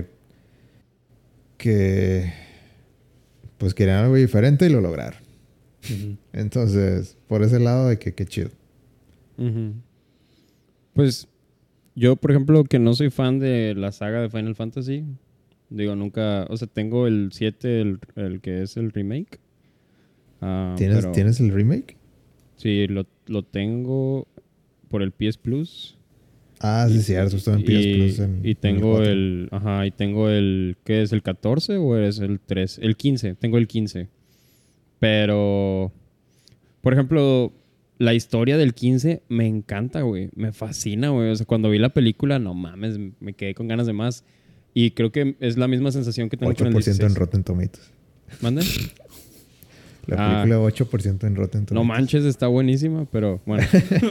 que pues querían algo diferente y lo lograron. Ujú. Entonces, por ese lado de que qué chido. Ujú. Pues yo, por ejemplo, que no soy fan de la saga de Final Fantasy, digo, nunca, o sea, tengo el 7, el que es el remake. Pero ¿Tienes el remake? sí, lo tengo por el PS Plus. Ah, sí, cierto. Estuvo en PS Plus. Y tengo 4. y tengo el, ¿qué es? ¿El 14 o es el 3? El 15, tengo el 15. Pero, por ejemplo, la historia del 15 me encanta, güey. Me fascina, güey. O sea, cuando vi la película, no mames, me quedé con ganas de más. Y creo que es la misma sensación que tengo con el 8% 16. en Rotten Tomatoes. ¿Mande? La película 8% en Rotten Tomatoes. No manches, está buenísima, pero bueno.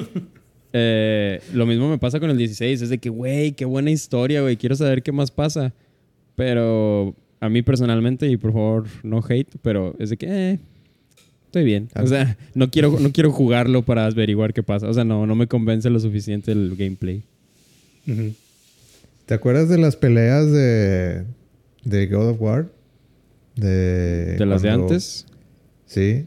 Lo mismo me pasa con el 16. Es de que, güey, qué buena historia, güey. Quiero saber qué más pasa. Pero a mí personalmente, y por favor, no hate, pero es de que, estoy bien. O sea, no quiero jugarlo para averiguar qué pasa. O sea, no me convence lo suficiente el gameplay. Ujú. ¿Te acuerdas de las peleas de God of War? ¿De las de antes? Sí,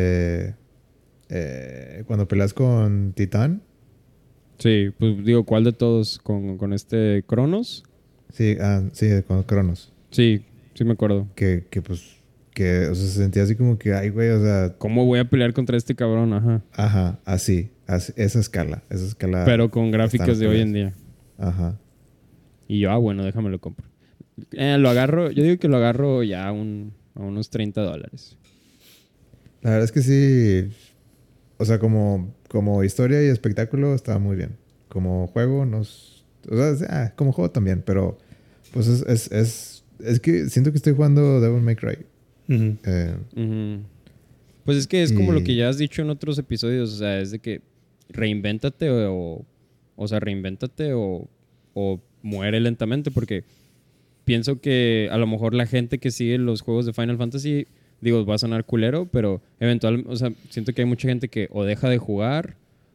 cuando peleas con Titán. Sí, pues digo, ¿cuál de todos? ¿Con este Cronos? Sí, sí, con Cronos. Sí, sí me acuerdo. Que o sea, se sentía así como que, ay, güey, o sea... ¿Cómo voy a pelear contra este cabrón? Ajá. Así, esa escala. Pero con gráficas de hoy en día. Ajá. Y yo, bueno, déjame lo compro. Lo agarro, yo digo que lo agarro ya a unos $30. La verdad es que sí, o sea, como historia y espectáculo está muy bien. Como juego, o sea, como juego también, pero pues es que siento que estoy jugando Devil May Cry. Ujú. Ujú. Pues es que es como lo que ya has dicho en otros episodios, o sea, es de que reinvéntate o muere lentamente, porque pienso que a lo mejor la gente que sigue los juegos de Final Fantasy, digo, va a sonar culero, pero eventualmente, o sea, siento que hay mucha gente que o deja de jugar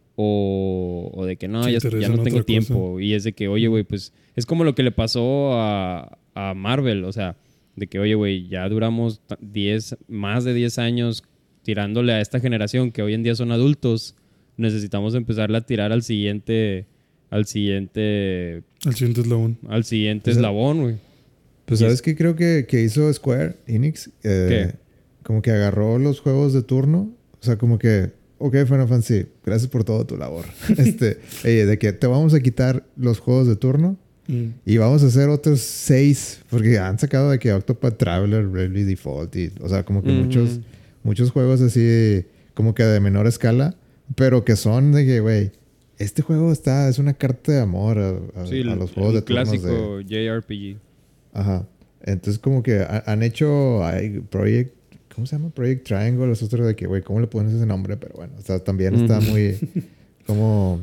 o de que no, Se ya interesa no en tengo otra tiempo. cosa. Y es de que, oye, güey, pues es como lo que le pasó a Marvel, o sea, de que, oye, güey, ya duramos más de 10 años tirándole a esta generación que hoy en día son adultos. Necesitamos empezarle a tirar al siguiente Al siguiente eslabón. Pues, eslabón, güey. Pues, ¿sabes qué creo que hizo Square Enix? ¿Qué? Como que agarró los juegos de turno. O sea, como que... Ok, Final Fantasy, gracias por todo tu labor. De que te vamos a quitar los juegos de turno y vamos a hacer otros 6. Porque han sacado de que Octopath Traveler, Bravely Default o sea, como que muchos juegos así... Como que de menor escala. Pero que son de que, güey... Este juego es una carta de amor a los juegos de turnos. Clásico JRPG. Ajá. Entonces, como que han hecho ¿cómo se llama? Project Triangle. Los otros de que, güey, ¿cómo le pones ese nombre? Pero bueno, también está muy... como...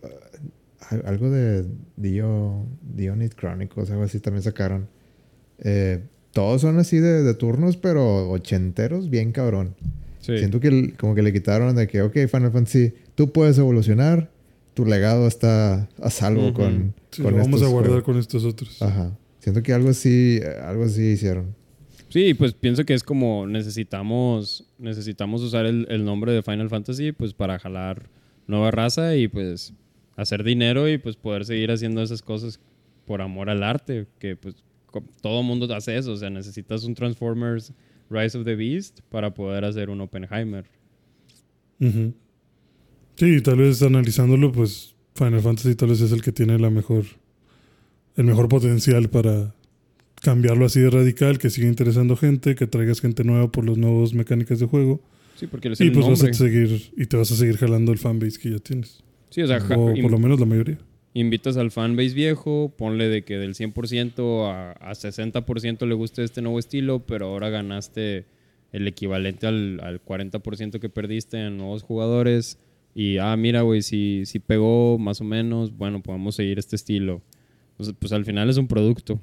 algo de Dionite Chronicles, algo así también sacaron. Todos son así de turnos, pero ochenteros, bien cabrón. Sí. Siento que como que le quitaron de que, ok, Final Fantasy, tú puedes evolucionar, tu legado está a salvo con lo vamos a guardar juegos. con estos otros. Ajá. Siento que algo así hicieron. Sí, pues pienso que es como necesitamos usar el nombre de Final Fantasy pues para jalar nueva raza y pues hacer dinero y pues poder seguir haciendo esas cosas por amor al arte, que pues todo mundo hace eso, o sea, necesitas un Transformers Rise of the Beast para poder hacer un Oppenheimer. Uh-huh. Sí, tal vez analizándolo, pues Final Fantasy tal vez es el que tiene el mejor potencial para cambiarlo así de radical, que siga interesando gente, que traigas gente nueva por las nuevas mecánicas de juego. Sí, porque y pues te vas a seguir jalando el fanbase que ya tienes. Sí, o sea, o por lo menos la mayoría. Invitas al fanbase viejo, ponle de que del 100% a 60% le guste este nuevo estilo, pero ahora ganaste el equivalente al 40% que perdiste en nuevos jugadores. Y, mira, güey, si pegó más o menos, bueno, podemos seguir este estilo. Entonces, pues al final es un producto.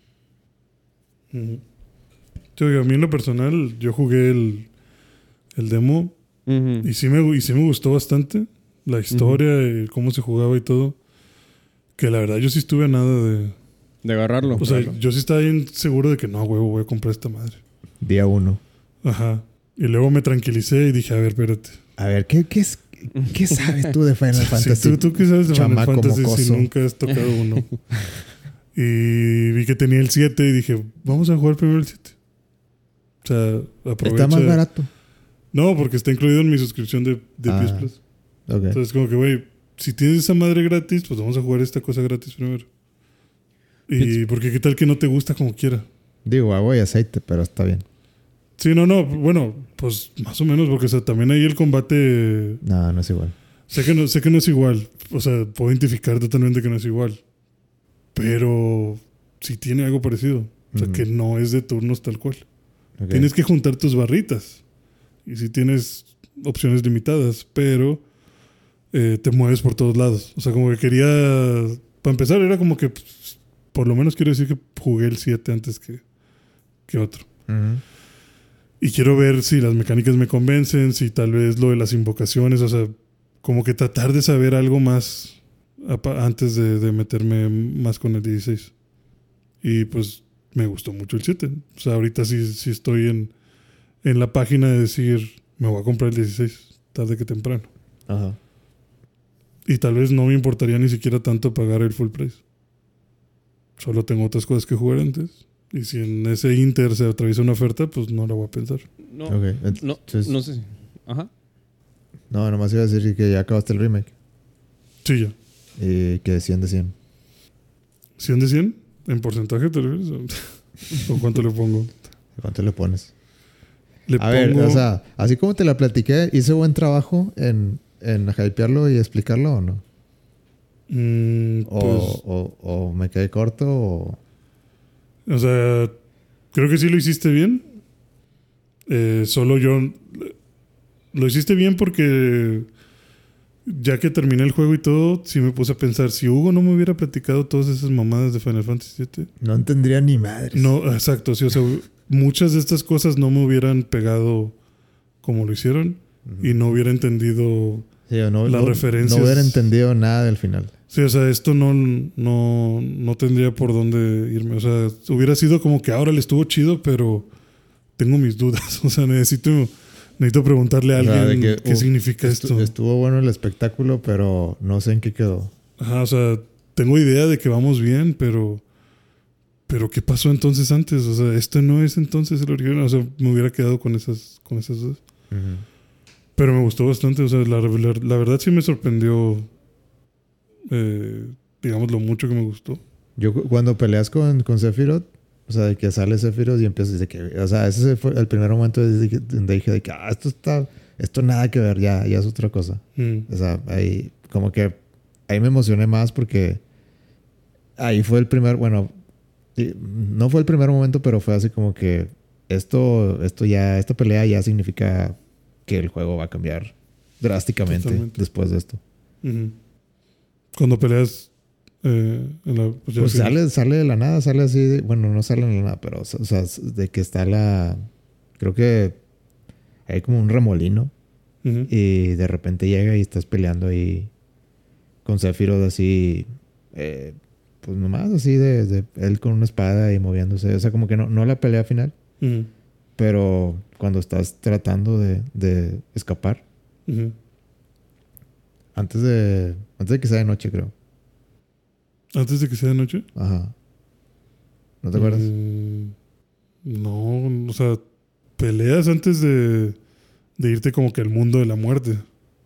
Uh-huh. Sí, a mí en lo personal, yo jugué el demo y sí me gustó bastante la historia y cómo se jugaba y todo. Que la verdad yo sí estuve a nada de agarrarlo. O sea, yo sí estaba bien seguro de que no, huevo, voy a comprar esta madre. Día 1. Ajá. Y luego me tranquilicé y dije, a ver, espérate. A ver, ¿qué sabes tú de Final Fantasy? Sí, ¿tú qué sabes de Chamaco Final Fantasy mocoso. si nunca has tocado uno? Y vi que tenía el 7 y dije, vamos a jugar primero el 7. O sea, aprovecha. Está más barato. No, porque está incluido en mi suscripción de PS Plus. Okay. Entonces, como que, güey, si tienes esa madre gratis, pues vamos a jugar esta cosa gratis primero. Y porque qué tal que no te gusta como quiera. Digo, agua y aceite, pero está bien. Sí, no. Bueno, pues más o menos, porque o sea, también ahí el combate... No, no es igual. Sé que no es igual. O sea, puedo identificar totalmente que no es igual. Pero sí tiene algo parecido. O sea, que no es de turnos tal cual. Okay. Tienes que juntar tus barritas. Y sí tienes opciones limitadas, pero te mueves por todos lados. O sea, como que quería... Para empezar, era como que... Pues, por lo menos quiero decir que jugué el 7 antes que otro. Uh-huh. Y quiero ver si las mecánicas me convencen, si tal vez lo de las invocaciones, o sea, como que tratar de saber algo más antes de meterme más con el 16. Y pues me gustó mucho el 7. O sea, ahorita sí estoy en la página de decir, me voy a comprar el 16, tarde que temprano. Ajá. Y tal vez no me importaría ni siquiera tanto pagar el full price. Solo tengo otras cosas que jugar antes. Y si en ese inter se atraviesa una oferta, pues no la voy a pensar. No, Okay. Entonces, no sé. Ajá. No, nomás iba a decir que ya acabaste el remake. Sí, ya. Y que 100 de 100. ¿100 de 100? ¿En porcentaje te refieres? ¿O cuánto le pongo? ¿Cuánto le pones? Le A ver, pongo... o sea, así como te la platiqué, ¿hice buen trabajo en hypearlo y explicarlo o no? Pues, O me quedé corto o... o sea, creo que sí lo hiciste bien. Solo yo... Lo hiciste bien porque ya que terminé el juego y todo, sí me puse a pensar, si Hugo no me hubiera platicado todas esas mamadas de Final Fantasy VII... No tendría ni madres. No, exacto, sí, o sea, muchas de estas cosas no me hubieran pegado como lo hicieron y no hubiera entendido Sí, o las referencias. No hubiera entendido nada del final. Sí, o sea, esto no tendría por dónde irme. O sea, hubiera sido como que ahora le estuvo chido, pero tengo mis dudas. O sea, necesito preguntarle a O sea, alguien de que, qué significa esto. Estuvo bueno el espectáculo, pero no sé en qué quedó. Ajá, o sea, tengo idea de que vamos bien, pero ¿qué pasó entonces antes? O sea, esto no es entonces el original. O sea, me hubiera quedado con esas dudas. Uh-huh. Pero me gustó bastante. O sea, la verdad sí me sorprendió, digamos, lo mucho que me gustó. Yo cuando peleas con Sephiroth, o sea, de que sale Sephiroth y empiezas de que... O sea, ese fue el primer momento donde dije de que esto nada que ver, ya es otra cosa. O sea, ahí como que ahí me emocioné más porque ahí fue el primer... Bueno, no fue el primer momento, pero fue así como que esta pelea ya significa que el juego va a cambiar drásticamente Totalmente. después de esto. Uh-huh. Cuando peleas pues sale de la nada, sale así, bueno, no sale de la nada, pero o sea, de que está creo que hay como un remolino uh-huh. y de repente llega y estás peleando ahí con Sephiroth así, pues nomás así de él con una espada y moviéndose, o sea, como que no la pelea final, Uh-huh. pero cuando estás tratando de escapar, Uh-huh. antes de que sea de noche, creo. ¿Antes de que sea de noche? Ajá. ¿No te acuerdas? No, o sea, peleas antes de irte como que al mundo de la muerte.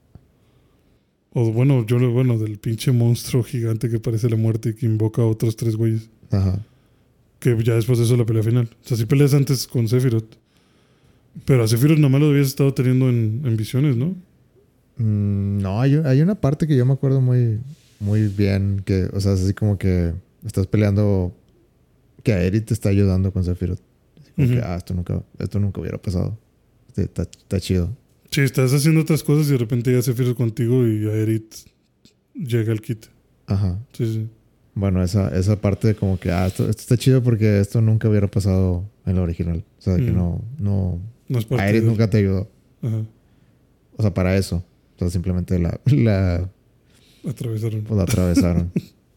O bueno, del pinche monstruo gigante que parece la muerte y que invoca a otros 3 güeyes. Ajá. Que ya después de eso la pelea final. O sea, sí peleas antes con Sephiroth. Pero a Sephiroth nada más lo habías estado teniendo en visiones, ¿no? No, hay una parte que yo me acuerdo muy, muy bien. Que, o sea, es así como que estás peleando. Que Aerith te está ayudando con Sephiroth. Así como que, esto nunca hubiera pasado. Está chido. Sí, estás haciendo otras cosas y de repente ya Sephiroth contigo y Aerith llega al kit. Ajá. Sí. Bueno, esa parte de como que, esto está chido porque esto nunca hubiera pasado en lo original. O sea, de que no es parte Aerith nunca te ayudó. Ajá. O sea, para eso. O sea, simplemente la atravesaron. Pues la atravesaron.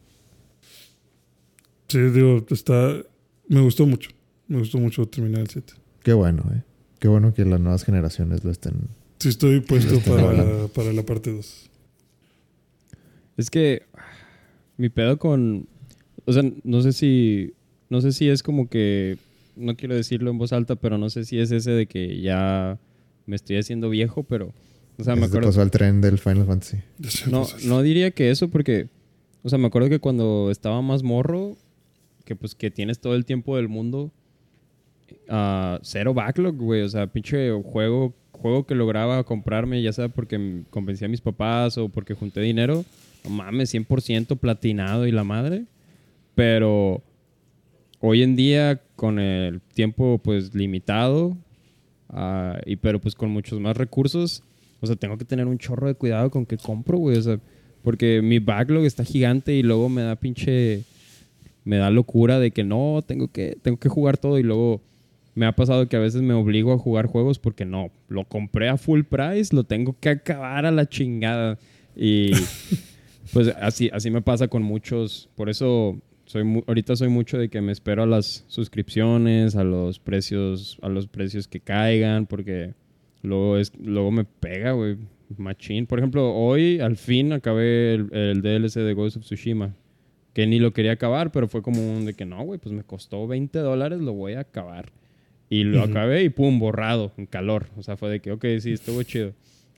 Sí, digo, me gustó mucho. Me gustó mucho terminar el 7. Qué bueno, Qué bueno que las nuevas generaciones lo estén... Sí, estoy puesto para la parte 2. Es que mi pedo con... O sea, no sé si es como que... No quiero decirlo en voz alta, pero no sé si es ese de que ya me estoy haciendo viejo, pero... O sea, me acuerdo... pasó al tren del Final Fantasy. No diría que eso porque... O sea, me acuerdo que cuando estaba más morro, que pues que tienes todo el tiempo del mundo, cero backlog, güey. O sea, pinche juego que lograba comprarme, ya sea porque convencí a mis papás o porque junté dinero. No mames, 100% platinado y la madre. Pero hoy en día, con el tiempo pues limitado, pero pues con muchos más recursos, o sea, tengo que tener un chorro de cuidado con qué compro, güey. O sea, porque mi backlog está gigante y luego me da locura de que no, tengo que jugar todo. Y luego me ha pasado que a veces me obligo a jugar juegos porque no, lo compré a full price, lo tengo que acabar a la chingada. Y pues así me pasa con muchos. Por eso ahorita soy mucho de que me espero a las suscripciones, a los precios que caigan, porque luego me pega, güey, machín. Por ejemplo, hoy al fin acabé el DLC de Ghost of Tsushima, que ni lo quería acabar, pero fue como un de que no, güey, pues me costó $20, lo voy a acabar. Y lo acabé y pum, borrado, en calor. O sea, fue de que, ok, sí, estuvo chido.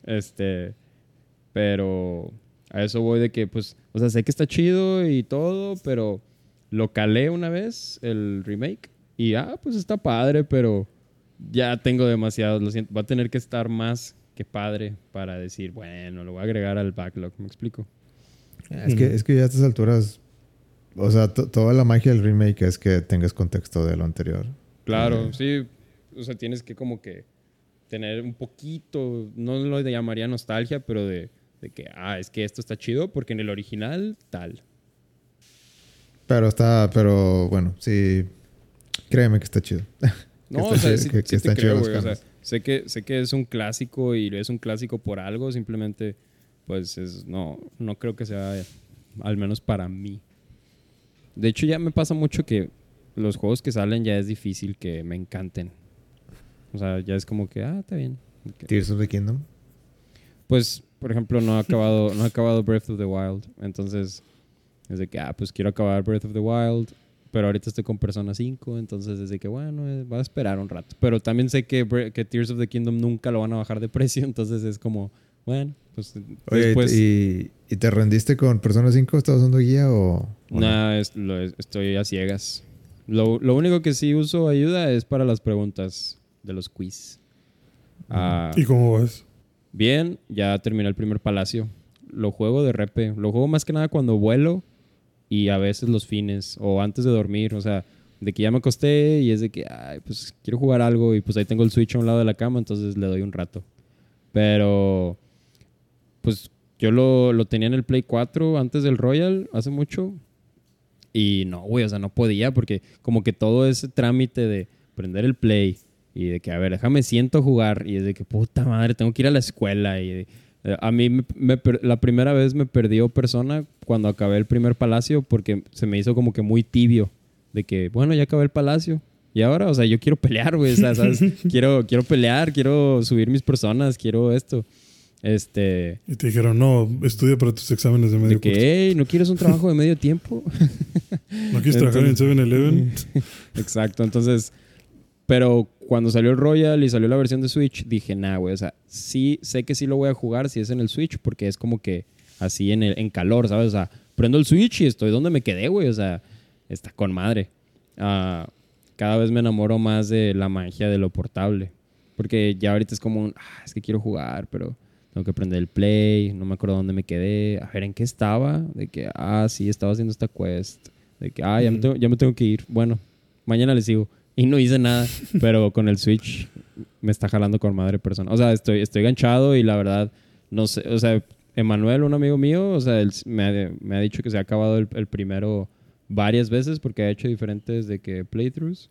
Pero a eso voy de que, pues, o sea, sé que está chido y todo, pero lo calé una vez, el remake, y pues está padre, pero ya tengo demasiado, lo siento, va a tener que estar más que padre para decir, bueno, lo voy a agregar al backlog, ¿me explico? Es que ya a estas alturas, o sea, toda la magia del remake es que tengas contexto de lo anterior. Claro, sí, o sea, tienes que como que tener un poquito, no lo llamaría nostalgia, pero de que, es que esto está chido porque en el original tal. Pero bueno, sí, créeme que está chido. No, o sea, sí te creo, güey. O sea, sé que es un clásico y es un clásico por algo. Simplemente, pues, no creo que sea, al menos para mí. De hecho, ya me pasa mucho que los juegos que salen ya es difícil que me encanten. O sea, ya es como que, está bien. Okay. Tears of the Kingdom. Pues, por ejemplo, no he acabado Breath of the Wild. Entonces, es de que, pues quiero acabar Breath of the Wild. Pero ahorita estoy con Persona 5, entonces desde que, bueno, va a esperar un rato. Pero también sé que Tears of the Kingdom nunca lo van a bajar de precio, entonces es como, bueno, pues oye, después... ¿y te rendiste con Persona 5? ¿Estás usando guía o...? Nah, estoy a ciegas. Lo único que sí uso ayuda es para las preguntas de los quiz. ¿Y cómo vas? Bien, ya terminé el primer palacio. Lo juego de repe. Lo juego más que nada cuando vuelo y a veces los fines o antes de dormir. O sea, de que ya me acosté y es de que, pues quiero jugar algo y pues ahí tengo el Switch a un lado de la cama, entonces le doy un rato. Pero, pues yo lo tenía en el Play 4 antes del Royal, hace mucho. Y no, güey, o sea, no podía porque como que todo ese trámite de prender el Play y de que, a ver, déjame siento a jugar y es de que, puta madre, tengo que ir a la escuela y... A mí la primera vez me perdió Persona cuando acabé el primer palacio porque se me hizo como que muy tibio. De que, bueno, ya acabé el palacio. Y ahora, o sea, yo quiero pelear, güey. O sea, ¿sabes? quiero pelear, quiero subir mis personas, quiero esto. Y te dijeron, no, estudia para tus exámenes de medio curso. Hey, ¿no quieres un trabajo de medio tiempo? ¿No quieres trabajar en 7-Eleven? Exacto, entonces... Pero cuando salió el Royal y salió la versión de Switch, dije, güey, o sea, sí, sé que sí lo voy a jugar si es en el Switch, porque es como que así en calor, ¿sabes? O sea, prendo el Switch y estoy donde me quedé, güey, o sea, está con madre. Cada vez me enamoro más de la magia de lo portable, porque ya ahorita es como es que quiero jugar, pero tengo que prender el Play, no me acuerdo dónde me quedé, a ver, ¿en qué estaba? De que, sí, estaba haciendo esta quest, de que, ya me tengo que ir, bueno, mañana le sigo. Y no hice nada, pero con el Switch me está jalando con madre Persona. O sea, estoy ganchado y la verdad, no sé. O sea, Emanuel, un amigo mío, o sea, él me ha dicho que se ha acabado el primero varias veces porque ha hecho diferentes de que playthroughs.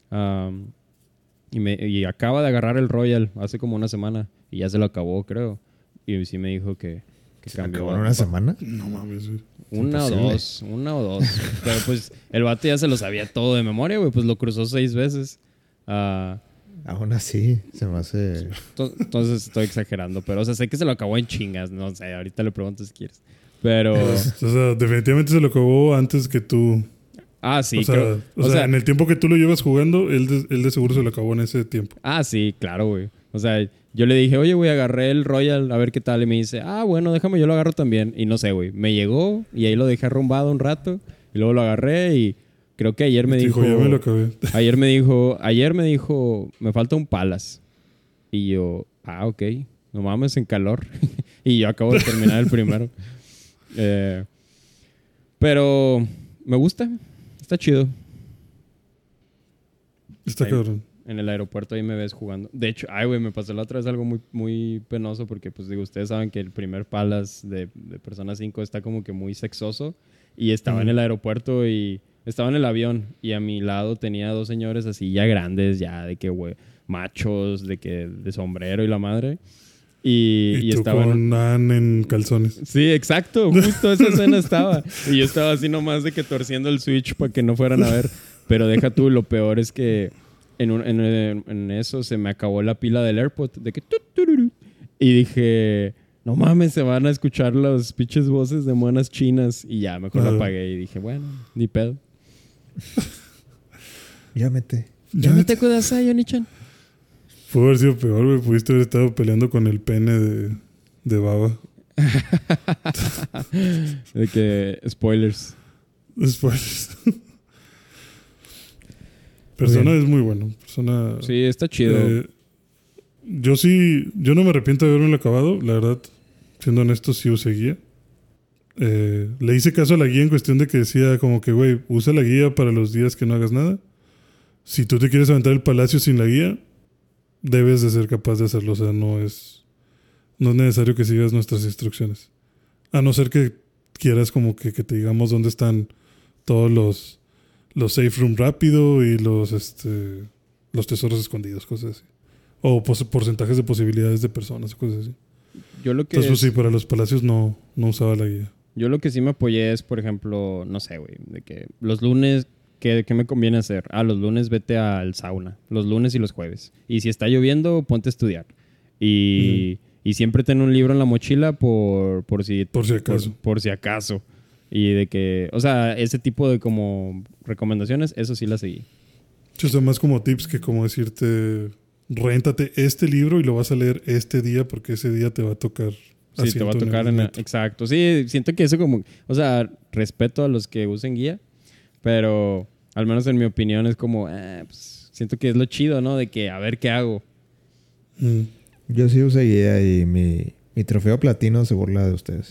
Y acaba de agarrar el Royal hace como una semana y ya se lo acabó, creo. Y sí me dijo que cambió. ¿Acabó en una semana? No mames, güey. Una o dos. Pero pues el vato ya se lo sabía todo de memoria, güey. Pues lo cruzó 6 veces. Aún así, se me hace... Entonces estoy exagerando. Pero, o sea, sé que se lo acabó en chingas. No sé, ahorita le pregunto si quieres. Pero... o sea, definitivamente se lo acabó antes que tú. Sí. O sea, en el tiempo que tú lo llevas jugando, él de seguro se lo acabó en ese tiempo. Sí, claro, güey. O sea, yo le dije, oye, güey, agarré el Royal, a ver qué tal. Y me dice, bueno, déjame, yo lo agarro también. Y no sé, güey, me llegó y ahí lo dejé arrumbado un rato. Y luego lo agarré y Creo que ayer me dijo... ya me lo acabé. Ayer me dijo, me falta un Palas. Y yo, ok. No mames, en calor. Y yo acabo de terminar el primero. Pero me gusta. Está chido. Está Ahí, cabrón. en el aeropuerto ahí me ves jugando. De hecho, güey, me pasó la otra vez algo muy, muy penoso porque, pues, digo, ustedes saben que el primer Palace de Persona 5 está como que muy sexoso. Y estaba en el aeropuerto y estaba en el avión. Y a mi lado tenía dos señores así ya grandes, ya de que, güey, machos, de sombrero y la madre. Y tú estaban con Nan en calzones. Sí, exacto. Justo esa escena estaba. Y yo estaba así nomás de que torciendo el switch para que no fueran a ver. Pero deja tú, lo peor es que en eso se me acabó la pila del AirPod. De que... Y dije... No mames, se van a escuchar las pinches voces de monas chinas. Y ya, mejor la apagué. Y dije, bueno, ni pedo. Llámete. Kudasai, Yoni-chan. Pudo haber sido peor, güey. Pudiste haber estado peleando con el pene de Baba. De que... Spoilers. Después. Persona es muy bueno. Persona... Sí, está chido. Yo no me arrepiento de haberme acabado. La verdad, siendo honesto, sí usé guía. Le hice caso a la guía en cuestión de que decía como que, güey, usa la guía para los días que no hagas nada. Si tú te quieres aventar el palacio sin la guía, debes de ser capaz de hacerlo. O sea, no es necesario que sigas nuestras instrucciones. A no ser que quieras como que te digamos dónde están todos los safe room rápido y los tesoros escondidos, cosas así. O porcentajes de posibilidades de personas, cosas así. Entonces, pues sí, para los palacios no usaba la guía. Yo lo que sí me apoyé es, por ejemplo, no sé, güey, de que los lunes, ¿qué me conviene hacer? Los lunes vete al sauna. Los lunes y los jueves. Y si está lloviendo, ponte a estudiar. Y siempre ten un libro en la mochila por si acaso. Por si acaso. Y de que, o sea, ese tipo de como recomendaciones, eso sí las seguí. O sea, más como tips que como decirte, réntate este libro y lo vas a leer este día porque ese día te va a tocar. Sí, te va a tocar exacto. Sí, siento que eso como, o sea, respeto a los que usen guía, pero al menos en mi opinión es como, pues, siento que es lo chido, ¿no? De que a ver qué hago. Yo sí usé guía y mi trofeo platino se burla de ustedes.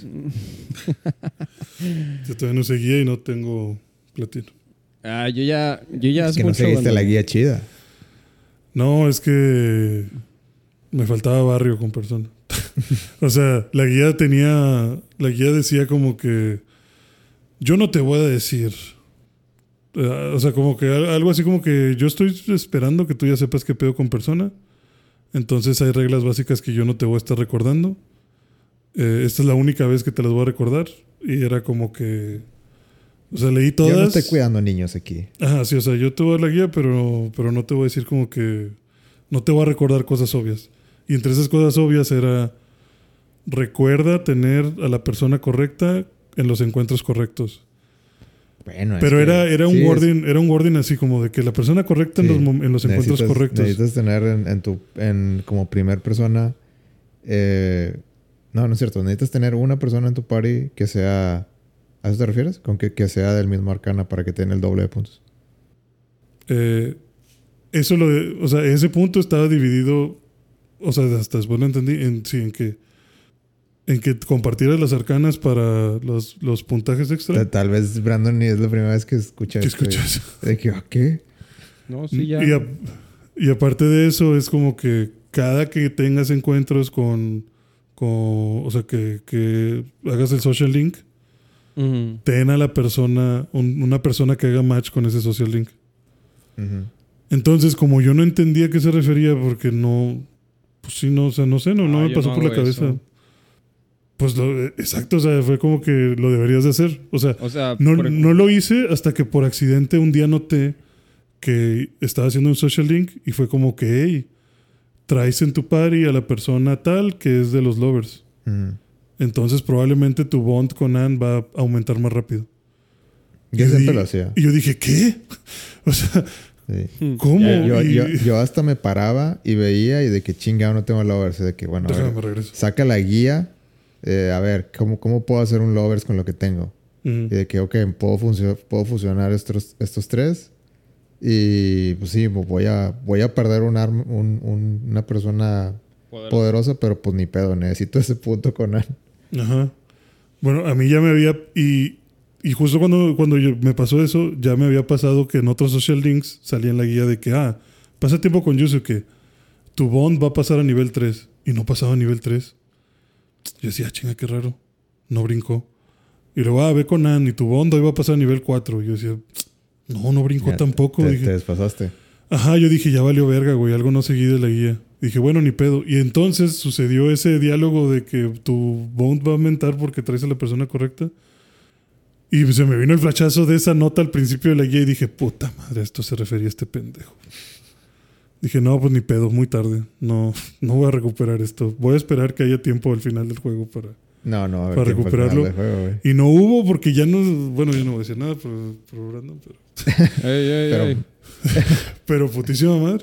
Yo todavía no usé guía y no tengo platino. Yo ya es que no seguiste la guía chida. No, es que me faltaba barrio con persona. O sea, la guía decía como que yo no te voy a decir. O sea, como que algo así como que yo estoy esperando que tú ya sepas qué pedo con persona. Entonces hay reglas básicas que yo no te voy a estar recordando. Esta es la única vez que te las voy a recordar. Y era como que... O sea, leí todas. Yo no estoy cuidando niños aquí. Ajá, sí, o sea, yo te voy a dar la guía, pero no te voy a decir como que... No te voy a recordar cosas obvias. Y entre esas cosas obvias era... Recuerda tener a la persona correcta en los encuentros correctos. Bueno, pero era un wording así como de que la persona correcta en los encuentros correctos. Necesitas tener como primer persona... no es cierto. Necesitas tener una persona en tu party que sea... ¿A eso te refieres? Con que sea del mismo arcana para que tenga el doble de puntos. O sea, ese punto estaba dividido... O sea, hasta después lo entendí en que compartieras las arcanas para los puntajes extra. Tal vez Brandon ni es la primera vez que escucha eso. De que, ¿qué? No, sí, ya. Y aparte de eso, es como que cada que tengas encuentros o sea, que hagas el social link, ten a la persona, una persona que haga match con ese social link. Entonces, como yo no entendía a qué se refería, porque no... Pues sí, no, o sea, no sé, no me pasó por la cabeza. Eso. Pues exacto, o sea, fue como que lo deberías de hacer. O sea no lo hice hasta que por accidente un día noté que estaba haciendo un social link y fue como que, hey, traes en tu party a la persona tal que es de los lovers. Entonces probablemente tu bond con Ann va a aumentar más rápido. Yo siempre lo hacía. Y yo dije, ¿qué? O sea... Sí. ¿Cómo? Yo hasta me paraba y veía y de que chingado no tengo lovers. De que, bueno, déjame regreso. Saca la guía. A ver, ¿cómo puedo hacer un lovers con lo que tengo? Y de que, ok, puedo fusionar estos tres. Y pues sí, voy a perder una persona poderosa, pero pues ni pedo, necesito ese punto con Anne. Ajá. Bueno, a mí ya me había... Y justo cuando me pasó eso, ya me había pasado que en otros social links salía en la guía de que, pasa tiempo con Yusuke, tu bond va a pasar a nivel 3. Y no pasaba a nivel 3. Yo decía, chinga, qué raro. No brincó. Y luego, ve con Anne y tu bond hoy va a pasar a nivel 4. Y yo decía, no brincó tampoco. Te dije, despasaste. Ajá, yo dije, ya valió verga, güey, algo no seguí de la guía. Dije, bueno, ni pedo. Y entonces sucedió ese diálogo de que tu bond va a aumentar porque traes a la persona correcta. Y se me vino el flachazo de esa nota al principio de la guía y dije, puta madre, a esto se refería este pendejo. Dije, no, pues ni pedo, muy tarde. No voy a recuperar esto. Voy a esperar que haya tiempo al final del juego para recuperarlo. Juego, y no hubo porque ya no... Bueno, yo no voy a decir nada por Brandon, pero... Pero putísima madre.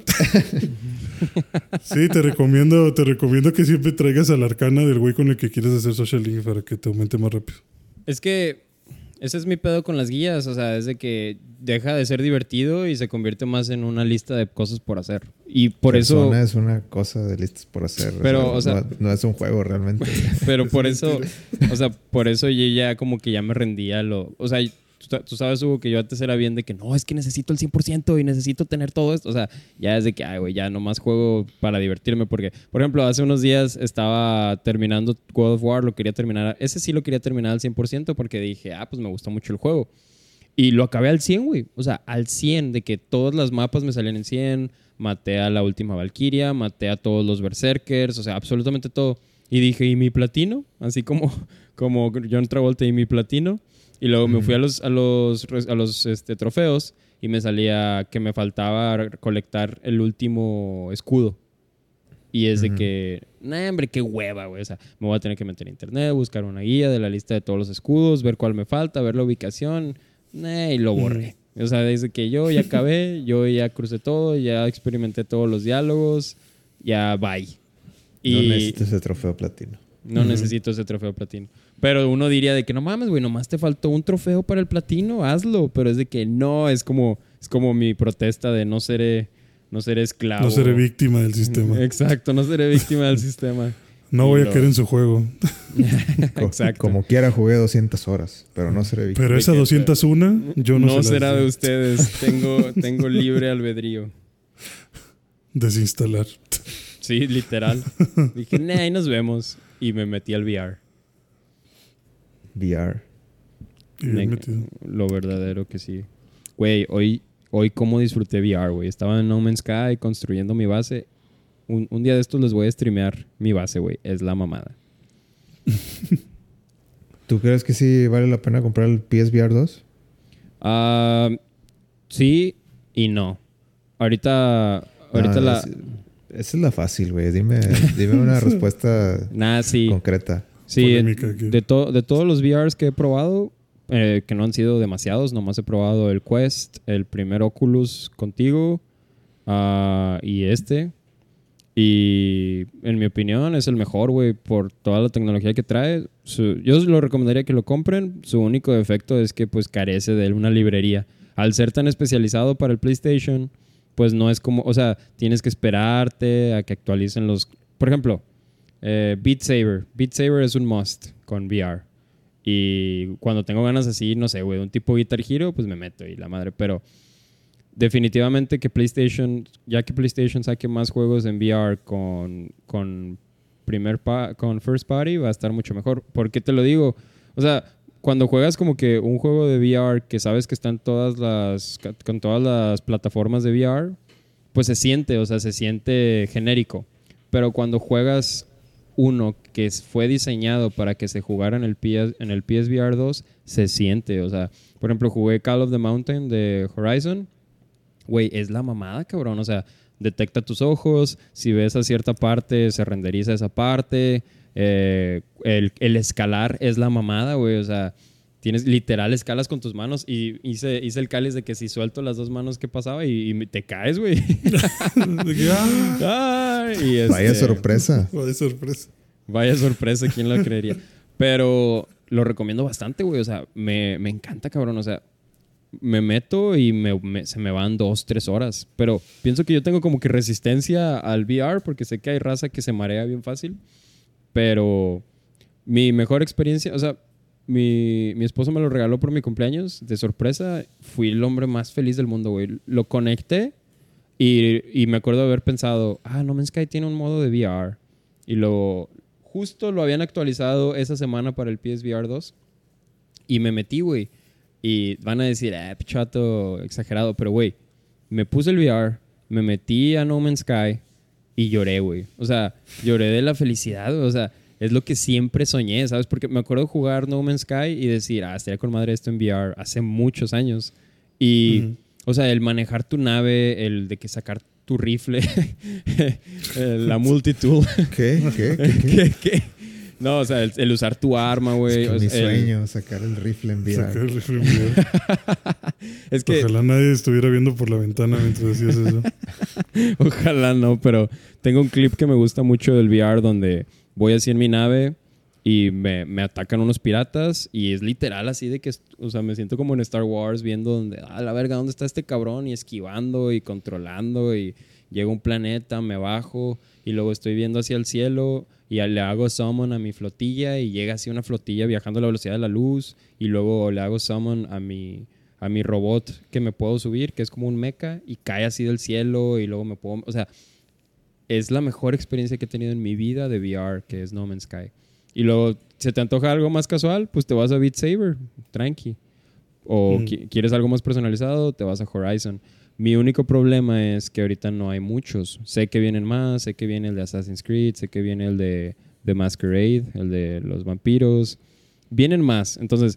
Sí, te recomiendo que siempre traigas a la arcana del güey con el que quieres hacer social link para que te aumente más rápido. Es que ese es mi pedo con las guías, o sea, es de que deja de ser divertido y se convierte más en una lista de cosas por hacer. Y por eso... es una cosa de listas por hacer. Pero, no es un juego realmente. Pero por eso, por eso yo ya como que ya me rendía o sea, tú sabes, Hugo, que yo antes era bien de que no, es que necesito el 100% y necesito tener todo esto. O sea, ya es de que, güey, ya nomás juego para divertirme. Porque, por ejemplo, hace unos días estaba terminando God of War, lo quería terminar. Ese sí lo quería terminar al 100% porque dije, pues me gustó mucho el juego. Y lo acabé al 100, güey. O sea, al 100, de que todas las mapas me salían en 100. Maté a la última Valkyria, maté a todos los Berserkers, o sea, absolutamente todo. Y dije, ¿y mi platino? Así como John Travolta y mi platino. Y luego me fui a los trofeos y me salía que me faltaba colectar el último escudo. Y es de que, hombre, qué hueva, güey. O sea, me voy a tener que meter en internet, buscar una guía de la lista de todos los escudos, ver cuál me falta, ver la ubicación. Y lo borré. O sea, desde que yo ya acabé, yo ya crucé todo, ya experimenté todos los diálogos, ya bye. No necesito ese trofeo platino. No necesito ese trofeo platino. Pero uno diría de que no mames, güey, nomás te faltó un trofeo para el platino, hazlo. Pero es de que no, es como mi protesta de no seré esclavo. No seré víctima del sistema. Exacto, no seré víctima del sistema. No voy a caer en su juego. Exacto. Como quiera jugué 200 horas, pero no seré víctima. Pero esa 201, yo no será de ustedes. Tengo libre albedrío. Desinstalar. Sí, literal. Dije, ahí nos vemos. Y me metí al VR. VR. Lo verdadero que sí. Güey, hoy cómo disfruté VR, güey. Estaba en No Man's Sky construyendo mi base. Un día de estos les voy a streamear mi base, güey. Es la mamada. ¿Tú crees que sí vale la pena comprar el PSVR 2? Sí y no. Ahorita esa es la fácil, güey. Dime una respuesta concreta. Sí, de todos los VRs que he probado, que no han sido demasiados, nomás he probado el Quest, el primer Oculus contigo y Y en mi opinión es el mejor, güey, por toda la tecnología que trae. Yo lo recomendaría que lo compren. Su único defecto es que pues carece de una librería. Al ser tan especializado para el PlayStation, pues no es como... O sea, tienes que esperarte a que actualicen los... Por ejemplo, Beat Saber. Beat Saber es un must con VR. Y cuando tengo ganas así, no sé, güey, de un tipo Guitar Hero, pues me meto y la madre. Pero definitivamente que PlayStation saque más juegos en VR con first party, va a estar mucho mejor. ¿Por qué te lo digo? O sea, cuando juegas como que un juego de VR que sabes que están con todas las plataformas de VR, pues se siente genérico. Pero cuando juegas uno que fue diseñado para que se jugara en el PSVR 2, se siente. O sea, por ejemplo, jugué Call of the Mountain de Horizon. Güey, es la mamada, cabrón. O sea, detecta tus ojos. Si ves a cierta parte, se renderiza esa parte. El escalar es la mamada, güey. O sea, tienes literal escalas con tus manos. Y hice el cáliz de que si suelto las dos manos, ¿qué pasaba? Y te caes, güey. Vaya sorpresa. Vaya sorpresa. Vaya sorpresa, ¿quién lo creería? Pero lo recomiendo bastante, güey. O sea, me encanta, cabrón. O sea, me meto y se me van 2-3 horas. Pero pienso que yo tengo como que resistencia al VR porque sé que hay raza que se marea bien fácil. Pero mi mejor experiencia, o sea, mi esposo me lo regaló por mi cumpleaños de sorpresa. Fui el hombre más feliz del mundo, güey. Lo conecté y me acuerdo de haber pensado, No Man's Sky tiene un modo de VR. Y justo lo habían actualizado esa semana para el PSVR 2. Y me metí, güey. Y van a decir, pichato, exagerado. Pero, güey, me puse el VR, me metí a No Man's Sky y lloré, güey. O sea, lloré de la felicidad, güey. O sea, es lo que siempre soñé, ¿sabes? Porque me acuerdo jugar No Man's Sky y decir, estaría con madre esto en VR hace muchos años. Y, o sea, el manejar tu nave, el de que sacar tu rifle, la multitool. ¿Qué? No, o sea, el usar tu arma, güey. Es que mi sueño, sacar el rifle en VR. Sacar el rifle en VR. Es que... Ojalá nadie estuviera viendo por la ventana mientras decías eso. Ojalá no, pero tengo un clip que me gusta mucho del VR donde voy así en mi nave y me atacan unos piratas y es literal así de que, o sea, me siento como en Star Wars viendo donde, la verga, ¿dónde está este cabrón? Y esquivando y controlando y llega un planeta, me bajo y luego estoy viendo hacia el cielo y le hago summon a mi flotilla y llega así una flotilla viajando a la velocidad de la luz y luego le hago summon a mi robot que me puedo subir, que es como un mecha y cae así del cielo y luego me puedo... O sea, es la mejor experiencia que he tenido en mi vida de VR, que es No Man's Sky. Y luego, ¿se te antoja algo más casual? Pues te vas a Beat Saber, tranqui. O quieres algo más personalizado, te vas a Horizon. Mi único problema es que ahorita no hay muchos. Sé que vienen más, sé que viene el de Assassin's Creed, sé que viene el de Masquerade, el de los vampiros. Vienen más. Entonces,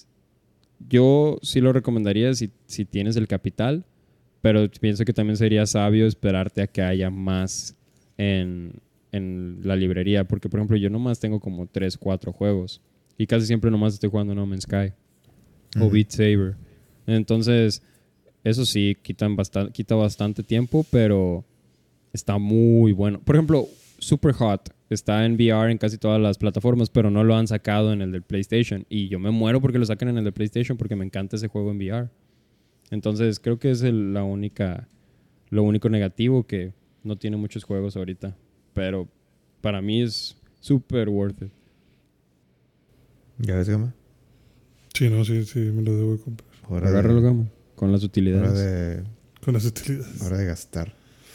yo sí lo recomendaría si tienes el capital, pero pienso que también sería sabio esperarte a que haya más en la librería. Porque, por ejemplo, yo nomás tengo como 3-4 juegos y casi siempre nomás estoy jugando No Man's Sky o Beat Saber. Entonces... Eso sí, quita bastante tiempo, pero está muy bueno. Por ejemplo, Superhot está en VR en casi todas las plataformas, pero no lo han sacado en el del PlayStation. Y yo me muero porque lo saquen en el de PlayStation porque me encanta ese juego en VR. Entonces, creo que es lo único negativo, que no tiene muchos juegos ahorita. Pero para mí es súper worth it. ¿Ya ves, Gama? Sí, me lo debo de comprar. Agárralo, Gama. Con las utilidades. Con las utilidades. Hora de gastar.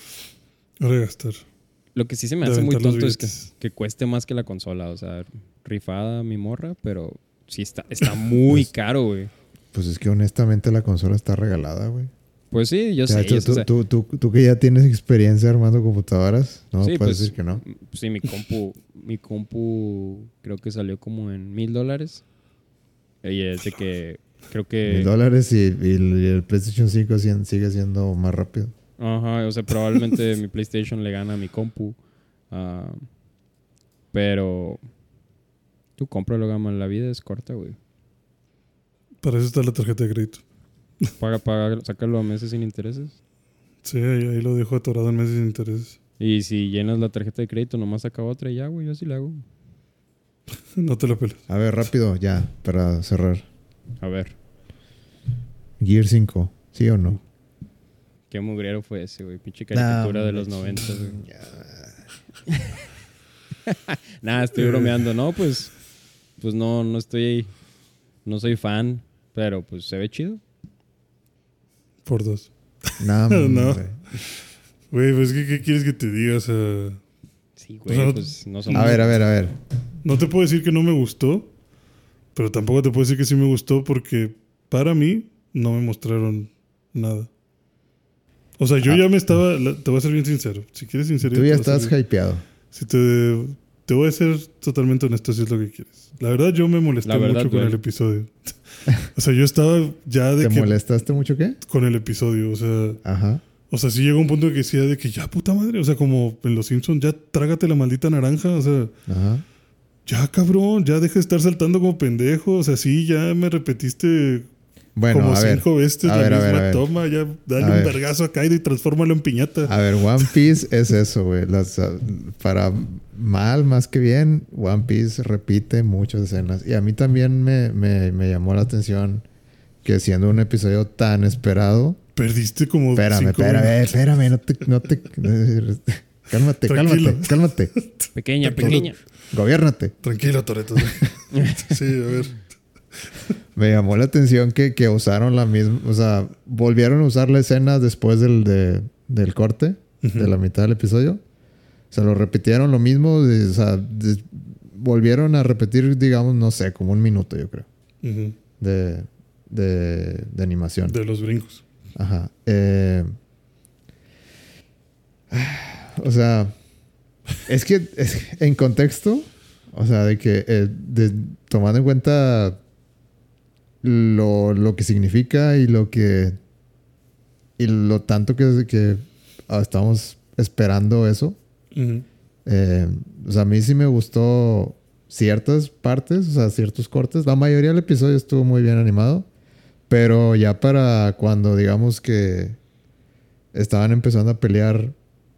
Lo que sí se me hace muy tonto es que cueste más que la consola. O sea, rifada mi morra, pero sí está muy caro, güey. Pues es que honestamente la consola está regalada, güey. Pues sí, yo sé. Tú que ya tienes experiencia armando computadoras, no sí, puedes decir que no. Sí, mi compu creo que salió como en $1,000. Y es de que creo que... $1,000 y el PlayStation 5 sigue siendo más rápido. Ajá, o sea, probablemente mi PlayStation le gana a mi compu. Pero tú cómpralo, Gama. La vida es corta, güey. Para eso está la tarjeta de crédito. Paga, sácalo a meses sin intereses. Sí, ahí lo dejo atorado en meses sin intereses. Y si llenas la tarjeta de crédito, nomás saca otra y ya, güey. Yo así la hago. No te la pelas. A ver, rápido, ya, para cerrar. A ver. Gear 5, ¿sí o no? Qué mugrero fue ese, güey. Pinche caricatura de los 90, güey. Nada, estoy bromeando. No, pues no estoy... No soy fan, pero pues se ve chido. Por 2. No. Güey, pues ¿qué quieres que te diga? O sea... Sí, güey, pues no somos... A ver. No te puedo decir que no me gustó, pero tampoco te puedo decir que sí me gustó porque para mí no me mostraron nada. O sea, yo ya me estaba... Te voy a ser bien sincero. Si quieres sinceridad... Tú ya estás hypeado. Si te voy a ser totalmente honesto si es lo que quieres. La verdad, yo me molesté mucho con el episodio. O sea, yo estaba ya de ¿Te molestaste mucho qué? Con el episodio, o sea... Ajá. O sea, sí llegó un punto que decía de que ya, puta madre. O sea, como en Los Simpsons, ya trágate la maldita naranja. O sea... Ajá. Ya, cabrón, ya deja de estar saltando como pendejo. O sea, sí, ya me repetiste Bueno, como a ver. 5 veces A la ver, a misma ver, a ver. toma. Ya dale A un ver. vergazo a Kaido y transfórmalo en piñata. A ver, One Piece es eso, güey. Para mal, más que bien, One Piece repite muchas escenas. Y a mí también me llamó la atención que siendo un episodio tan esperado... Perdiste como Espérame, 5 minutos. espérame. Cálmate, Tranquilo. cálmate. Pequeña. Gobiérnate. Tranquilo, Toretto. Sí, a ver. Me llamó la atención que usaron la misma... O sea, volvieron a usar la escena después del corte, de la mitad del episodio. O sea, lo repitieron lo mismo. Volvieron a repetir, digamos, no sé, como 1 minuto, yo creo. Ujú. De animación. De los brincos. Ajá. O sea, es que en contexto, o sea, de que tomando en cuenta lo que significa y lo tanto que estamos esperando eso. Ujú. O sea, a mí sí me gustó ciertas partes, o sea, ciertos cortes. La mayoría del episodio estuvo muy bien animado. Pero ya para cuando digamos que estaban empezando a pelear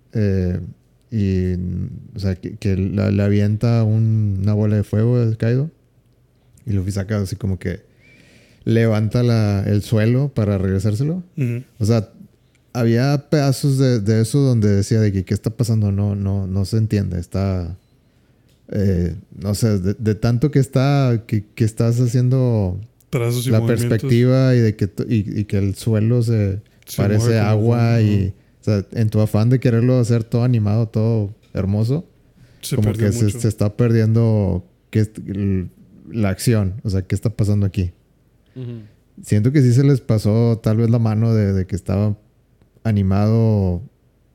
y, o sea, que le avienta una bola de fuego a Kaido y Luffy saca así como que levanta el suelo para regresárselo. Ujú. O sea, había pedazos de eso donde decía de que qué está pasando, no se entiende. Está, no sé, de tanto que estás haciendo Trazos y la movimientos. perspectiva y de que el suelo se parece mueve como agua un- y, o sea, en tu afán de quererlo hacer todo animado, todo hermoso, Se como perdió que se mucho. está perdiendo la acción, o sea, qué está pasando aquí. Siento que sí se les pasó tal vez la mano de que estaba animado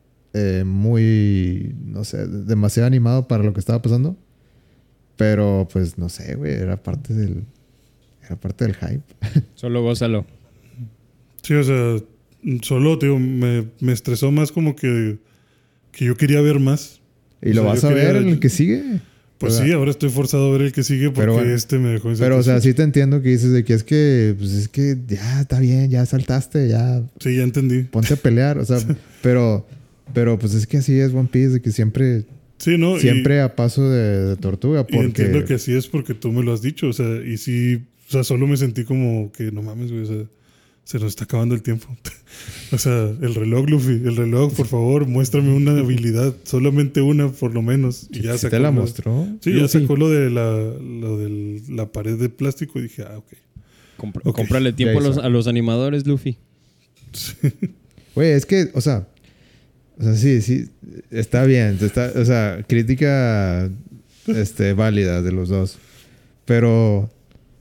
muy, no sé, demasiado animado para lo que estaba pasando. Pero pues no sé, güey, era parte del hype. Solo gózalo. Sí, o sea, solo, digo, me estresó más como que yo quería ver más. Y O lo sea, vas yo a ver quería- en el que sigue. Pues O sea, sí, ahora estoy forzado a ver el que sigue porque Pero bueno, me dejó Pero, o sea, insatisfecho. sí te entiendo que dices de que pues es que ya está bien, ya saltaste, ya Sí, ya entendí. ponte a pelear. O sea, pero pues es que así es One Piece, de que siempre Sí, ¿no? a paso de tortuga. Y entiendo que Porque así es porque tú me lo has dicho, o sea, y sí, o sea, solo me sentí como que no mames, güey, o sea, se nos está acabando el tiempo. O sea, el reloj, Luffy, el reloj, por favor, muéstrame una habilidad, solamente una por lo menos. Y ya ¿sí sacó te la lo- mostró. Sí, ya Luffy. sacó lo de la pared de plástico y dije, ah, ok. Ok. Cómprale tiempo Ya hizo. a los animadores, Luffy. Güey, es que, o sea, sí, está bien. O sea, crítica válida de los dos. Pero,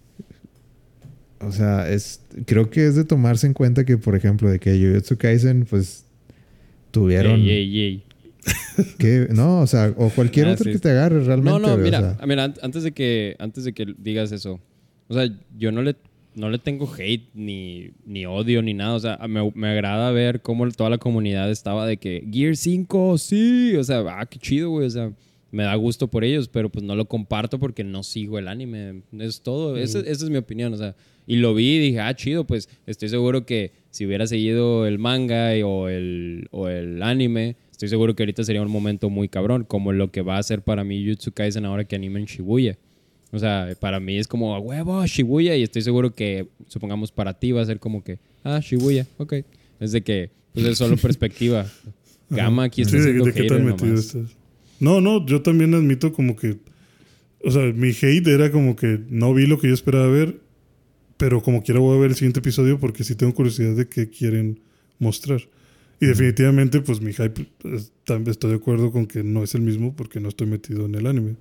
o sea, creo que es de tomarse en cuenta que, por ejemplo, de que Jujutsu Kaisen, pues, tuvieron... Ey. No, o sea, o cualquier Ah, otro sí. que te agarre realmente. No, güey, mira, o sea. mira, antes de que digas eso, o sea, yo no le tengo hate ni odio ni nada, o sea, me agrada ver cómo toda la comunidad estaba de que Gear 5, sí, o sea, qué chido, güey, o sea, me da gusto por ellos, pero pues no lo comparto porque no sigo el anime, es todo, esa es mi opinión, o sea, y lo vi y dije, chido, pues estoy seguro que si hubiera seguido el manga o el anime, estoy seguro que ahorita sería un momento muy cabrón, como lo que va a ser para mí Jujutsu Kaisen ahora que animen Shibuya. O sea, para mí es como, a huevo, Shibuya, y estoy seguro que, supongamos, para ti va a ser como que, Shibuya, ok. Es de que, pues es solo perspectiva. Gama aquí está Sí, siendo ¿de qué tan hater metido nomás. estás? No, yo también admito como que, o sea, mi hate era como que no vi lo que yo esperaba ver, pero como quiera voy a ver el siguiente episodio porque sí tengo curiosidad de qué quieren mostrar. Y definitivamente, pues mi hype, estoy de acuerdo con que no es el mismo porque no estoy metido en el anime.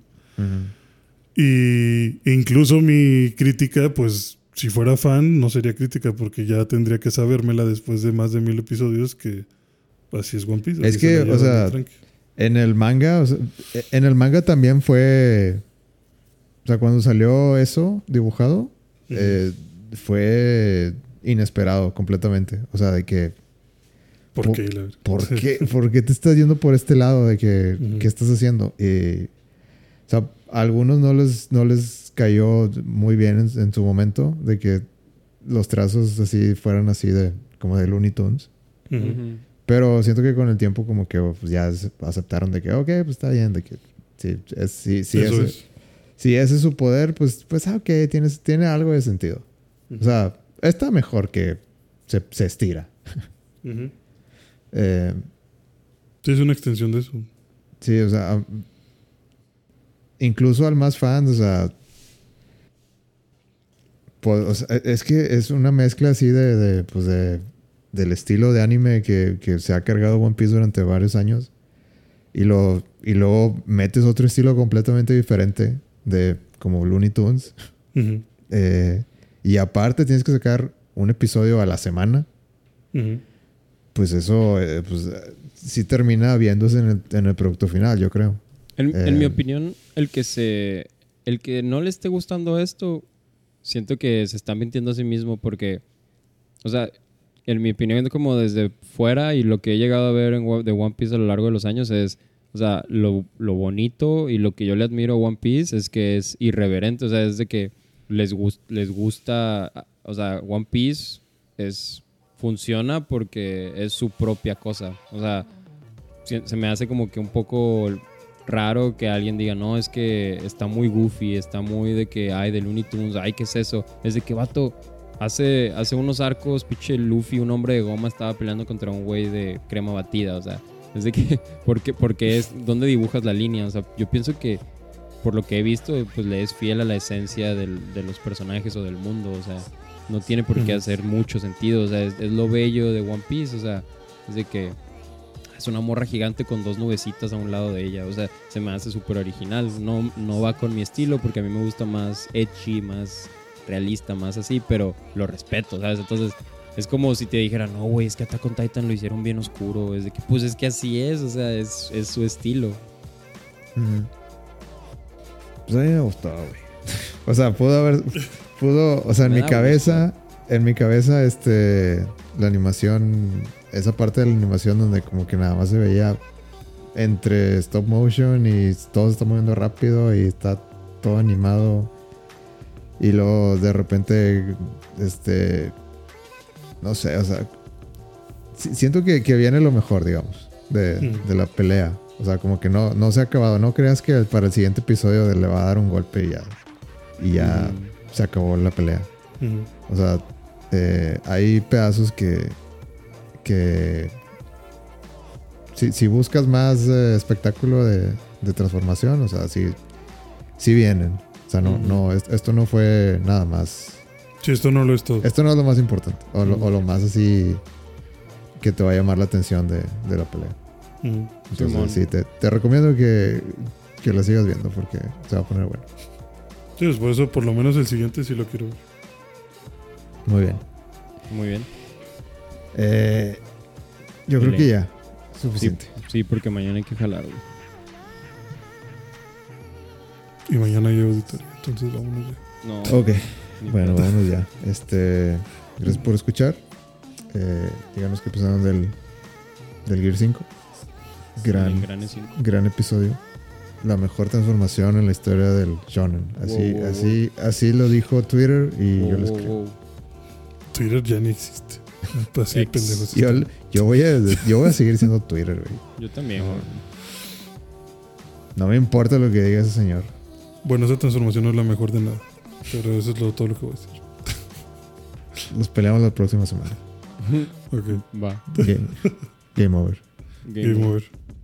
Y incluso mi crítica, pues si fuera fan, no sería crítica porque ya tendría que sabérmela después de más de 1000 episodios que así es One Piece. Es así que, se la llevan o sea, bien tranqui. En el manga, también fue... O sea, cuando salió eso dibujado, fue inesperado completamente. O sea, de que... ¿Por qué? La verdad? ¿Por qué te estás yendo por este lado de que... Ujú. ¿Qué estás haciendo? O sea, a algunos no les cayó muy bien en su momento de que los trazos así fueran así de como de Looney Tunes. Ujú. Ujú. Pero siento que con el tiempo como que pues, ya aceptaron de que, ok, pues está bien, de que Eso es. si ese es su poder, pues ok, tiene algo de sentido. O sea, está mejor que se estira. Ujú. Eh, Sí, es una extensión de eso. sí, o sea, incluso al más fan, o sea, pues, o sea, es que es una mezcla así pues del estilo de anime que se ha cargado One Piece durante varios años. Y luego metes otro estilo completamente diferente de como Looney Tunes. Ujú. Y aparte tienes que sacar un episodio a la semana. Ujú. Pues eso sí termina viéndose en el producto final, yo creo. En mi opinión, el que no le esté gustando esto, siento que se está mintiendo a sí mismo porque, o sea, en mi opinión, como desde fuera y lo que he llegado a ver de One Piece a lo largo de los años es, o sea, lo bonito y lo que yo le admiro a One Piece es que es irreverente, o sea, es de que les gusta, o sea, One Piece funciona porque es su propia cosa, o sea, se me hace como que un poco raro que alguien diga, no, es que está muy goofy, está muy de que, ay, de Looney Tunes, ay, ¿qué es eso? Es de que, vato, hace unos arcos, pinche Luffy, un hombre de goma, estaba peleando contra un güey de crema batida, o sea, es de que, porque es, ¿dónde dibujas la línea? O sea, yo pienso que, por lo que he visto, pues le es fiel a la esencia de los personajes o del mundo, o sea, no tiene por qué hacer mucho sentido, o sea, es lo bello de One Piece, o sea, es de que es una morra gigante con dos nubecitas a un lado de ella. O sea, se me hace súper original. No va con mi estilo porque a mí me gusta más edgy, más realista, más así, pero lo respeto, ¿sabes? Entonces, es como si te dijera, no, güey, es que Attack on Titan lo hicieron bien oscuro. Es de que, pues es que así es, o sea, es su estilo. Ujú. Pues a mí me gustó, güey. O sea, o sea, Me da en mi cabeza, la animación, esa parte de la animación donde como que nada más se veía entre stop motion y todo se está moviendo rápido y está todo animado. Y luego de repente, no sé, o sea, siento que viene lo mejor, digamos, de la pelea. O sea, como que no se ha acabado. No creas que para el siguiente episodio le va a dar un golpe y ya se acabó la pelea. Ujú. O sea, hay pedazos que si buscas más espectáculo de transformación, o sea, sí vienen. O sea, esto no fue nada más. Sí, esto no lo es todo. Esto no es lo más importante. O lo más así que te va a llamar la atención de la pelea. Ujú. Entonces, sí, te recomiendo que la sigas viendo porque se va a poner bueno. Sí, pues por eso por lo menos el siguiente sí lo quiero ver. Muy bien. Muy bien. Yo creo Dile. que ya. Suficiente. Sí, porque mañana hay que jalar, güey. Y mañana hay auditorio, entonces vámonos ya. No. Ok. ni Bueno, pedo. vámonos ya. Gracias por escuchar. Díganos qué pensaron del Gear 5. Gran es cinco. Gran episodio. La mejor transformación en la historia del shonen. Así lo dijo Twitter y yo les creo. Twitter ya ni existe. Así Ex. pendejos. Yo voy a seguir siendo Twitter, güey. Yo también, güey. No me importa lo que diga ese señor. Bueno, esa transformación no es la mejor de nada. Pero eso es todo lo que voy a decir. Nos peleamos la próxima semana. Ok. Va. Game over. Game over.